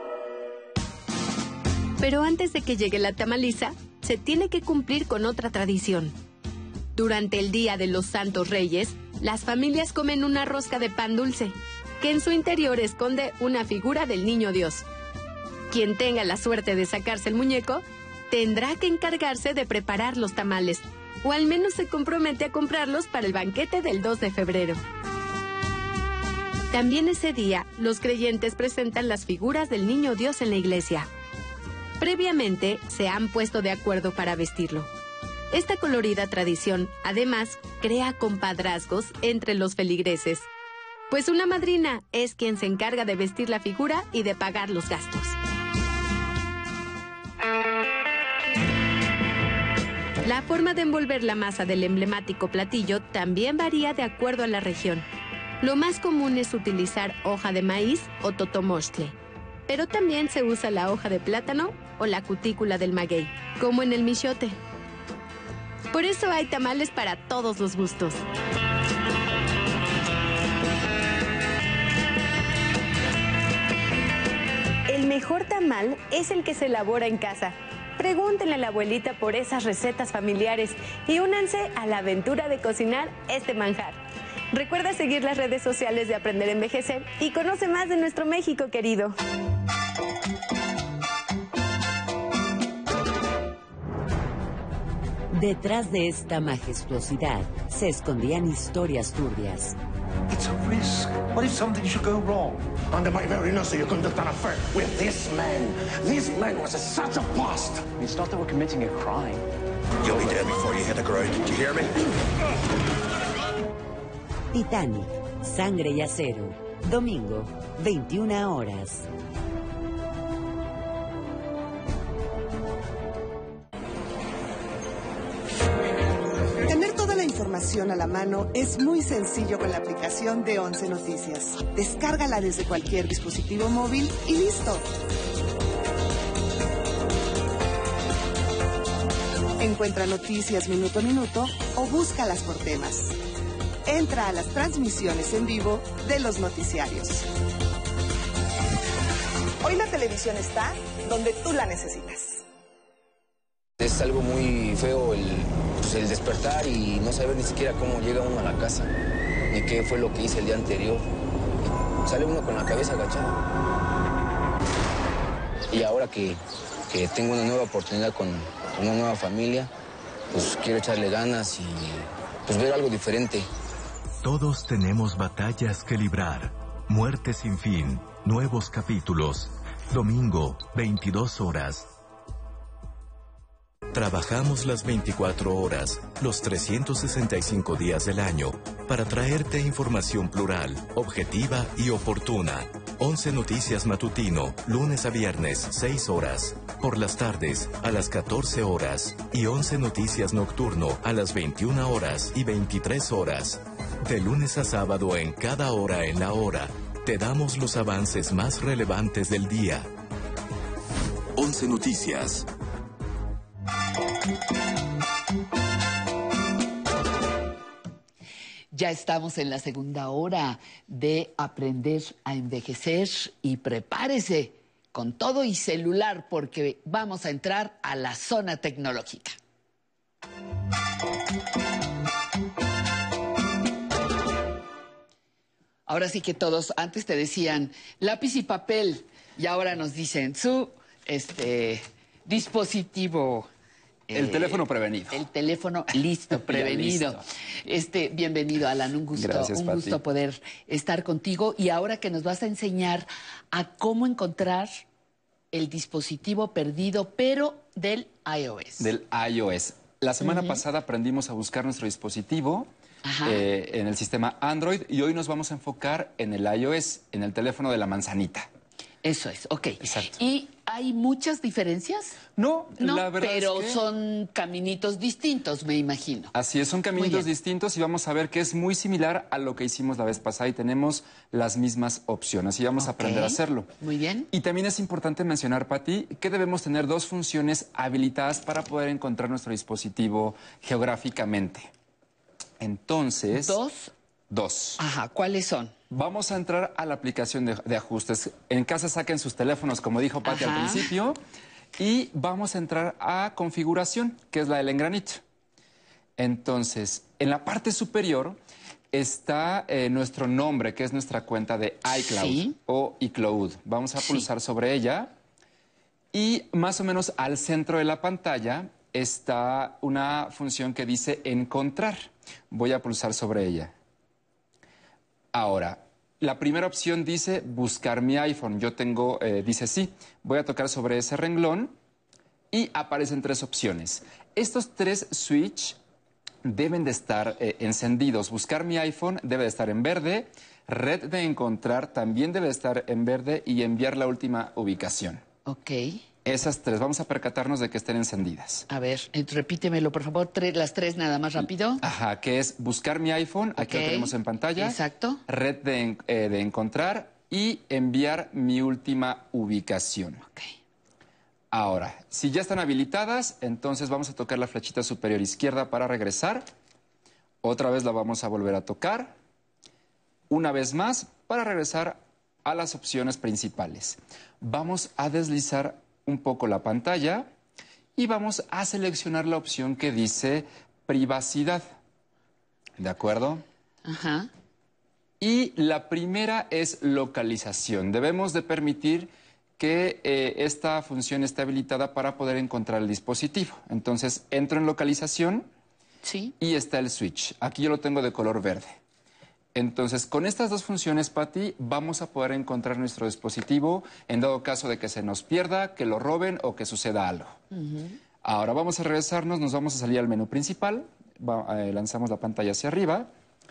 Pero antes de que llegue la tamaliza, se tiene que cumplir con otra tradición. Durante el Día de los Santos Reyes, las familias comen una rosca de pan dulce, que en su interior esconde una figura del Niño Dios. Quien tenga la suerte de sacarse el muñeco, tendrá que encargarse de preparar los tamales, o al menos se compromete a comprarlos para el banquete del dos de febrero. También ese día, los creyentes presentan las figuras del Niño Dios en la iglesia. Previamente, se han puesto de acuerdo para vestirlo. Esta colorida tradición, además, crea compadrazgos entre los feligreses, pues una madrina es quien se encarga de vestir la figura y de pagar los gastos. La forma de envolver la masa del emblemático platillo también varía de acuerdo a la región. Lo más común es utilizar hoja de maíz o totomostle, pero también se usa la hoja de plátano o la cutícula del maguey, como en el michote. Por eso hay tamales para todos los gustos. El mejor tamal es el que se elabora en casa. Pregúntenle a la abuelita por esas recetas familiares y únanse a la aventura de cocinar este manjar. Recuerda seguir las redes sociales de Aprender a Envejecer y conoce más de nuestro México querido. Detrás de esta majestuosidad se escondían historias turbias. It's a risk. What if something should go wrong? Under my very nose, you conduct an affair with this man. This man was a, such a past. It's not that we're committing a crime. You'll be dead before you hit the ground. Do you hear me? Titanic, Sangre y Acero. Domingo, veintiuna horas. Tener toda la información a la mano es muy sencillo con la aplicación de once Noticias. Descárgala desde cualquier dispositivo móvil y listo. Encuentra noticias minuto a minuto o búscalas por temas. Entra a las transmisiones en vivo de los noticiarios. Hoy la televisión está donde tú la necesitas. Es algo muy feo el, pues el despertar y no saber ni siquiera cómo llega uno a la casa, ni qué fue lo que hice el día anterior. Sale uno con la cabeza agachada. Y ahora que, que tengo una nueva oportunidad con una nueva familia, pues quiero echarle ganas y pues ver algo diferente. Todos tenemos batallas que librar. Muerte sin fin. Nuevos capítulos. Domingo, veintidós horas. Trabajamos las veinticuatro horas, los trescientos sesenta y cinco días del año, para traerte información plural, objetiva y oportuna. once Noticias Matutino, lunes a viernes, seis horas. Por las tardes, a las catorce horas. Y once Noticias Nocturno, a las veintiuna horas y veintitrés horas. De lunes a sábado, en cada hora en la hora, te damos los avances más relevantes del día. once Noticias. Ya estamos en la segunda hora de Aprender a Envejecer y prepárese con todo y celular porque vamos a entrar a la zona tecnológica. Ahora sí que todos, antes te decían lápiz y papel y ahora nos dicen su este, dispositivo. El eh, teléfono prevenido. El teléfono listo, prevenido. listo. Este, bienvenido, Alan, un gusto, Gracias, un Pati. gusto poder estar contigo. Y ahora que nos vas a enseñar a cómo encontrar el dispositivo perdido, pero del iOS. Del iOS. La semana Ujú. pasada aprendimos a buscar nuestro dispositivo eh, en el sistema Android y hoy nos vamos a enfocar en el iOS, en el teléfono de la manzanita. Eso es, ok. Exacto. ¿Y hay muchas diferencias? No, No, la verdad pero es que... son caminitos distintos, me imagino. Así es, son caminitos bien. distintos y vamos a ver que es muy similar a lo que hicimos la vez pasada y tenemos las mismas opciones y vamos a aprender a hacerlo. Muy bien. Y también es importante mencionar, Pati, que debemos tener dos funciones habilitadas para poder encontrar nuestro dispositivo geográficamente. Entonces... ¿Dos? Dos. Ajá, ¿cuáles son? Vamos a entrar a la aplicación de, de ajustes. En casa saquen sus teléfonos, como dijo Pati Ajá. al principio, y vamos a entrar a configuración, que es la del engranito. Entonces, en la parte superior está eh, nuestro nombre, que es nuestra cuenta de iCloud Sí. o iCloud. Vamos a Sí. pulsar sobre ella y más o menos al centro de la pantalla está una función que dice encontrar. Voy a pulsar sobre ella. Ahora, la primera opción dice buscar mi iPhone. Yo tengo, eh, dice sí. Voy a tocar sobre ese renglón y aparecen tres opciones. estos tres switch deben de estar eh, encendidos. Buscar mi iPhone debe de estar en verde, red de encontrar también debe de estar en verde y enviar la última ubicación. Ok. Esas tres, vamos a percatarnos de que estén encendidas. A ver, eh, repítemelo, por favor, tres, las tres nada más rápido. Ajá, que es buscar mi iPhone, aquí Ok. lo tenemos en pantalla. Exacto. Red de, en- eh, de encontrar y enviar mi última ubicación. Ok. Ahora, si ya están habilitadas, entonces vamos a tocar la flechita superior izquierda para regresar. Otra vez la vamos a volver a tocar. Una vez más para regresar a las opciones principales. Vamos a deslizar un poco la pantalla y vamos a seleccionar la opción que dice privacidad. ¿De acuerdo? Ajá. Y la primera es localización. Debemos de permitir que eh, esta función esté habilitada para poder encontrar el dispositivo. Entonces, entro en localización sí. y está el switch. Aquí yo lo tengo de color verde. Entonces, con estas dos funciones, Pati, vamos a poder encontrar nuestro dispositivo en dado caso de que se nos pierda, que lo roben o que suceda algo. Uh-huh. Ahora vamos a regresarnos, nos vamos a salir al menú principal, va, eh, lanzamos la pantalla hacia arriba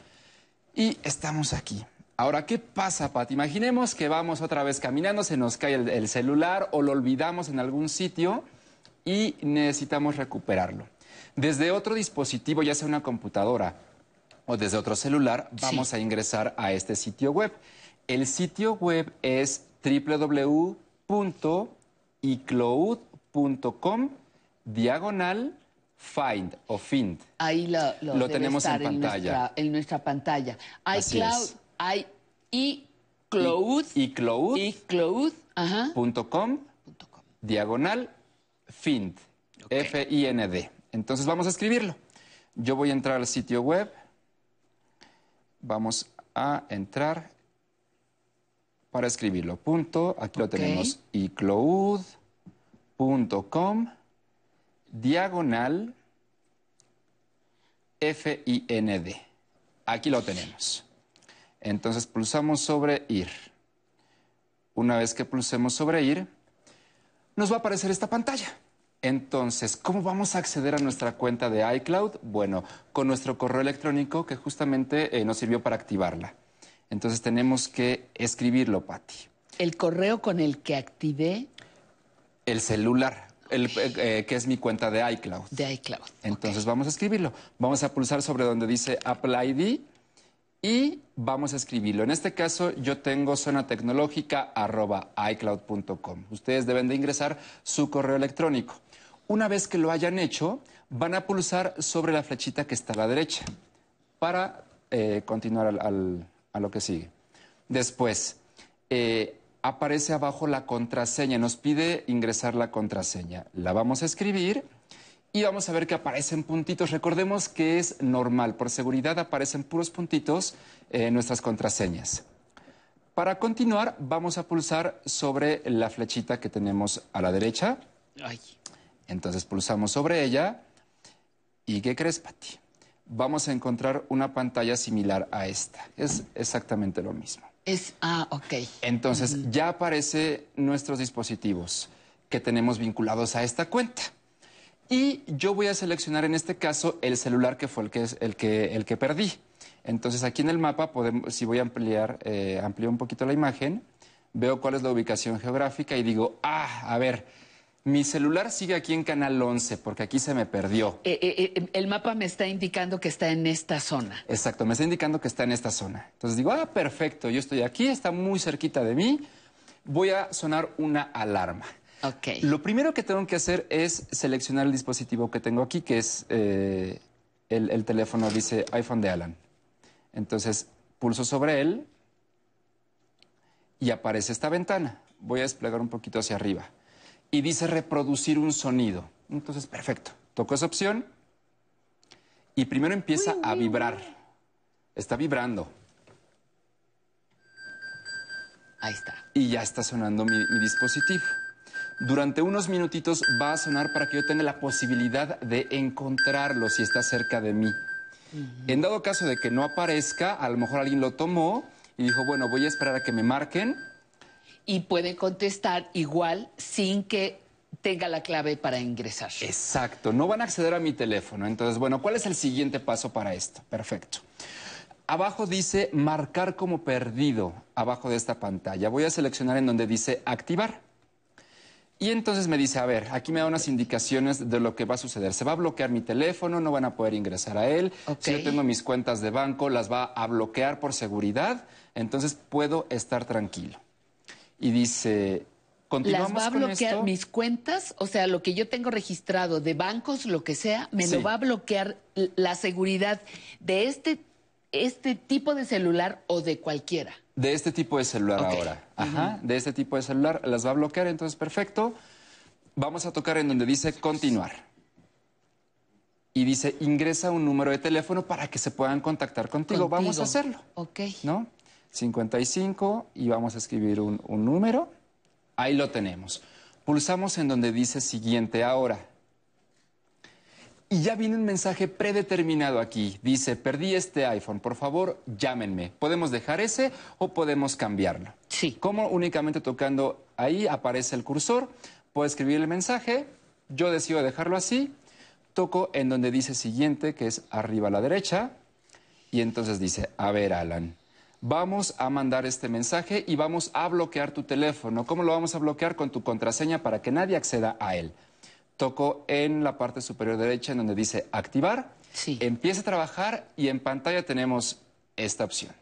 y estamos aquí. Ahora, ¿qué pasa, Pati? Imaginemos que vamos otra vez caminando, se nos cae el, el celular o lo olvidamos en algún sitio y necesitamos recuperarlo. Desde otro dispositivo, ya sea una computadora o desde otro celular, vamos sí. a ingresar a este sitio web. El sitio web es doble u doble u doble u punto icloud punto com diagonal find o find. Ahí lo, lo, lo tenemos en pantalla. En nuestra, en nuestra pantalla. iCloud, i, iCloud, iCloud, iCloud, ajá. punto com, diagonal find, okay. F I N D. Entonces vamos a escribirlo. Yo voy a entrar al sitio web. Vamos a entrar para escribirlo. Punto, aquí lo okay. tenemos, icloud punto com, diagonal F I N D. Aquí lo tenemos. Entonces pulsamos sobre ir. Una vez que pulsemos sobre ir, nos va a aparecer esta pantalla. Entonces, ¿cómo vamos a acceder a nuestra cuenta de iCloud? Bueno, con nuestro correo electrónico que justamente eh, nos sirvió para activarla. Entonces tenemos que escribirlo, Pati. ¿El correo con el que activé? El celular, el, eh, que es mi cuenta de iCloud. De iCloud. Entonces okay. vamos a escribirlo. Vamos a pulsar sobre donde dice Apple I D y vamos a escribirlo. En este caso yo tengo zona tecnológica arroba icloud punto com. Ustedes deben de ingresar su correo electrónico. Una vez que lo hayan hecho, van a pulsar sobre la flechita que está a la derecha para eh, continuar al, al, a lo que sigue. Después, eh, aparece abajo la contraseña. Nos pide ingresar la contraseña. La vamos a escribir y vamos a ver que aparecen puntitos. Recordemos que es normal. Por seguridad aparecen puros puntitos en eh, nuestras contraseñas. Para continuar, vamos a pulsar sobre la flechita que tenemos a la derecha. Ay. Entonces pulsamos sobre ella. ¿Y qué crees, Pati? Vamos a encontrar una pantalla similar a esta. Es exactamente lo mismo. Es, ah, ok. Entonces uh-huh. ya aparecen nuestros dispositivos que tenemos vinculados a esta cuenta. Y yo voy a seleccionar en este caso el celular que fue el que, el que, el que perdí. Entonces aquí en el mapa, podemos, si voy a ampliar, eh, amplío un poquito la imagen, veo cuál es la ubicación geográfica y digo, ah, a ver, mi celular sigue aquí en Canal once porque aquí se me perdió. Eh, eh, el mapa me está indicando que está en esta zona. Exacto, me está indicando que está en esta zona. Entonces digo, ah, perfecto, yo estoy aquí, está muy cerquita de mí, voy a sonar una alarma. Okay. Lo primero que tengo que hacer es seleccionar el dispositivo que tengo aquí, que es eh, el, el teléfono, dice iPhone de Alan. Entonces pulso sobre él y aparece esta ventana. Voy a desplegar un poquito hacia arriba. Y dice reproducir un sonido. Entonces, perfecto. Toco esa opción y primero empieza a vibrar. Está vibrando. Ahí está. Y ya está sonando mi, mi dispositivo. Durante unos minutitos va a sonar para que yo tenga la posibilidad de encontrarlo si está cerca de mí. Uh-huh. En dado caso de que no aparezca, a lo mejor alguien lo tomó y dijo, bueno, voy a esperar a que me marquen. Y puede contestar igual sin que tenga la clave para ingresar. Exacto, no van a acceder a mi teléfono. Entonces, bueno, ¿cuál es el siguiente paso para esto? Perfecto. Abajo dice marcar como perdido, abajo de esta pantalla. Voy a seleccionar en donde dice activar. Y entonces me dice, a ver, aquí me da unas indicaciones de lo que va a suceder. Se va a bloquear mi teléfono, no van a poder ingresar a él. Okay. Si yo tengo mis cuentas de banco, las va a bloquear por seguridad. Entonces puedo estar tranquilo. Y dice... ¿Las va a bloquear mis cuentas? O sea, lo que yo tengo registrado de bancos, lo que sea, me sí. lo va a bloquear la seguridad de este, este tipo de celular o de cualquiera. De este tipo de celular okay. ahora. Ajá, uh-huh. de este tipo de celular las va a bloquear, entonces perfecto. Vamos a tocar en donde dice continuar. Y dice ingresa un número de teléfono para que se puedan contactar contigo. contigo. Vamos a hacerlo. Ok. ¿No? cincuenta y cinco y vamos a escribir un, un número. Ahí lo tenemos. Pulsamos en donde dice siguiente ahora. Y ya viene un mensaje predeterminado aquí. Dice, perdí este iPhone, por favor, llámenme. Podemos dejar ese o podemos cambiarlo. Sí. Como únicamente tocando ahí aparece el cursor, puedo escribir el mensaje, yo decido dejarlo así, toco en donde dice siguiente, que es arriba a la derecha, y entonces dice, a ver, Alan, vamos a mandar este mensaje y vamos a bloquear tu teléfono. ¿Cómo lo vamos a bloquear? Con tu contraseña para que nadie acceda a él. Toco en la parte superior derecha en donde dice activar. Sí. Empieza a trabajar y en pantalla tenemos esta opción.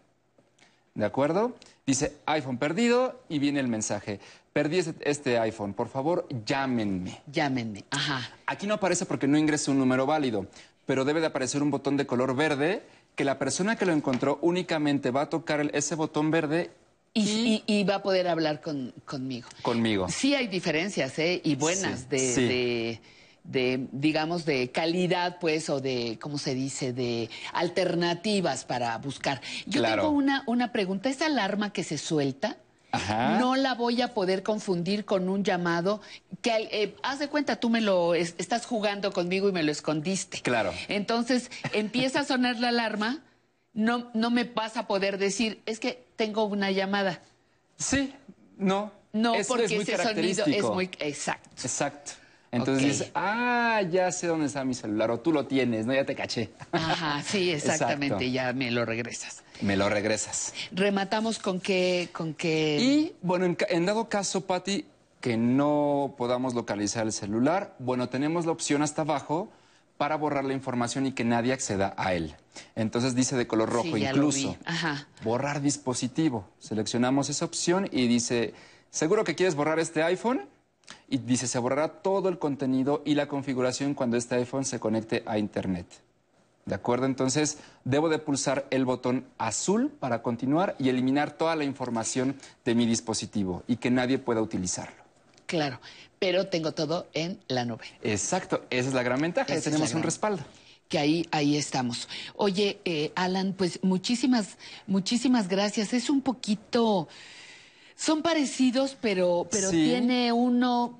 ¿De acuerdo? Dice iPhone perdido y viene el mensaje. Perdí este, este iPhone, por favor, llámenme. Llámenme, ajá. Aquí no aparece porque no ingrese un número válido, pero debe de aparecer un botón de color verde que la persona que lo encontró únicamente va a tocar el, ese botón verde y, y, y va a poder hablar con, conmigo. Conmigo. Sí hay diferencias, ¿eh? Y buenas, sí, de, sí. de, de, digamos, de calidad, pues, o de, ¿cómo se dice?, de alternativas para buscar. Yo claro. tengo una, una pregunta. ¿Esa alarma que se suelta? Ajá. No la voy a poder confundir con un llamado que, eh, haz de cuenta, tú me lo es, estás jugando conmigo y me lo escondiste. Claro. Entonces, empieza a sonar la alarma, no, no me vas a poder decir, es que tengo una llamada. Sí, no. No, Eso porque es muy ese sonido es muy... Exacto. Exacto. Entonces okay. dices, ah, ya sé dónde está mi celular, o tú lo tienes, ¿no? Ya te caché. Ajá, sí, exactamente, Exacto. ya me lo regresas. Me lo regresas. Rematamos con qué... Con qué... Y, bueno, en, en dado caso, Pati, que no podamos localizar el celular, bueno, tenemos la opción hasta abajo para borrar la información y que nadie acceda a él. Entonces dice de color rojo sí, ya incluso. lo vi. Ajá. Borrar dispositivo. Seleccionamos esa opción y dice, ¿seguro que quieres borrar este iPhone? Y dice, se borrará todo el contenido y la configuración cuando este iPhone se conecte a Internet. ¿De acuerdo? Entonces, debo de pulsar el botón azul para continuar y eliminar toda la información de mi dispositivo y que nadie pueda utilizarlo. Claro, pero tengo todo en la nube. Exacto, esa es la gran ventaja, ya tenemos un respaldo. Que ahí, ahí estamos. Oye, eh, Alan, pues muchísimas, muchísimas gracias. Es un poquito... Son parecidos, pero, pero sí. tiene uno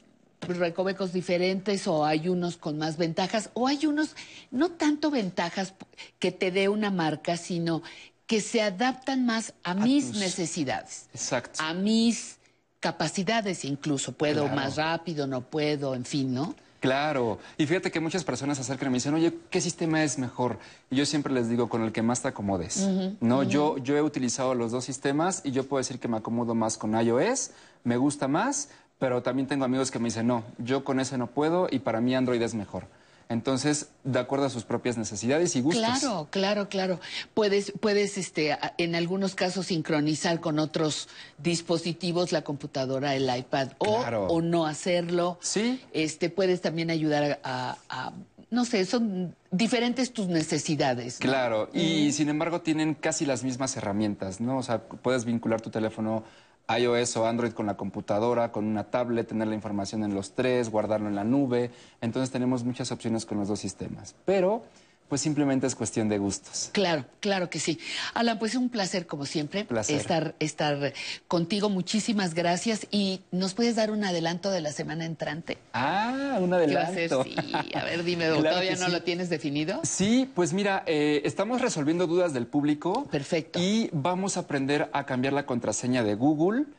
recovecos diferentes, o hay unos con más ventajas, o hay unos no tanto ventajas que te dé una marca, sino que se adaptan más a, a mis tus... necesidades. Exacto. A mis capacidades incluso. Puedo claro. más rápido, no puedo, en fin, ¿no? Claro, y fíjate que muchas personas se acercan y me dicen, oye, ¿qué sistema es mejor? Y yo siempre les digo, con el que más te acomodes. Uh-huh, no, uh-huh. yo, yo he utilizado los dos sistemas y yo puedo decir que me acomodo más con iOS, me gusta más, pero también tengo amigos que me dicen, no, yo con ese no puedo y para mí Android es mejor. Entonces, de acuerdo a sus propias necesidades y gustos. Claro, claro, claro. Puedes, puedes este, en algunos casos sincronizar con otros dispositivos, la computadora, el iPad, claro. o, o no hacerlo. Sí. Este, puedes también ayudar a, a, a no sé, son diferentes tus necesidades, ¿no? Claro, y mm. sin embargo tienen casi las mismas herramientas, ¿no? O sea, puedes vincular tu teléfono iOS o Android con la computadora, con una tablet, tener la información en los tres, guardarlo en la nube. Entonces tenemos muchas opciones con los dos sistemas. Pero, pues simplemente es cuestión de gustos. Claro, claro que sí. Alan, pues es un placer, como siempre, placer. Estar, estar contigo. Muchísimas gracias. ¿Y nos puedes dar un adelanto de la semana entrante? Ah, un adelanto. ¿Qué va a ser? Sí, a ver, dime, claro ¿todavía no sí. lo tienes definido? Sí, pues mira, eh, estamos resolviendo dudas del público. Perfecto. Y vamos a aprender a cambiar la contraseña de Google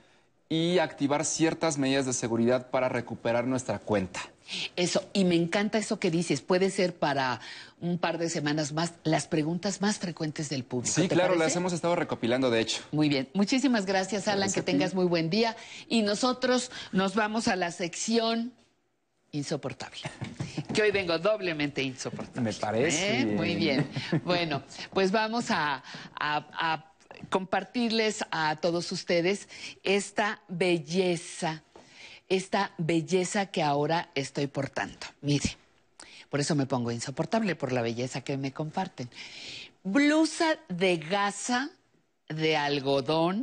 y activar ciertas medidas de seguridad para recuperar nuestra cuenta. Eso, y me encanta eso que dices, puede ser para un par de semanas más las preguntas más frecuentes del público. Sí, claro, parece? las hemos estado recopilando, de hecho. Muy bien, muchísimas gracias, Alan, gracias, que tengas muy buen día. Y nosotros nos vamos a la sección insoportable, que hoy vengo doblemente insoportable. Me parece. ¿Eh? Muy bien. Bueno, pues vamos a, a, a compartirles a todos ustedes esta belleza, esta belleza que ahora estoy portando. Mire, por eso me pongo insoportable, por la belleza que me comparten. Blusa de gasa de algodón,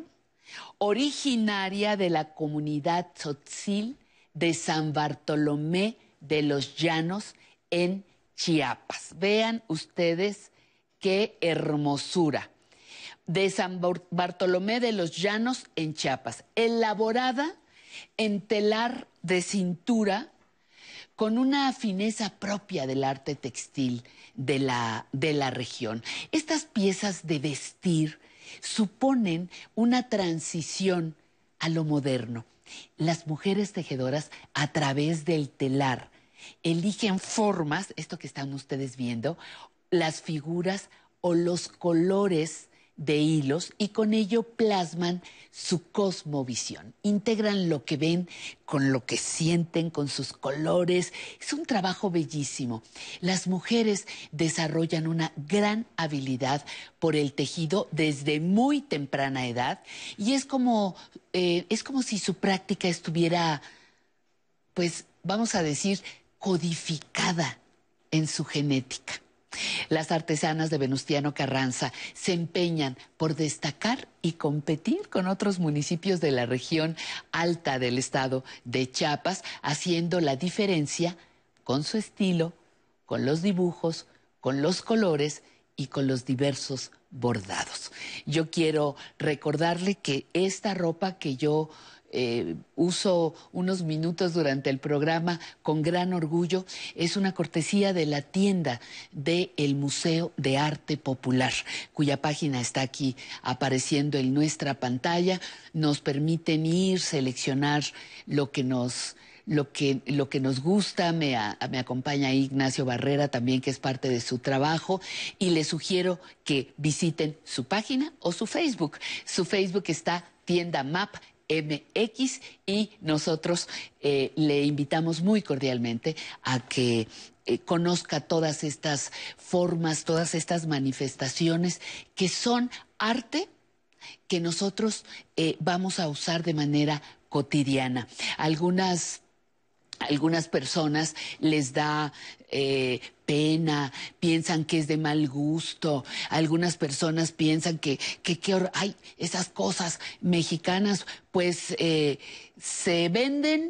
originaria de la comunidad tzotzil de San Bartolomé de los Llanos en Chiapas. Vean ustedes qué hermosura. De San Bartolomé de los Llanos en Chiapas, elaborada en telar de cintura con una fineza propia del arte textil de la, de la región. Estas piezas de vestir suponen una transición a lo moderno. Las mujeres tejedoras, a través del telar, eligen formas, esto que están ustedes viendo, las figuras o los colores de hilos, y con ello plasman su cosmovisión. Integran lo que ven con lo que sienten, con sus colores. Es un trabajo bellísimo. Las mujeres desarrollan una gran habilidad por el tejido desde muy temprana edad, y es como, eh, es como si su práctica estuviera, pues, vamos a decir, codificada en su genética. Las artesanas de Venustiano Carranza se empeñan por destacar y competir con otros municipios de la región alta del estado de Chiapas, haciendo la diferencia con su estilo, con los dibujos, con los colores y con los diversos bordados. Yo quiero recordarle que esta ropa que yo Eh, uso unos minutos durante el programa con gran orgullo, es una cortesía de la tienda del Museo de Arte Popular, cuya página está aquí apareciendo en nuestra pantalla. Nos permiten ir, seleccionar lo que nos... Lo que, lo que nos gusta. Me, a, me acompaña Ignacio Barrera también, que es parte de su trabajo, y les sugiero que visiten su página o su Facebook. Su Facebook está Tienda Map M X, y nosotros eh, le invitamos muy cordialmente a que eh, conozca todas estas formas, todas estas manifestaciones que son arte que nosotros eh, vamos a usar de manera cotidiana. Algunas... Algunas personas les da eh, pena, piensan que es de mal gusto. Algunas personas piensan que, que, que ay, esas cosas mexicanas, pues eh, se venden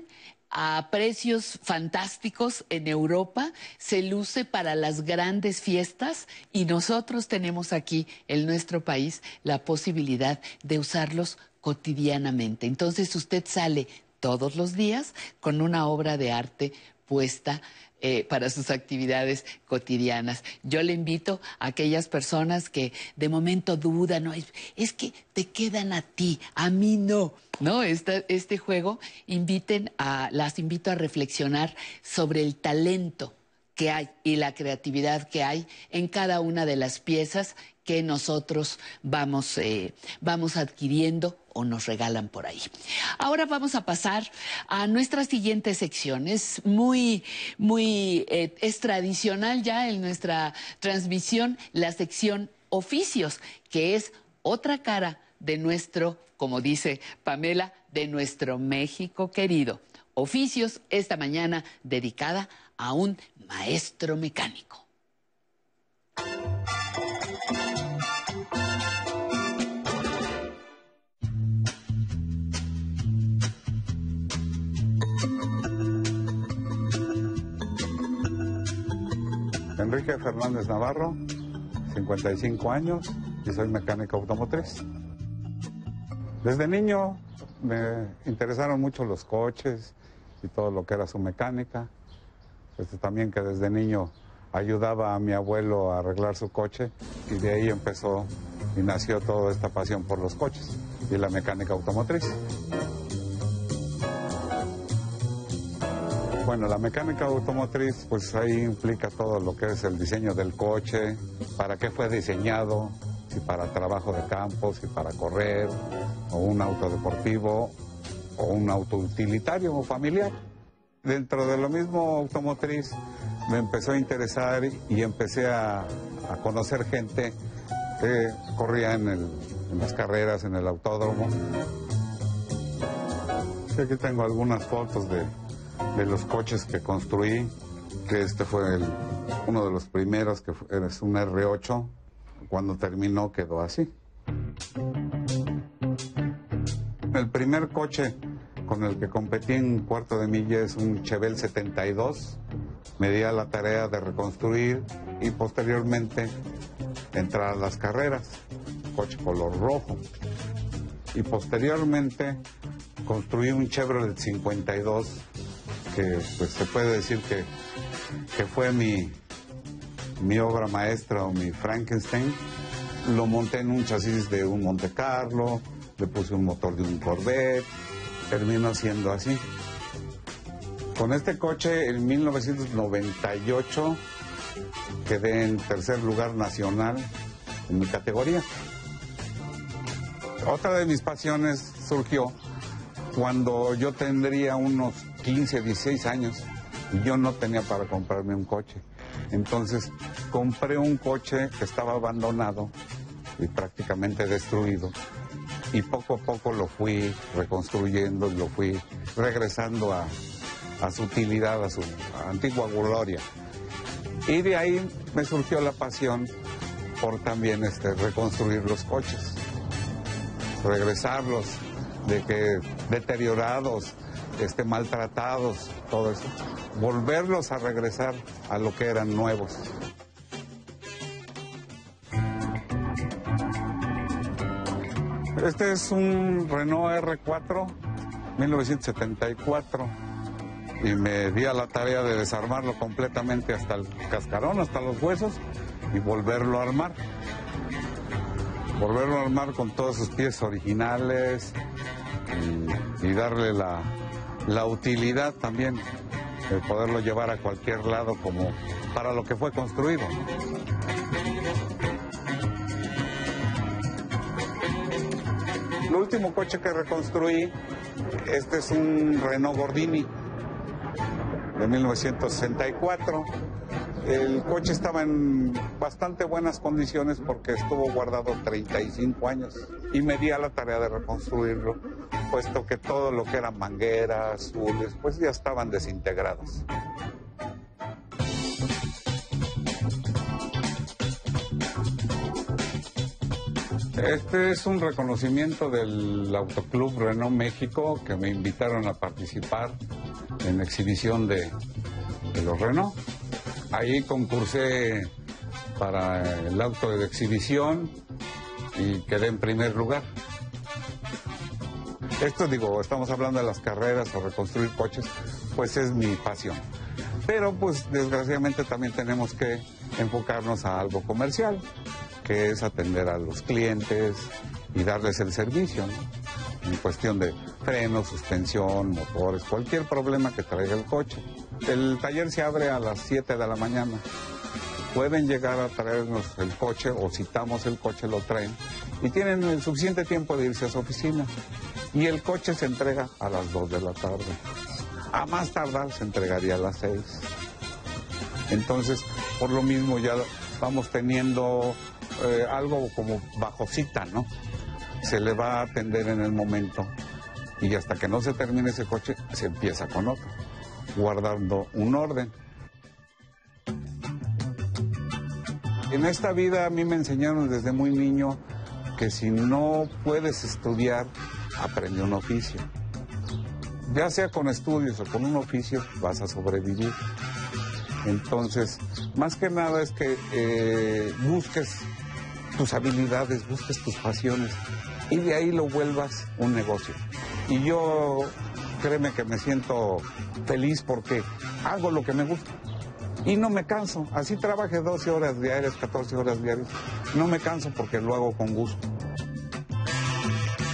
a precios fantásticos en Europa, se luce para las grandes fiestas, y nosotros tenemos aquí en nuestro país la posibilidad de usarlos cotidianamente. Entonces usted sale todos los días con una obra de arte puesta eh, para sus actividades cotidianas. Yo le invito a aquellas personas que de momento dudan, no, es, es que te quedan a ti, a mí no, ¿no? Este, este juego, inviten a, las invito a reflexionar sobre el talento que hay y la creatividad que hay en cada una de las piezas que nosotros vamos, eh, vamos adquiriendo o nos regalan por ahí. Ahora vamos a pasar a nuestra siguiente sección. Es muy, muy, eh, es tradicional ya en nuestra transmisión la sección oficios, que es otra cara de nuestro, como dice Pamela, de nuestro México querido. Oficios, esta mañana dedicada a un maestro mecánico. Enrique Fernández Navarro, cincuenta y cinco años, y soy mecánico automotriz. Desde niño me interesaron mucho los coches y todo lo que era su mecánica. Pues también que desde niño ayudaba a mi abuelo a arreglar su coche, y de ahí empezó y nació toda esta pasión por los coches y la mecánica automotriz. Bueno, la mecánica automotriz, pues ahí implica todo lo que es el diseño del coche, para qué fue diseñado, si para trabajo de campo, si para correr, o un auto deportivo, o un auto utilitario o familiar. Dentro de lo mismo automotriz me empezó a interesar y empecé a, a conocer gente que corría en, el, en las carreras, en el autódromo. Aquí tengo algunas fotos de, de los coches que construí, que este fue el, uno de los primeros, que fue, es un erre ocho. Cuando terminó quedó así. El primer coche con el que competí en cuarto de milla es un Chevelle setenta y dos. Me di a la tarea de reconstruir y posteriormente entrar a las carreras, coche color rojo. Y posteriormente construí un Chevrolet cincuenta y dos, que pues se puede decir que, que fue mi, mi obra maestra o mi Frankenstein. Lo monté en un chasis de un Monte Carlo, le puse un motor de un Corvette, terminó siendo así. Con este coche en mil novecientos noventa y ocho quedé en tercer lugar nacional en mi categoría. Otra de mis pasiones surgió cuando yo tendría unos quince, dieciséis años y yo no tenía para comprarme un coche. Entonces compré un coche que estaba abandonado y prácticamente destruido. Y poco a poco lo fui reconstruyendo, lo fui regresando a, a su utilidad, a su antigua gloria. Y de ahí me surgió la pasión por también este, reconstruir los coches, regresarlos, de que deteriorados, este, maltratados, todo eso, volverlos a regresar a lo que eran nuevos. Este es un Renault erre cuatro, mil novecientos setenta y cuatro, y me di a la tarea de desarmarlo completamente hasta el cascarón, hasta los huesos, y volverlo a armar. Volverlo a armar con todos sus piezas originales y, y darle la, la utilidad también, de poderlo llevar a cualquier lado como para lo que fue construido. El último coche que reconstruí, este es un Renault Gordini de mil novecientos sesenta y cuatro. El coche estaba en bastante buenas condiciones porque estuvo guardado treinta y cinco años y me di a la tarea de reconstruirlo, puesto que todo lo que eran mangueras, azules, pues ya estaban desintegrados. Este es un reconocimiento del Autoclub Renault México, que me invitaron a participar en la exhibición de, de los Renault. Ahí concursé para el auto de exhibición y quedé en primer lugar. Esto, digo, estamos hablando de las carreras o reconstruir coches, pues es mi pasión. Pero pues desgraciadamente también tenemos que enfocarnos a algo comercial, que es atender a los clientes y darles el servicio, ¿no? En cuestión de frenos, suspensión, motores, cualquier problema que traiga el coche. El taller se abre a las siete de la mañana. Pueden llegar a traernos el coche o citamos el coche, lo traen y tienen el suficiente tiempo de irse a su oficina. Y el coche se entrega a las dos de la tarde. A más tardar se entregaría a las seis. Entonces, por lo mismo ya vamos teniendo eh, algo como bajo cita, ¿no? Se le va a atender en el momento y hasta que no se termine ese coche se empieza con otro, guardando un orden. En esta vida a mí me enseñaron desde muy niño que si no puedes estudiar, aprende un oficio. Ya sea con estudios o con un oficio, vas a sobrevivir. Entonces, más que nada es que eh, busques tus habilidades, busques tus pasiones y de ahí lo vuelvas un negocio. Y yo, créeme que me siento feliz porque hago lo que me gusta y no me canso. Así trabajé doce horas diarias, catorce horas diarias. No me canso porque lo hago con gusto.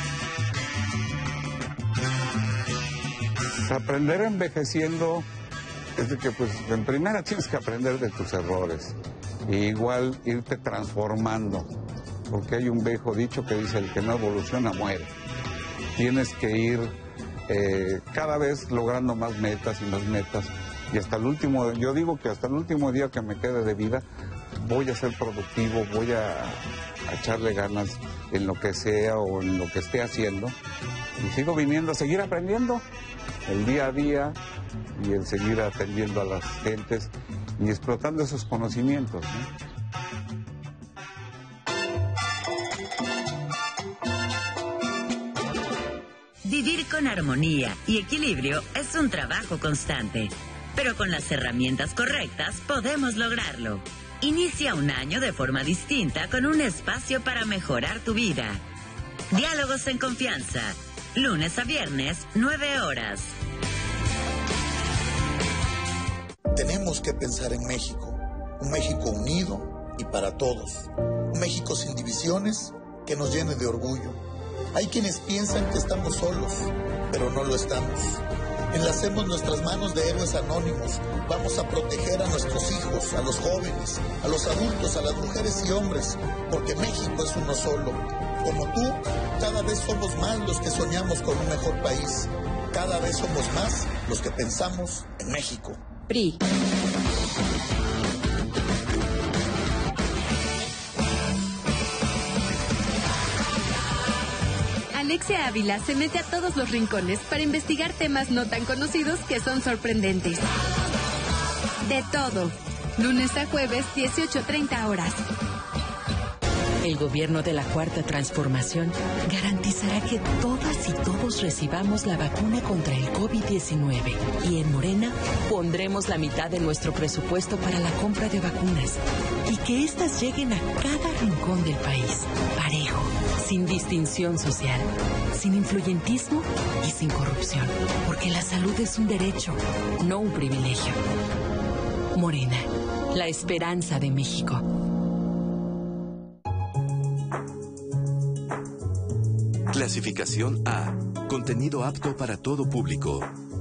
Aprender envejeciendo es de que pues en primera tienes que aprender de tus errores e igual irte transformando, porque hay un viejo dicho que dice el que no evoluciona muere. Tienes que ir eh, cada vez logrando más metas y más metas y hasta el último, yo digo que hasta el último día que me quede de vida voy a ser productivo, voy a, a echarle ganas en lo que sea o en lo que esté haciendo y sigo viniendo a seguir aprendiendo el día a día y el seguir atendiendo a las gentes y explotando esos conocimientos, ¿no? Vivir con armonía y equilibrio es un trabajo constante, pero con las herramientas correctas podemos lograrlo. Inicia un año de forma distinta con un espacio para mejorar tu vida. Diálogos en confianza, lunes a viernes, nueve horas. Tenemos que pensar en México, un México unido y para todos, un México sin divisiones que nos llene de orgullo. Hay quienes piensan que estamos solos, pero no lo estamos. Enlacemos nuestras manos de héroes anónimos. Vamos a proteger a nuestros hijos, a los jóvenes, a los adultos, a las mujeres y hombres, porque México es uno solo. Como tú, cada vez somos más los que soñamos con un mejor país. Cada vez somos más los que pensamos en México. P R I. Alexia Ávila se mete a todos los rincones para investigar temas no tan conocidos que son sorprendentes. De todo. Lunes a jueves, dieciocho treinta horas. El gobierno de la Cuarta Transformación garantizará que todas y todos recibamos la vacuna contra el COVID diecinueve. Y en Morena pondremos la mitad de nuestro presupuesto para la compra de vacunas. Y que éstas lleguen a cada rincón del país. Parejo, sin distinción social, sin influyentismo y sin corrupción. Porque la salud es un derecho, no un privilegio. Morena, la esperanza de México. Clasificación A. Contenido apto para todo público.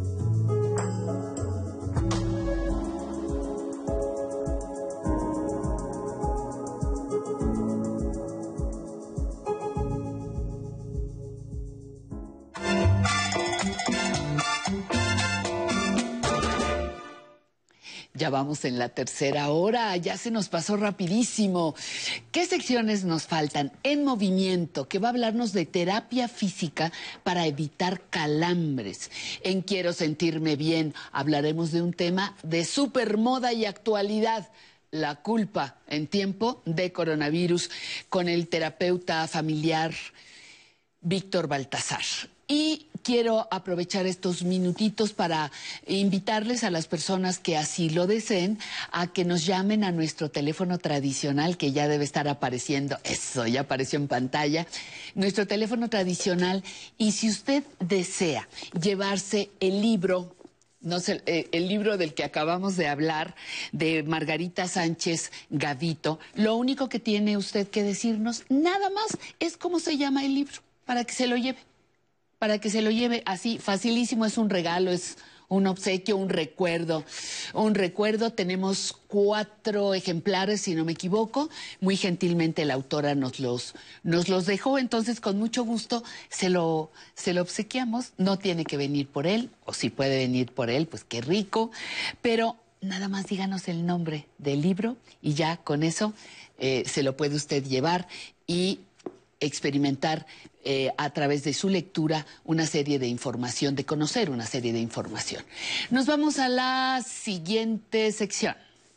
Ya vamos en la tercera hora, ya se nos pasó rapidísimo. ¿Qué secciones nos faltan? En Movimiento, que va a hablarnos de terapia física para evitar calambres. En Quiero Sentirme Bien, hablaremos de un tema de supermoda y actualidad. La culpa en tiempo de coronavirus, con el terapeuta familiar Víctor Baltasar. Y quiero aprovechar estos minutitos para invitarles a las personas que así lo deseen a que nos llamen a nuestro teléfono tradicional, que ya debe estar apareciendo. Eso, ya apareció en pantalla. Nuestro teléfono tradicional. Y si usted desea llevarse el libro... No sé, eh, el libro del que acabamos de hablar, de Margarita Sánchez Gavito, lo único que tiene usted que decirnos, nada más, es cómo se llama el libro, para que se lo lleve. Para que se lo lleve así, facilísimo, es un regalo, es un obsequio, un recuerdo. Un recuerdo, tenemos cuatro ejemplares, si no me equivoco. Muy gentilmente la autora nos los, nos los dejó, entonces con mucho gusto se lo, se lo obsequiamos. No tiene que venir por él, o si puede venir por él, pues qué rico. Pero nada más díganos el nombre del libro y ya con eso eh, se lo puede usted llevar y experimentar eh, a través de su lectura una serie de información, de conocer una serie de información. Nos vamos a la siguiente sección.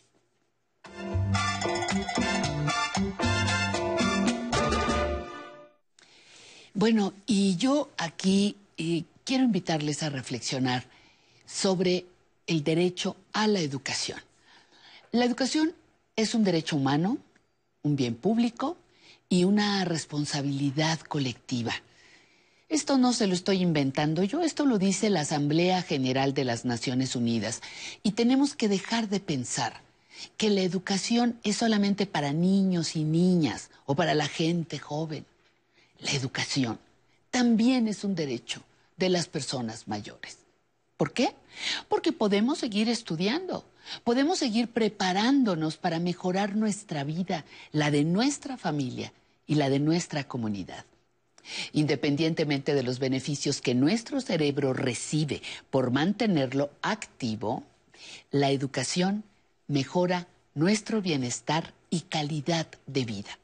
Bueno, y yo aquí eh, quiero invitarles a reflexionar sobre el derecho a la educación. La educación es un derecho humano, un bien público, y una responsabilidad colectiva. Esto no se lo estoy inventando yo, esto lo dice la Asamblea General de las Naciones Unidas. Y tenemos que dejar de pensar que la educación es solamente para niños y niñas o para la gente joven. La educación también es un derecho de las personas mayores. ¿Por qué? Porque podemos seguir estudiando, podemos seguir preparándonos para mejorar nuestra vida, la de nuestra familia y la de nuestra comunidad. Independientemente de los beneficios que nuestro cerebro recibe por mantenerlo activo, la educación mejora nuestro bienestar y calidad de vida.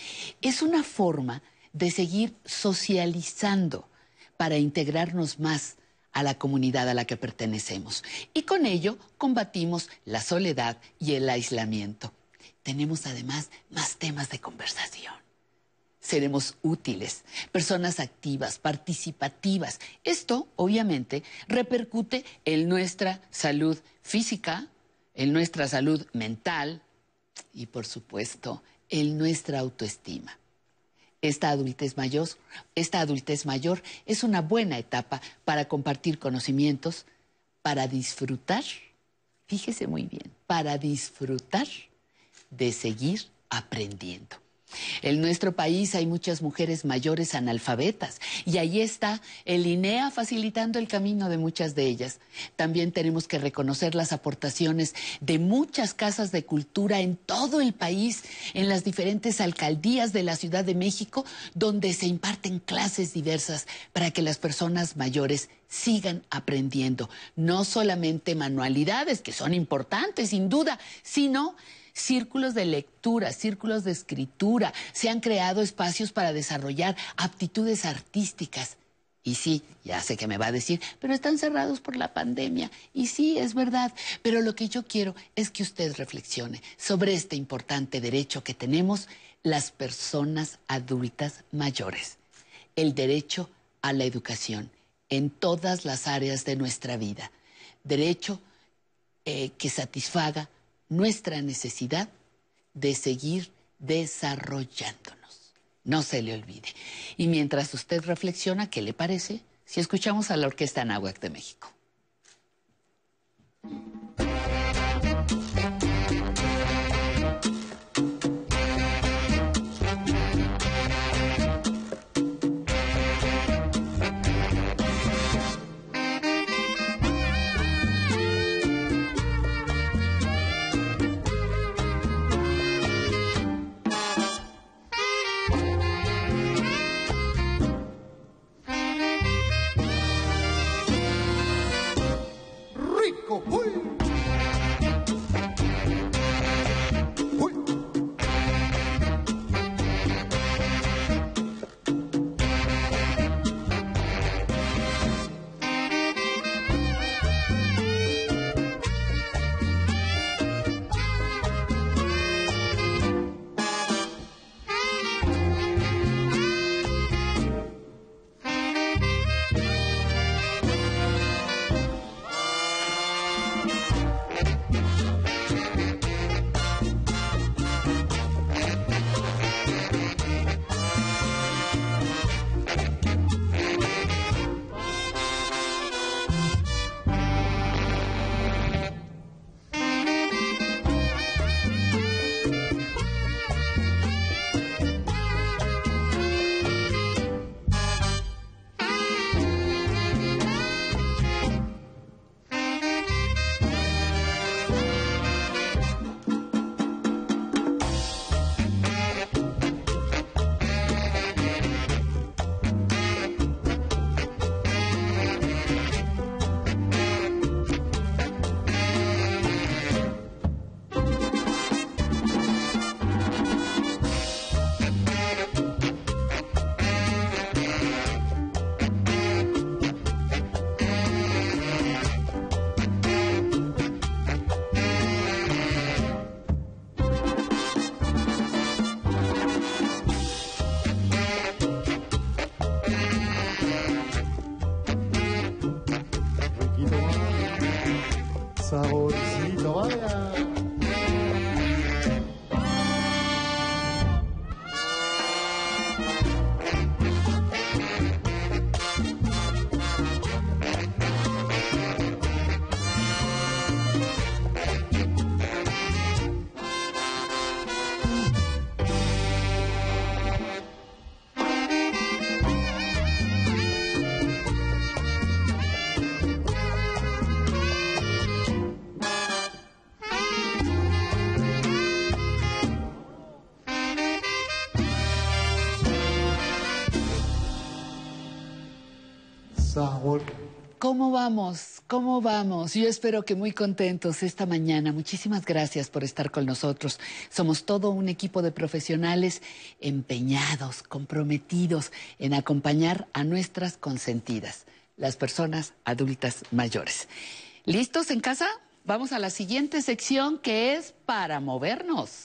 Es una forma de seguir socializando para integrarnos más a la comunidad a la que pertenecemos. Y con ello combatimos la soledad y el aislamiento. Tenemos además más temas de conversación. Seremos útiles, personas activas, participativas. Esto, obviamente, repercute en nuestra salud física, en nuestra salud mental y, por supuesto, en nuestra autoestima. Esta adultez mayor, esta adultez mayor es una buena etapa para compartir conocimientos, para disfrutar, fíjese muy bien, para disfrutar de seguir aprendiendo. En nuestro país hay muchas mujeres mayores analfabetas y ahí está el INEA facilitando el camino de muchas de ellas. También tenemos que reconocer las aportaciones de muchas casas de cultura en todo el país, en las diferentes alcaldías de la Ciudad de México, donde se imparten clases diversas para que las personas mayores sigan aprendiendo. No solamente manualidades, que son importantes sin duda, sino círculos de lectura, círculos de escritura. Se han creado espacios para desarrollar aptitudes artísticas. Y sí, ya sé que me va a decir, pero están cerrados por la pandemia. Y sí, es verdad, pero lo que yo quiero es que usted reflexione sobre este importante derecho que tenemos las personas adultas mayores. El derecho a la educación en todas las áreas de nuestra vida. Derecho eh, que satisfaga nuestra necesidad de seguir desarrollándonos. No se le olvide. Y mientras usted reflexiona, ¿qué le parece si escuchamos a la Orquesta Anáhuac de México? Saborcito, vaya. Saúl. ¿Cómo vamos? ¿Cómo vamos? Yo espero que muy contentos esta mañana. Muchísimas gracias por estar con nosotros. Somos todo un equipo de profesionales empeñados, comprometidos en acompañar a nuestras consentidas, las personas adultas mayores. ¿Listos en casa? Vamos a la siguiente sección, que es para movernos.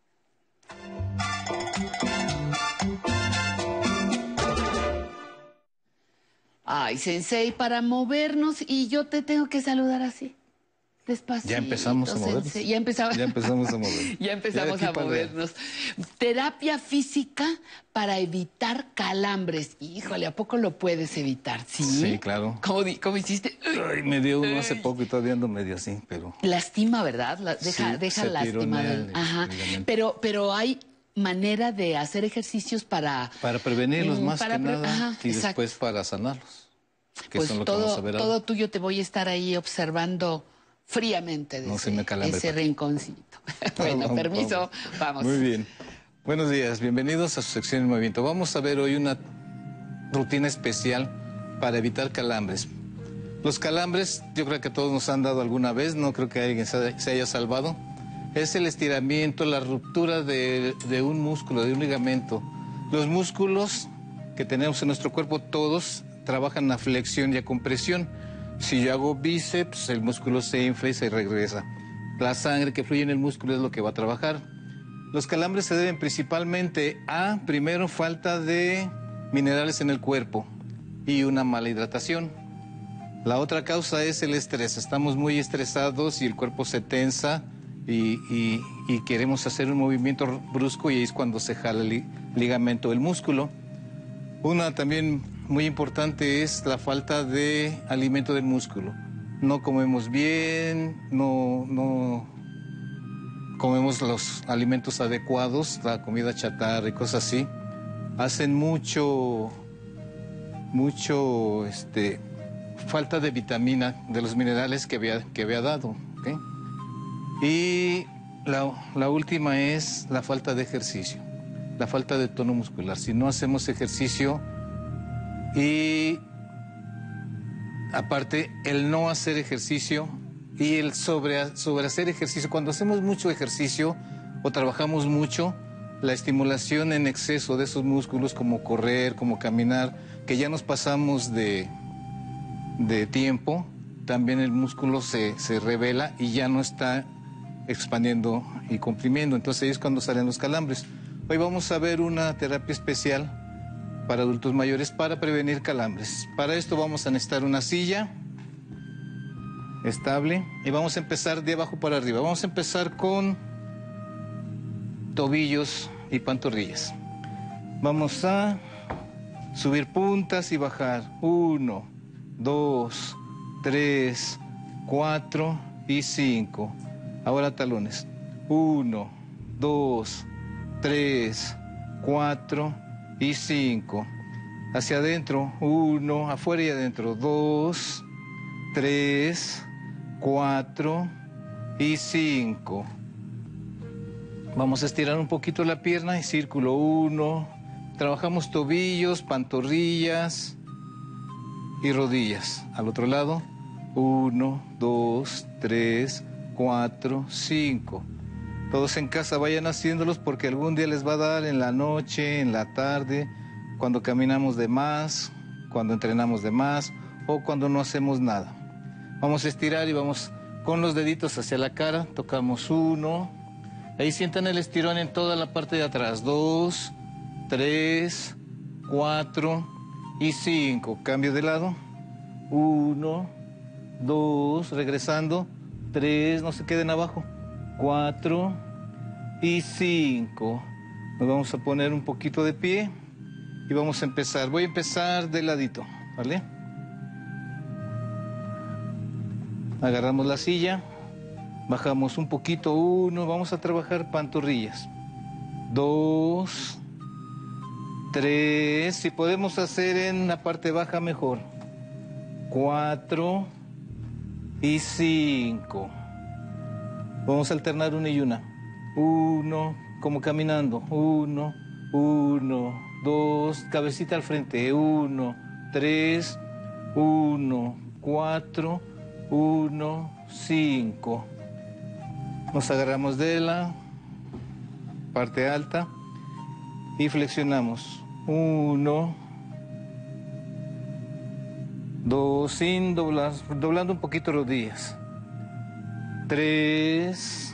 Ay, Sensei, para movernos, y yo te tengo que saludar así, despacito. Ya empezamos a movernos. Sensei. Ya empezamos, ya empezamos a movernos. ya empezamos ya a movernos. Terapia física para evitar calambres. Híjole, ¿a poco lo puedes evitar? Sí, sí, claro. ¿Cómo, cómo hiciste? Ay, me dio uno hace poco y todavía ando medio así, pero... Lastima, ¿verdad? La, deja sí, deja lastimado. Ajá. Pero, pero hay... manera de hacer ejercicios para... Para prevenirlos más para que pre nada. Ajá, y exacto. después para sanarlos. Que pues son lo todo, que vamos a ver todo ahora. tuyo te voy a estar ahí observando fríamente desde no se me calambre, ese rinconcito. Bueno, vamos, permiso, vamos. vamos. Muy bien. Buenos días, bienvenidos a su sección de movimiento. Vamos a ver hoy una rutina especial para evitar calambres. Los calambres, yo creo que todos nos han dado alguna vez, no creo que alguien se haya salvado. Es el estiramiento, la ruptura de, de un músculo, de un ligamento. Los músculos que tenemos en nuestro cuerpo, todos trabajan a flexión y a compresión. Si yo hago bíceps, el músculo se infla y se regresa. La sangre que fluye en el músculo es lo que va a trabajar. Los calambres se deben principalmente a, primero, falta de minerales en el cuerpo y una mala hidratación. La otra causa es el estrés. Estamos muy estresados y el cuerpo se tensa. Y, y, y queremos hacer un movimiento brusco y ahí es cuando se jala el ligamento del músculo. Una también muy importante es la falta de alimento del músculo. No comemos bien, no, no comemos los alimentos adecuados, la comida chatarra y cosas así. Hacen mucho, mucho, este, falta de vitamina, de los minerales que había, que había dado, ¿okay? Y la, la última es la falta de ejercicio, la falta de tono muscular. Si no hacemos ejercicio y aparte el no hacer ejercicio y el sobre, sobre hacer ejercicio, cuando hacemos mucho ejercicio o trabajamos mucho, la estimulación en exceso de esos músculos como correr, como caminar, que ya nos pasamos de, de tiempo, también el músculo se, se revela y ya no está expandiendo y comprimiendo, entonces ahí es cuando salen los calambres. Hoy vamos a ver una terapia especial para adultos mayores para prevenir calambres. Para esto vamos a necesitar una silla estable y vamos a empezar de abajo para arriba. Vamos a empezar con tobillos y pantorrillas. Vamos a subir puntas y bajar. Uno, dos, tres, cuatro y cinco. Ahora talones. Uno, dos, tres, cuatro y cinco. Hacia adentro. Uno, afuera y adentro. Dos, tres, cuatro y cinco. Vamos a estirar un poquito la pierna y círculo. Uno. Trabajamos tobillos, pantorrillas y rodillas. Al otro lado. Uno, dos, tres, cuatro, cinco. Todos en casa vayan haciéndolos porque algún día les va a dar en la noche, en la tarde, cuando caminamos de más, cuando entrenamos de más o cuando no hacemos nada. Vamos a estirar y vamos con los deditos hacia la cara. Tocamos uno. Ahí sientan el estirón en toda la parte de atrás. Dos, tres, cuatro y cinco. Cambio de lado. Uno, dos, regresando. Tres, no se queden abajo. Cuatro y cinco. Nos vamos a poner un poquito de pie y vamos a empezar. Voy a empezar de ladito, ¿vale? Agarramos la silla, bajamos un poquito, uno, vamos a trabajar pantorrillas. Dos, tres, si podemos hacer en la parte baja mejor. Cuatro y cinco. Vamos a alternar una y una. Uno, como caminando. Uno, uno, dos, cabecita al frente. Uno, tres, uno, cuatro, uno, cinco. Nos agarramos de la parte alta y flexionamos. uno, dos, sin doblar, doblando un poquito rodillas. tres,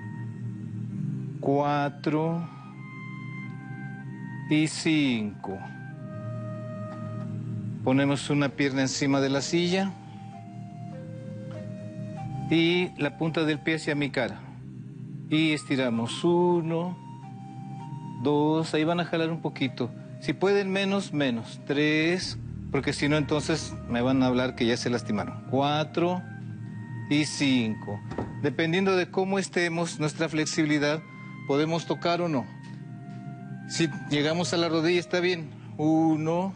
cuatro y cinco. Ponemos una pierna encima de la silla y la punta del pie hacia mi cara. Y estiramos. Uno, dos, ahí van a jalar un poquito. Si pueden menos, menos. Tres, porque si no entonces me van a hablar que ya se lastimaron. Cuatro y cinco. Dependiendo de cómo estemos, nuestra flexibilidad, podemos tocar o no. Si llegamos a la rodilla está bien. Uno,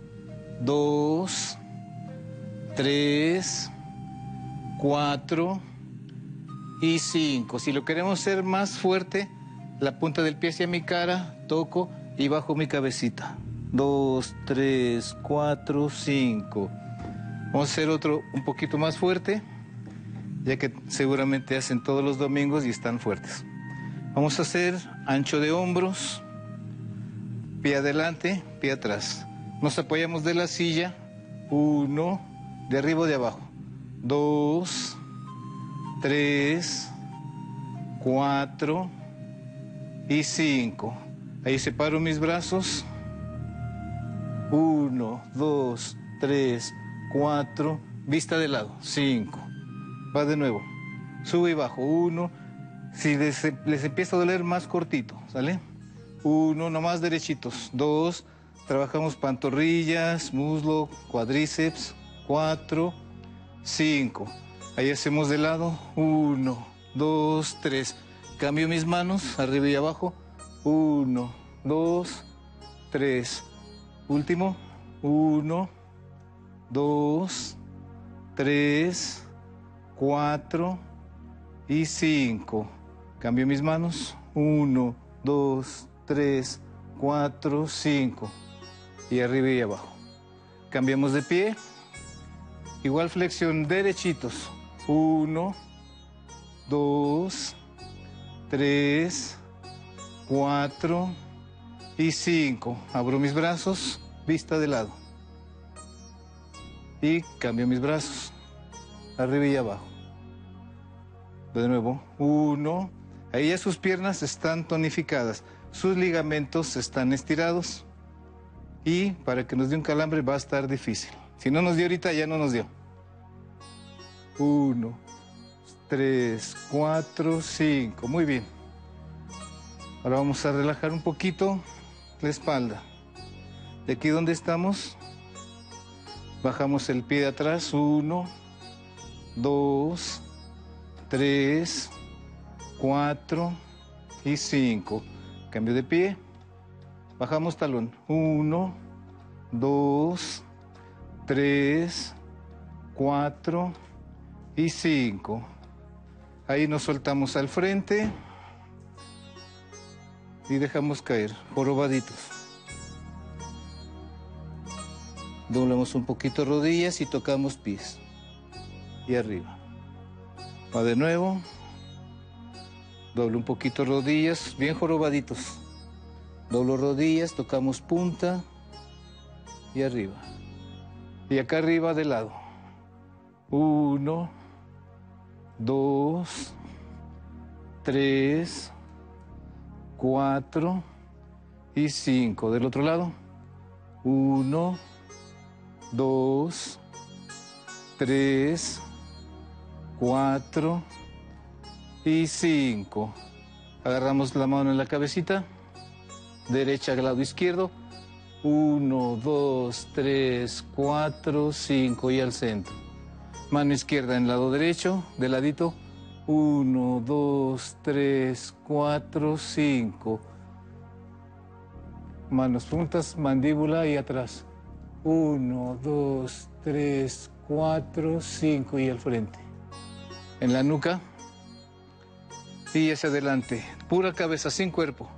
dos, tres, cuatro y cinco. Si lo queremos hacer más fuerte, la punta del pie hacia mi cara, toco y bajo mi cabecita. Dos, tres, cuatro, cinco. Vamos a hacer otro un poquito más fuerte, ya que seguramente hacen todos los domingos y están fuertes. Vamos a hacer ancho de hombros, pie adelante, pie atrás. Nos apoyamos de la silla, uno, de arriba o de abajo, dos, tres, cuatro y cinco. Ahí separo mis brazos, uno, dos, tres, cuatro, vista de lado, cinco. Va de nuevo, subo y bajo, uno, si les, les empieza a doler más cortito, ¿sale? Uno, nomás derechitos, dos, trabajamos pantorrillas, muslo, cuádriceps, cuatro, cinco. Ahí hacemos de lado, uno, dos, tres. Cambio mis manos, arriba y abajo, uno, dos, tres. Último, uno, dos, tres, cuatro y cinco. Cambio mis manos, uno, dos, tres, cuatro, cinco. Y arriba y abajo. Cambiamos de pie. Igual flexión, derechitos. Uno, dos, tres, cuatro y cinco. Abro mis brazos, vista de lado. Y cambio mis brazos, arriba y abajo. De nuevo, uno. Ahí ya sus piernas están tonificadas, sus ligamentos están estirados. Y para que nos dé un calambre va a estar difícil. Si no nos dio ahorita, ya no nos dio. Uno, tres, cuatro, cinco. Muy bien. Ahora vamos a relajar un poquito la espalda. De aquí donde estamos, bajamos el pie de atrás. Uno, dos, tres, cuatro y cinco. Cambio de pie. Bajamos talón. Uno, dos, tres, cuatro y cinco. Ahí nos soltamos al frente y dejamos caer, jorobaditos. Doblamos un poquito rodillas y tocamos pies. Y arriba. Va de nuevo. Doblo un poquito rodillas, bien jorobaditos. Doblo rodillas, tocamos punta y arriba. Y acá arriba de lado. Uno, dos, tres, cuatro y cinco. Del otro lado. Uno, dos, tres, cuatro y cinco. Agarramos la mano en la cabecita. Derecha al lado izquierdo. Uno, dos, tres, cuatro, cinco y al centro. Mano izquierda en lado derecho, de ladito. Uno, dos, tres, cuatro, cinco. Manos juntas, mandíbula y atrás. Uno, dos, tres, cuatro, cinco y al frente. En la nuca. Y hacia adelante. Pura cabeza, sin cuerpo.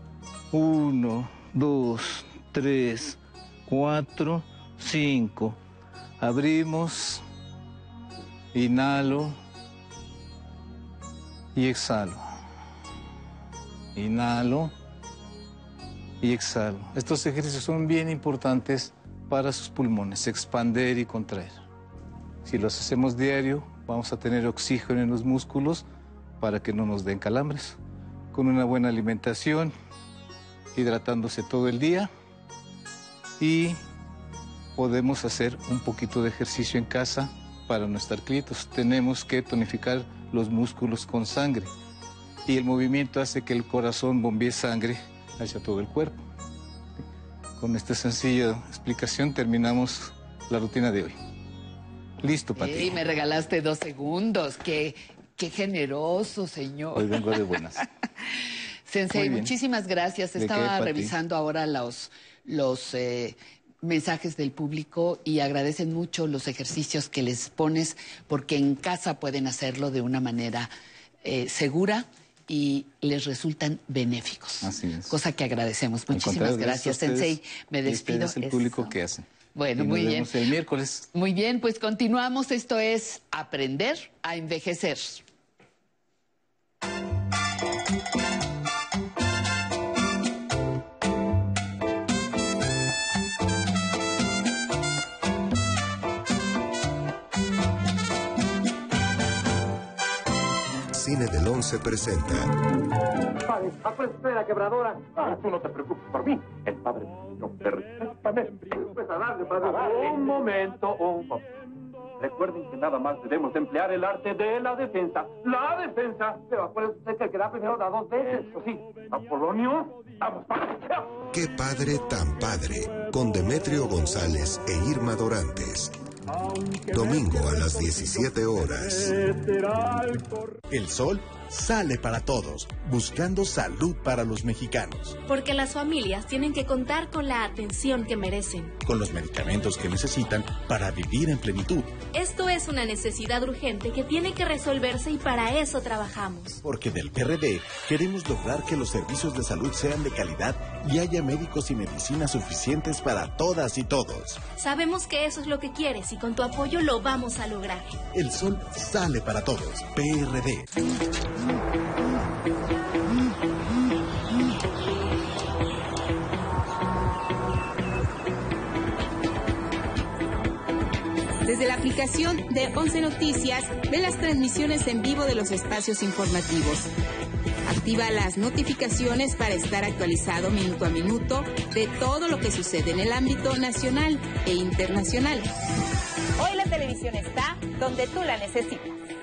Uno, dos, tres, cuatro, cinco. Abrimos, inhalo y exhalo. Inhalo y exhalo. Estos ejercicios son bien importantes para sus pulmones, expander y contraer. Si los hacemos diario, vamos a tener oxígeno en los músculos para que no nos den calambres. Con una buena alimentación, hidratándose todo el día, y podemos hacer un poquito de ejercicio en casa para no estar quietos. Tenemos que tonificar los músculos con sangre y el movimiento hace que el corazón bombee sangre hacia todo el cuerpo. Con esta sencilla explicación terminamos la rutina de hoy. Listo, Pati. Ey, me regalaste dos segundos. Qué, qué generoso, señor. Hoy vengo de buenas. Sensei, muchísimas gracias. Estaba qué, revisando ahora los, los eh, mensajes del público y agradecen mucho los ejercicios que les pones porque en casa pueden hacerlo de una manera eh, segura y les resultan benéficos. Así es. Cosa que agradecemos. Muchísimas gracias, Sensei. Me despido. Es el público Eso. que hacen. Bueno, y muy nos bien. Vemos el miércoles. Muy bien, pues continuamos. Esto es Aprender a Envejecer. Cine del Once presenta. Padre, espera, quebradora. Ah, tú no te preocupes por mí. El padre no perfectamente. Pues a darle, padre. Un momento, un momento. Recuerden que nada más debemos emplear el arte de la defensa. ¡La defensa! Pero acuérdense que queda primero da dos veces. Eso sí. Apolonio, vamos, padre. ¡Qué padre tan padre! Con Demetrio González e Irma Dorantes. Domingo a las diecisiete horas. El sol sale para todos, buscando salud para los mexicanos. Porque las familias tienen que contar con la atención que merecen. Con los medicamentos que necesitan para vivir en plenitud. Esto es una necesidad urgente que tiene que resolverse y para eso trabajamos. Porque del P R D queremos lograr que los servicios de salud sean de calidad y haya médicos y medicinas suficientes para todas y todos. Sabemos que eso es lo que quieres y con tu apoyo lo vamos a lograr. El sol sale para todos. P R D. Desde la aplicación de Once Noticias, ve las transmisiones en vivo de los espacios informativos. Activa las notificaciones para estar actualizado minuto a minuto de todo lo que sucede en el ámbito nacional e internacional. Hoy la televisión está donde tú la necesitas.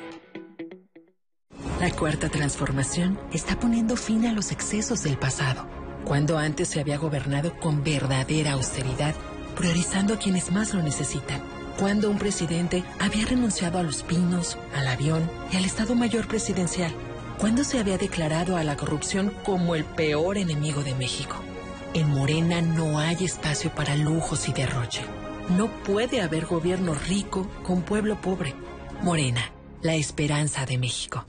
La cuarta transformación está poniendo fin a los excesos del pasado, cuando antes se había gobernado con verdadera austeridad, priorizando a quienes más lo necesitan. Cuando un presidente había renunciado a los pinos, al avión y al Estado Mayor Presidencial. Cuando se había declarado a la corrupción como el peor enemigo de México. En Morena no hay espacio para lujos y derroche. No puede haber gobierno rico con pueblo pobre. Morena, la esperanza de México.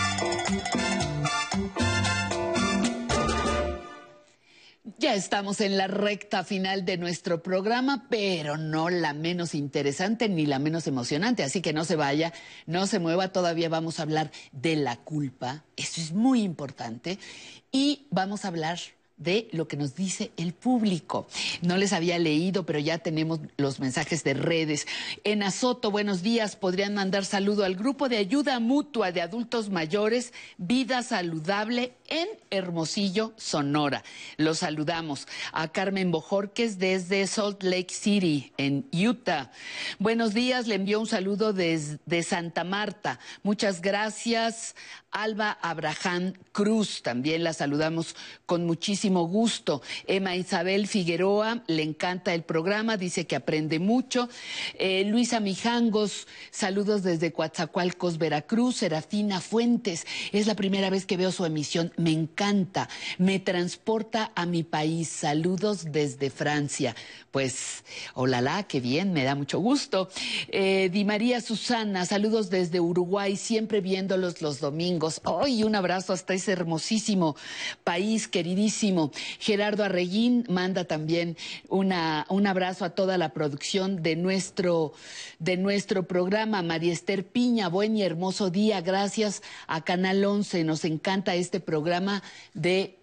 Ya estamos en la recta final de nuestro programa, pero no la menos interesante ni la menos emocionante, así que no se vaya, no se mueva, todavía vamos a hablar de la culpa, eso es muy importante, y vamos a hablar de lo que nos dice el público. No les había leído, pero ya tenemos los mensajes de redes. En Azoto, buenos días, podrían mandar saludo al grupo de ayuda mutua de adultos mayores, Vida Saludable en Hermosillo, Sonora. Los saludamos. A Carmen Bojorques desde Salt Lake City, en Utah. Buenos días, le envió un saludo desde Santa Marta. Muchas gracias. Alba Abraham Cruz, también la saludamos con muchísimo gusto. Emma Isabel Figueroa, le encanta el programa, dice que aprende mucho. Eh, Luisa Mijangos, saludos desde Coatzacoalcos, Veracruz. Serafina Fuentes, es la primera vez que veo su emisión, me encanta, me transporta a mi país. Saludos desde Francia. Pues, hola, qué bien, me da mucho gusto. Eh, Di María Susana, saludos desde Uruguay, siempre viéndolos los domingos. ¡Ay, un abrazo hasta ese hermosísimo país, queridísimo! Gerardo Arreguín manda también una, un abrazo a toda la producción de nuestro, de nuestro programa. María Esther Piña, buen y hermoso día, gracias a Canal once. Nos encanta este programa de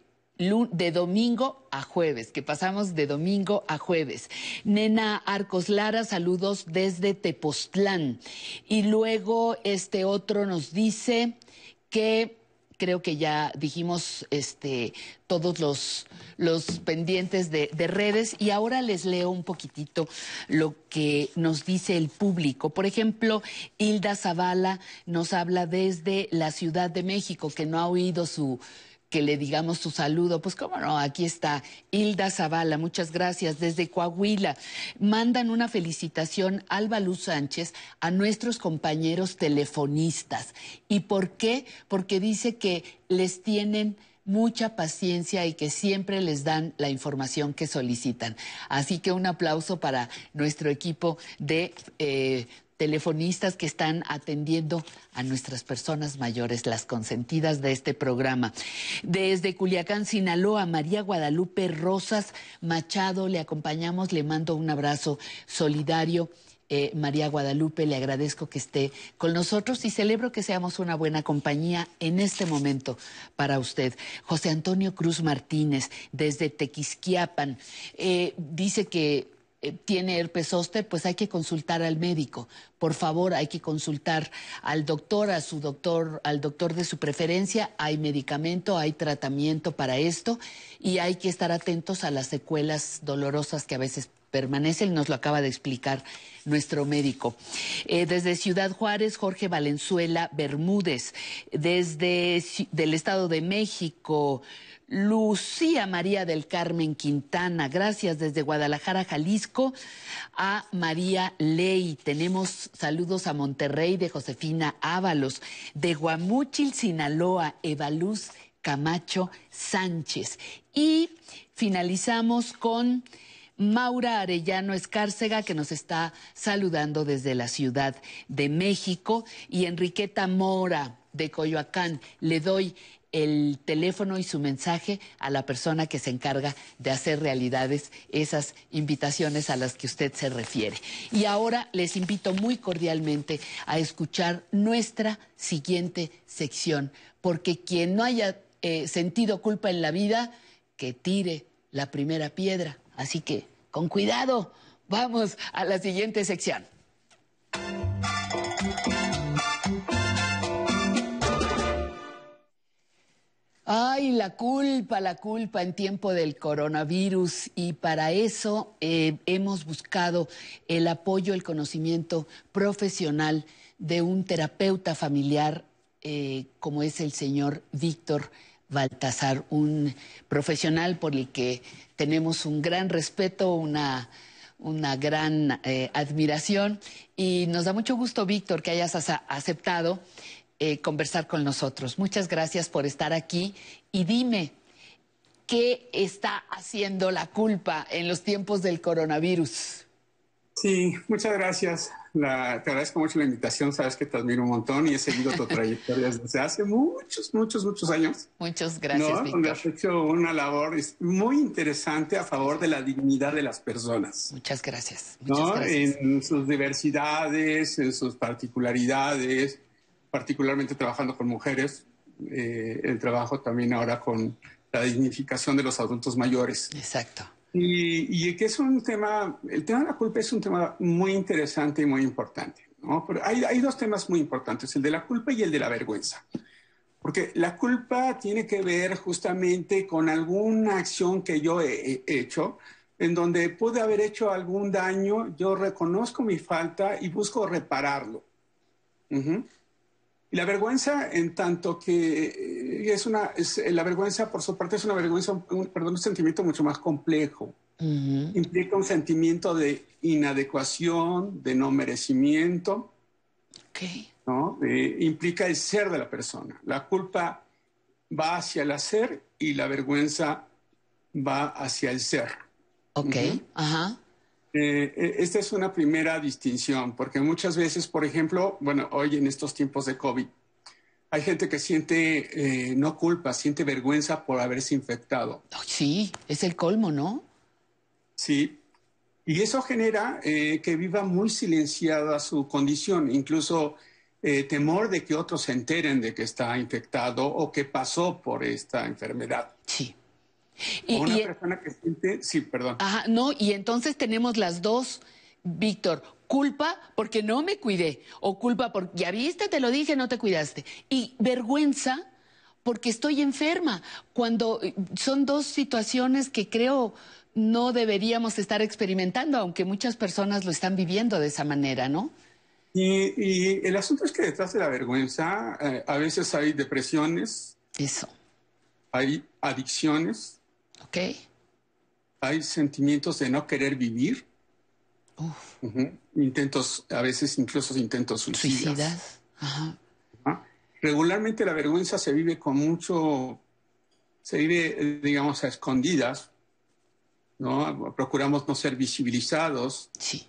de domingo a jueves, que pasamos de domingo a jueves. Nena Arcos Lara, saludos desde Tepoztlán. Y luego este otro nos dice que, creo que ya dijimos este, todos los, los pendientes de, de redes, y ahora les leo un poquitito lo que nos dice el público. Por ejemplo, Hilda Zavala nos habla desde la Ciudad de México, que no ha oído su... que le digamos su saludo. Pues cómo no, aquí está Hilda Zavala, muchas gracias. Desde Coahuila mandan una felicitación Alba Luz Sánchez a nuestros compañeros telefonistas. ¿Y por qué? Porque dice que les tienen mucha paciencia y que siempre les dan la información que solicitan. Así que un aplauso para nuestro equipo de eh, telefonistas que están atendiendo a nuestras personas mayores, las consentidas de este programa. Desde Culiacán, Sinaloa, María Guadalupe Rosas Machado, le acompañamos, le mando un abrazo solidario. Eh, María Guadalupe, le agradezco que esté con nosotros y celebro que seamos una buena compañía en este momento para usted. José Antonio Cruz Martínez, desde Tequisquiapan, eh, dice que Eh, tiene herpes zóster, pues hay que consultar al médico. Por favor, hay que consultar al doctor, a su doctor, al doctor de su preferencia. Hay medicamento, hay tratamiento para esto y hay que estar atentos a las secuelas dolorosas que a veces permanecen. Nos lo acaba de explicar nuestro médico. Eh, desde Ciudad Juárez, Jorge Valenzuela Bermúdez. Desde del Estado de México, Lucía María del Carmen Quintana, gracias. Desde Guadalajara, Jalisco, a María Ley. Tenemos saludos a Monterrey de Josefina Ábalos. De Guamúchil, Sinaloa, Evaluz Camacho Sánchez. Y finalizamos con Maura Arellano Escárcega, que nos está saludando desde la Ciudad de México. Y Enriqueta Mora, de Coyoacán. Le doy el teléfono y su mensaje a la persona que se encarga de hacer realidades esas invitaciones a las que usted se refiere. Y ahora les invito muy cordialmente a escuchar nuestra siguiente sección, porque quien no haya eh, sentido culpa en la vida, que tire la primera piedra. Así que, con cuidado, vamos a la siguiente sección. Ay, la culpa, la culpa en tiempo del coronavirus, y para eso eh, hemos buscado el apoyo, el conocimiento profesional de un terapeuta familiar eh, como es el señor Víctor Baltasar, un profesional por el que tenemos un gran respeto, una, una gran eh, admiración, y nos da mucho gusto, Víctor, que hayas aceptado Eh, conversar con nosotros. Muchas gracias por estar aquí y dime, ¿qué está haciendo la culpa en los tiempos del coronavirus? Sí, muchas gracias. La, te agradezco mucho la invitación, sabes que te admiro un montón y he seguido tu trayectoria desde hace muchos, muchos, muchos años. Muchas gracias, ¿no? Víctor. Donde has hecho una labor muy interesante a favor de la dignidad de las personas. Muchas gracias. Muchas ¿no? gracias. En sus diversidades, en sus particularidades, particularmente trabajando con mujeres, eh, el trabajo también ahora con la dignificación de los adultos mayores. Exacto. Y, y que es un tema, el tema de la culpa es un tema muy interesante y muy importante, ¿no? Pero hay, hay dos temas muy importantes, el de la culpa y el de la vergüenza. Porque la culpa tiene que ver justamente con alguna acción que yo he, he hecho, en donde pude haber hecho algún daño, yo reconozco mi falta y busco repararlo. Uh-huh. Y la vergüenza, en tanto que es una, es, la vergüenza por su parte es una vergüenza, un, perdón, un sentimiento mucho más complejo. Uh-huh. Implica un sentimiento de inadecuación, de no merecimiento. Okay. ¿No? Eh, implica el ser de la persona. La culpa va hacia el hacer y la vergüenza va hacia el ser. Ok, uh-huh. Ajá. Eh, esta es una primera distinción, porque muchas veces, por ejemplo, bueno, hoy en estos tiempos de COVID, hay gente que siente, eh, no culpa, siente vergüenza por haberse infectado. Oh, sí, es el colmo, ¿no? Sí, y eso genera eh, que viva muy silenciada su condición, incluso eh, temor de que otros se enteren de que está infectado o que pasó por esta enfermedad. Sí. Y, o una y, persona que siente, sí, perdón. Ajá, no, y entonces tenemos las dos, Víctor, culpa porque no me cuidé, o culpa porque, ya viste, te lo dije, no te cuidaste, y vergüenza porque estoy enferma, cuando son dos situaciones que creo no deberíamos estar experimentando, aunque muchas personas lo están viviendo de esa manera, ¿no? Y, y el asunto es que detrás de la vergüenza eh, a veces hay depresiones. Eso. Hay adicciones. Ok. Hay sentimientos de no querer vivir. Uf. Uh-huh. Intentos, a veces incluso intentos suicidas. Suicidas. Ajá. ¿Ah? Regularmente la vergüenza se vive con mucho, se vive, digamos, a escondidas, ¿no? Procuramos no ser visibilizados. Sí.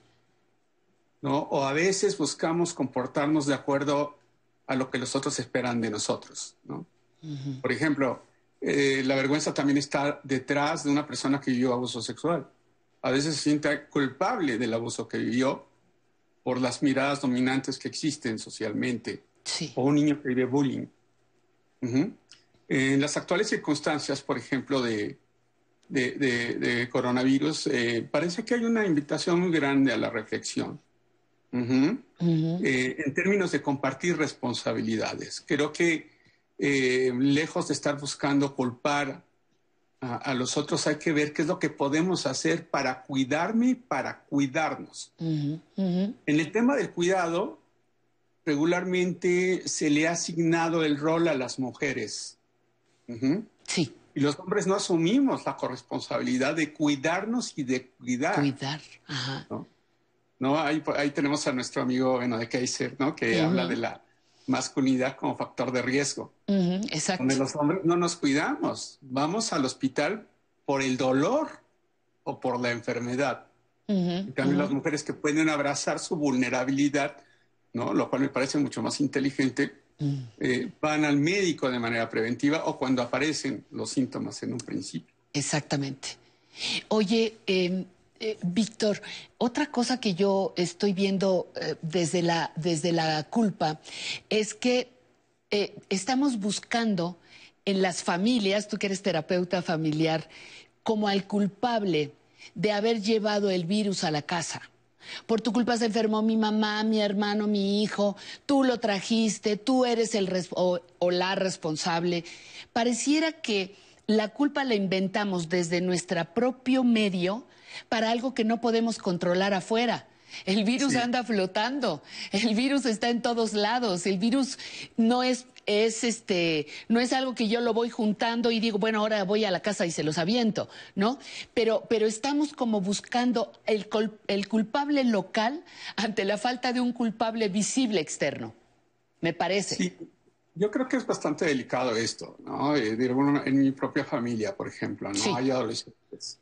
¿No? O a veces buscamos comportarnos de acuerdo a lo que los otros esperan de nosotros, ¿no? Uh-huh. Por ejemplo, eh, la vergüenza también está detrás de una persona que vivió abuso sexual. A veces se siente culpable del abuso que vivió por las miradas dominantes que existen socialmente. Sí. O un niño que vive bullying. Uh-huh. En las actuales circunstancias, por ejemplo, de, de, de, de coronavirus, eh, parece que hay una invitación muy grande a la reflexión. Uh-huh. Uh-huh. Eh, en términos de compartir responsabilidades. Creo que eh, lejos de estar buscando culpar a, a los otros, hay que ver qué es lo que podemos hacer para cuidarme, para cuidarnos. Uh-huh. Uh-huh. En el tema del cuidado, regularmente se le ha asignado el rol a las mujeres. Uh-huh. Sí. Y los hombres no asumimos la corresponsabilidad de cuidarnos y de cuidar. Cuidar, ajá. ¿No? ¿No? Ahí, ahí tenemos a nuestro amigo Beno de Kaiser, ¿no? Que uh-huh. habla de la masculinidad como factor de riesgo. Uh-huh. Exacto. Donde los hombres no nos cuidamos. Vamos al hospital por el dolor o por la enfermedad. Uh-huh. Y también uh-huh. las mujeres que pueden abrazar su vulnerabilidad, ¿no? Lo cual me parece mucho más inteligente, uh-huh. eh, van al médico de manera preventiva o cuando aparecen los síntomas en un principio. Exactamente. Oye, eh, Eh, Víctor, otra cosa que yo estoy viendo eh, desde, la, desde la culpa es que eh, estamos buscando en las familias, tú que eres terapeuta familiar, como al culpable de haber llevado el virus a la casa. Por tu culpa se enfermó mi mamá, mi hermano, mi hijo, tú lo trajiste, tú eres el res- o, o la responsable. Pareciera que la culpa la inventamos desde nuestro propio medio para algo que no podemos controlar afuera. El virus sí. anda flotando, el virus está en todos lados, el virus no es, es, este, no es algo que yo lo voy juntando y digo, bueno, ahora voy a la casa y se los aviento, ¿no? Pero, pero estamos como buscando el, el culpable local ante la falta de un culpable visible externo, me parece. Sí. Yo creo que es bastante delicado esto, ¿no? Eh, de alguna, en mi propia familia, por ejemplo, ¿no? Sí. Hay adolescentes.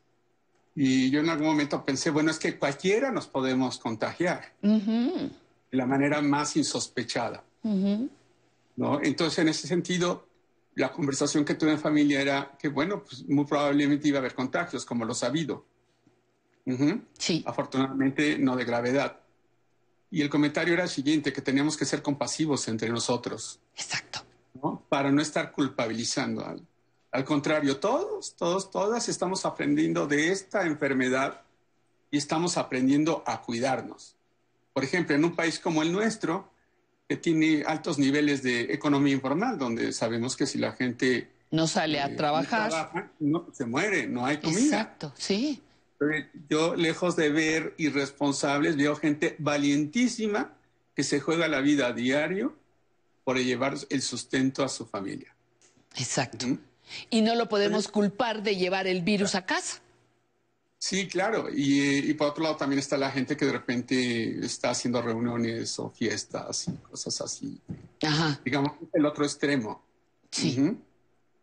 Y yo en algún momento pensé, bueno, es que cualquiera nos podemos contagiar uh-huh. de la manera más insospechada, uh-huh. ¿no? Entonces, en ese sentido, la conversación que tuve en familia era que, bueno, pues muy probablemente iba a haber contagios, como lo sabido. Uh-huh. Sí. Afortunadamente, no de gravedad. Y el comentario era el siguiente, que teníamos que ser compasivos entre nosotros. Exacto. ¿No? Para no estar culpabilizando al Al contrario, todos, todos, todas estamos aprendiendo de esta enfermedad y estamos aprendiendo a cuidarnos. Por ejemplo, en un país como el nuestro, que tiene altos niveles de economía informal, donde sabemos que si la gente no sale eh, a trabajar, no trabaja, no, se muere, no hay comida. Exacto, sí. Yo, lejos de ver irresponsables, veo gente valientísima que se juega la vida a diario por llevar el sustento a su familia. Exacto. ¿Mm? Y no lo podemos culpar de llevar el virus a casa. Sí, claro. Y, y por otro lado también está la gente que de repente está haciendo reuniones o fiestas y cosas así. Ajá. Digamos, el otro extremo. Sí. Uh-huh.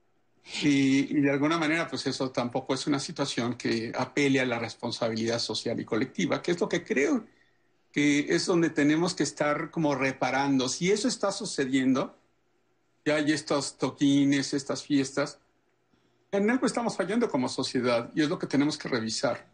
Y, y de alguna manera, pues eso tampoco es una situación que apele a la responsabilidad social y colectiva, que es lo que creo que es donde tenemos que estar como reparando. Si eso está sucediendo, ya hay estos toquines, estas fiestas, en algo estamos fallando como sociedad y es lo que tenemos que revisar.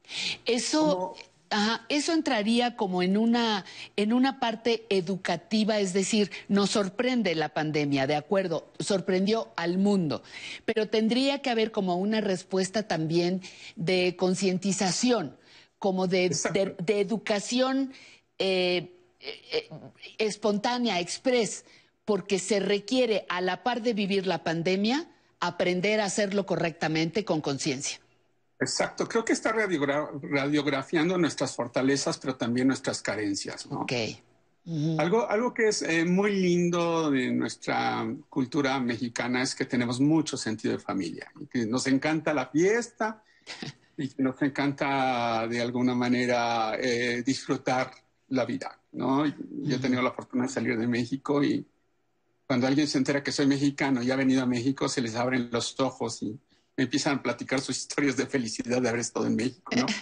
Eso, ajá, eso entraría como en una, en una parte educativa, es decir, nos sorprende la pandemia, de acuerdo, sorprendió al mundo, pero tendría que haber como una respuesta también de concientización, como de, de, de educación eh, eh, espontánea, express, porque se requiere, a la par de vivir la pandemia, aprender a hacerlo correctamente con conciencia. Exacto, creo que está radiogra radiografiando nuestras fortalezas, pero también nuestras carencias, ¿no? Ok. Uh-huh. Algo, algo que es eh, muy lindo de nuestra cultura mexicana es que tenemos mucho sentido de familia, y que nos encanta la fiesta y que nos encanta de alguna manera eh, disfrutar la vida, ¿no? Yo he tenido la fortuna de salir de México y cuando alguien se entera que soy mexicano y ha venido a México, se les abren los ojos y me empiezan a platicar sus historias de felicidad de haber estado en México, ¿no?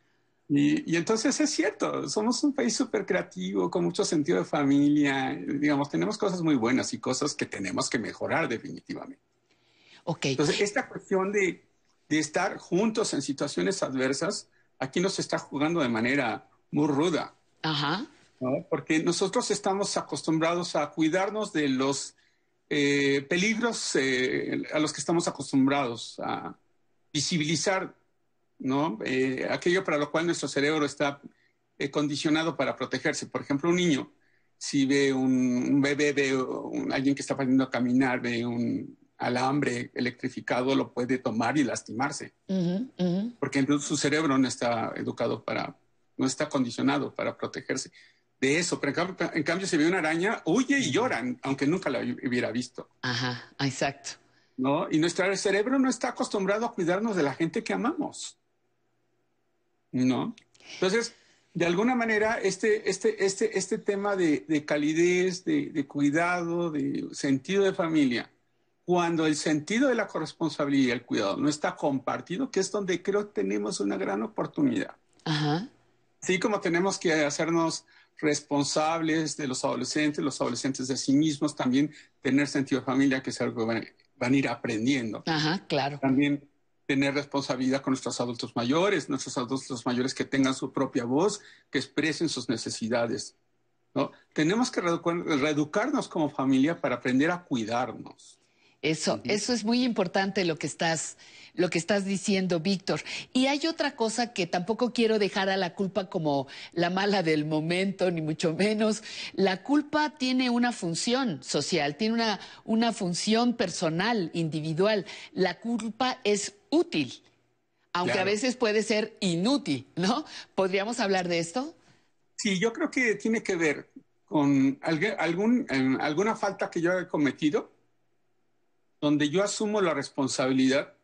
Y, y entonces es cierto, somos un país súper creativo, con mucho sentido de familia, digamos, tenemos cosas muy buenas y cosas que tenemos que mejorar definitivamente. Okay. Entonces, esta cuestión de, de estar juntos en situaciones adversas, aquí nos está jugando de manera muy ruda. Ajá. ¿No? Porque nosotros estamos acostumbrados a cuidarnos de los eh, peligros eh, a los que estamos acostumbrados, a visibilizar, ¿no? Eh, aquello para lo cual nuestro cerebro está eh, condicionado para protegerse. Por ejemplo, un niño, si ve un, un bebé, ve un, alguien que está aprendiendo a caminar, ve un alambre electrificado, lo puede tomar y lastimarse. Uh-huh, uh-huh. Porque entonces su cerebro no está educado para, no está condicionado para protegerse de eso. Pero en cambio, en cambio si ve una araña, huye y llora, aunque nunca la hubiera visto. Ajá, exacto. ¿No? Y nuestro cerebro no está acostumbrado a cuidarnos de la gente que amamos, ¿no? Entonces, de alguna manera, este, este, este, este tema de, de calidez, de, de cuidado, de sentido de familia, cuando el sentido de la corresponsabilidad y el cuidado no está compartido, que es donde creo que tenemos una gran oportunidad. Ajá. Así como tenemos que hacernos responsables de los adolescentes, los adolescentes de sí mismos, también tener sentido de familia, que es algo que van, van a ir aprendiendo. Ajá, claro. También tener responsabilidad con nuestros adultos mayores, nuestros adultos mayores que tengan su propia voz, que expresen sus necesidades, ¿no? Tenemos que reeducar, reeducarnos como familia para aprender a cuidarnos. Eso, uh-huh. Eso es muy importante lo que estás, lo que estás diciendo, Víctor. Y hay otra cosa que tampoco quiero dejar a la culpa como la mala del momento, ni mucho menos. La culpa tiene una función social, tiene una, una función personal, individual. La culpa es útil, aunque claro. A veces puede ser inútil, ¿no? ¿Podríamos hablar de esto? Sí, yo creo que tiene que ver con algún, alguna falta que yo he cometido, donde yo asumo la responsabilidad,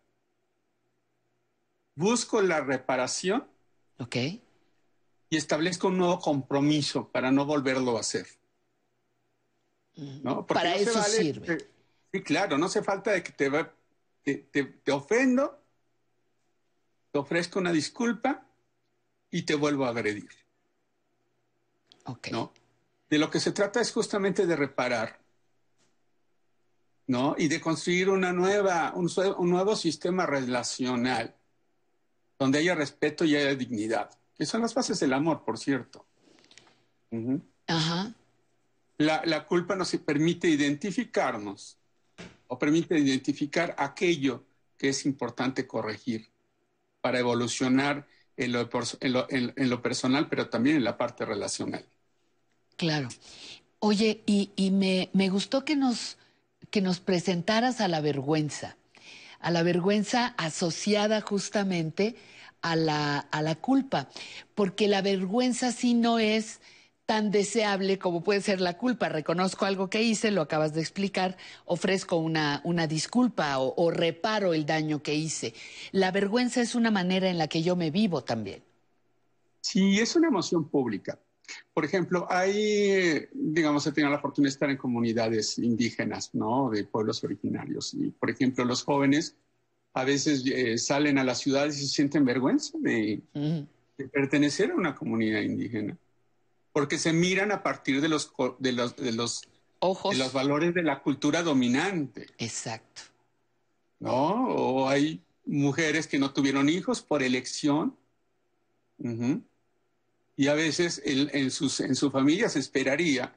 busco la reparación, okay, y establezco un nuevo compromiso para no volverlo a hacer, ¿no? Porque para no eso se vale, sirve. Te, sí, claro, no hace falta de que te, te, te, te ofendo, te ofrezco una disculpa y te vuelvo a agredir. Okay. ¿No? De lo que se trata es justamente de reparar, ¿no? Y de construir una nueva, un, un nuevo sistema relacional donde haya respeto y haya dignidad, que son las bases del amor, por cierto. Uh-huh. Ajá. La, la culpa nos permite identificarnos o permite identificar aquello que es importante corregir para evolucionar en lo, en lo, en, en lo personal, pero también en la parte relacional. Claro. Oye, y, y me, me gustó que nos... que nos presentaras a la vergüenza, a la vergüenza asociada justamente a la, a la culpa, porque la vergüenza sí no es tan deseable como puede ser la culpa. Reconozco algo que hice, lo acabas de explicar, ofrezco una, una disculpa o, o reparo el daño que hice. La vergüenza es una manera en la que yo me vivo también. Sí, es una emoción pública. Por ejemplo, hay, digamos, he tenido la fortuna de estar en comunidades indígenas, ¿no? De pueblos originarios. Y, por ejemplo, los jóvenes a veces eh, salen a las ciudades y se sienten vergüenza de, uh-huh. de pertenecer a una comunidad indígena. Porque se miran a partir de los, de los, de los, Ojos. de los valores de la cultura dominante. Exacto. ¿No? O hay mujeres que no tuvieron hijos por elección. Uh-huh. Y a veces el, en, sus, en su familia se esperaría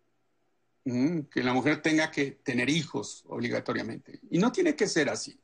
uh, que la mujer tenga que tener hijos obligatoriamente. Y no tiene que ser así.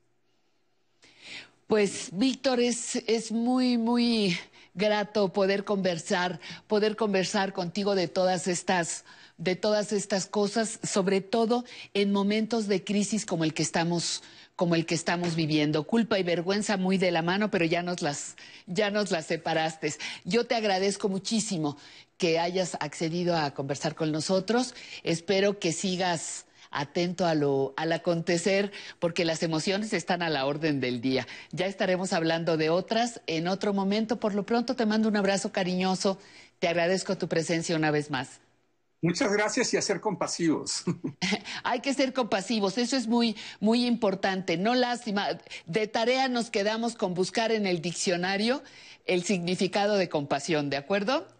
Pues, Víctor, es, es muy, muy grato poder conversar, poder conversar contigo de todas estas, de todas estas cosas, sobre todo en momentos de crisis como el que estamos como el que estamos viviendo. Culpa y vergüenza muy de la mano, pero ya nos las, ya nos las separaste. Yo te agradezco muchísimo que hayas accedido a conversar con nosotros. Espero que sigas atento a lo, al acontecer, porque las emociones están a la orden del día. Ya estaremos hablando de otras en otro momento. Por lo pronto te mando un abrazo cariñoso. Te agradezco tu presencia una vez más. Muchas gracias y a ser compasivos. Hay que ser compasivos, eso es muy, muy importante. No lástima. De tarea nos quedamos con buscar en el diccionario el significado de compasión, ¿de acuerdo?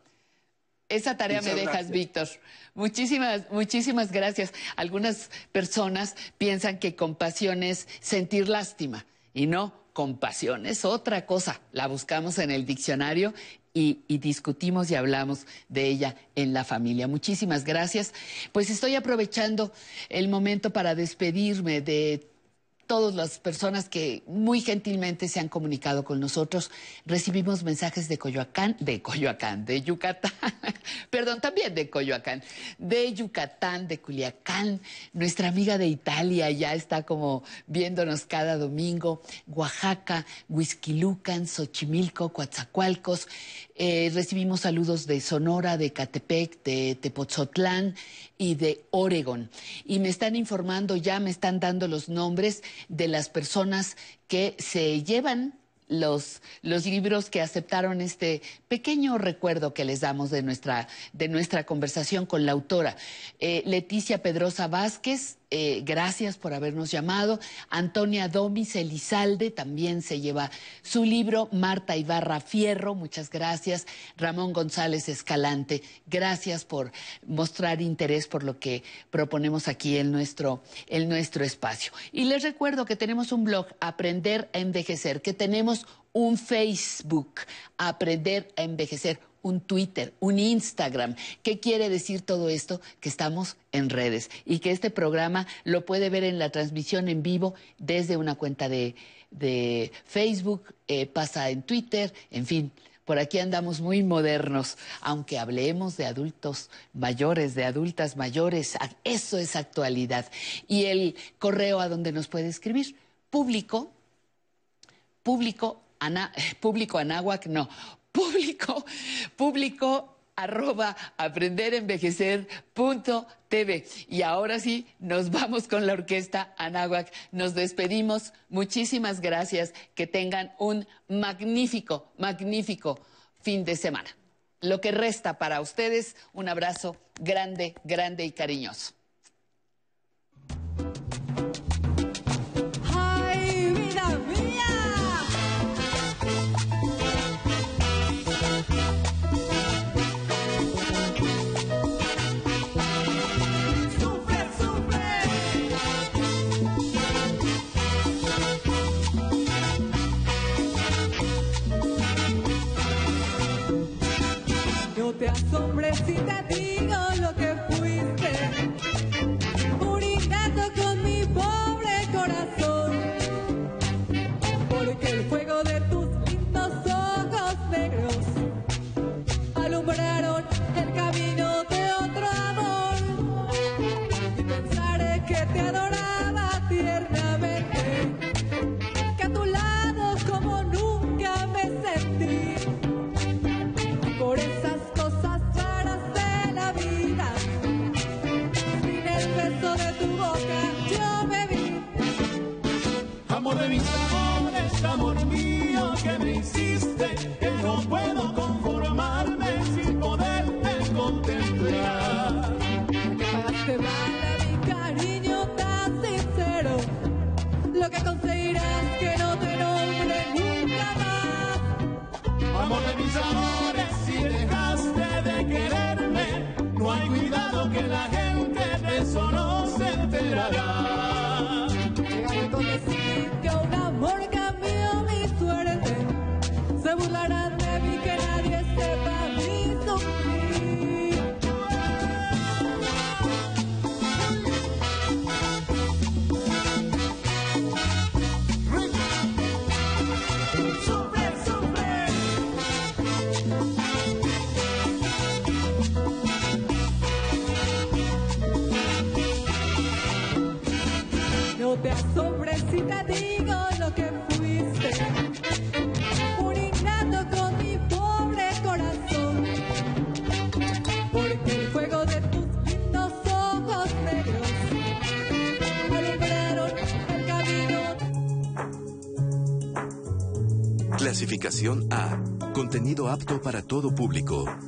Esa tarea Muchas me dejas, gracias. Víctor. Muchísimas, muchísimas gracias. Algunas personas piensan que compasión es sentir lástima y no, compasión es otra cosa. La buscamos en el diccionario y, y discutimos y hablamos de ella en la familia. Muchísimas gracias. Pues estoy aprovechando el momento para despedirme de todas las personas que muy gentilmente se han comunicado con nosotros. Recibimos mensajes de Coyoacán, de Coyoacán, de Yucatán, perdón, también de Coyoacán, de Yucatán, de Culiacán. Nuestra amiga de Italia ya está como viéndonos cada domingo. Oaxaca, Huixquilucan, Xochimilco, Coatzacoalcos. Eh, recibimos saludos de Sonora, de Catepec, de Tepoztlán y de Oregón. Y me están informando, ya me están dando los nombres de las personas que se llevan los, los libros que aceptaron este pequeño recuerdo que les damos de nuestra, de nuestra conversación con la autora. Eh, Leticia Pedrosa Vázquez, eh, gracias por habernos llamado. Antonia Domis Elizalde también se lleva su libro. Marta Ibarra Fierro, muchas gracias. Ramón González Escalante, gracias por mostrar interés por lo que proponemos aquí en nuestro, en nuestro espacio. Y les recuerdo que tenemos un blog, Aprender a Envejecer, que tenemos un Facebook, Aprender a Envejecer, un Twitter, un Instagram. ¿Qué quiere decir todo esto? Que estamos en redes y que este programa lo puede ver en la transmisión en vivo desde una cuenta de, de Facebook, eh, pasa en Twitter, en fin. Por aquí andamos muy modernos, aunque hablemos de adultos mayores, de adultas mayores, eso es actualidad. Y el correo a donde nos puede escribir, público, público, ana, público anáhuac, no, público, público arroba aprenderenvejecer punto tv. Y ahora sí, nos vamos con la orquesta anáhuac. Nos despedimos. Muchísimas gracias. Que tengan un magnífico, magnífico fin de semana. Lo que resta para ustedes, un abrazo grande, grande y cariñoso. ¡Ay, vida mía! No te asombres si te digo lo que fuiste, un ingrato con mi pobre corazón, porque el fuego de tus lindos ojos negros alumbraron el camino de otro amor, y pensaré que te adoraba tiernamente, que a tu lado como nunca me sentí. Por esas cosas raras de la vida, sin el beso de tu boca yo me vi. Amor de mis amores, amor mío, que me hiciste, que no puedo conformarme sin poderte durará. Llegando decir que un amor cambió mi suerte, se burlarán de mí que nadie sepa mi sufrir. Sufre, sufre. No te asombres si te digo lo que fuiste, un ingrato con mi pobre corazón, porque el fuego de tus lindos ojos negros alumbraron el camino. Clasificación A. Contenido apto para todo público.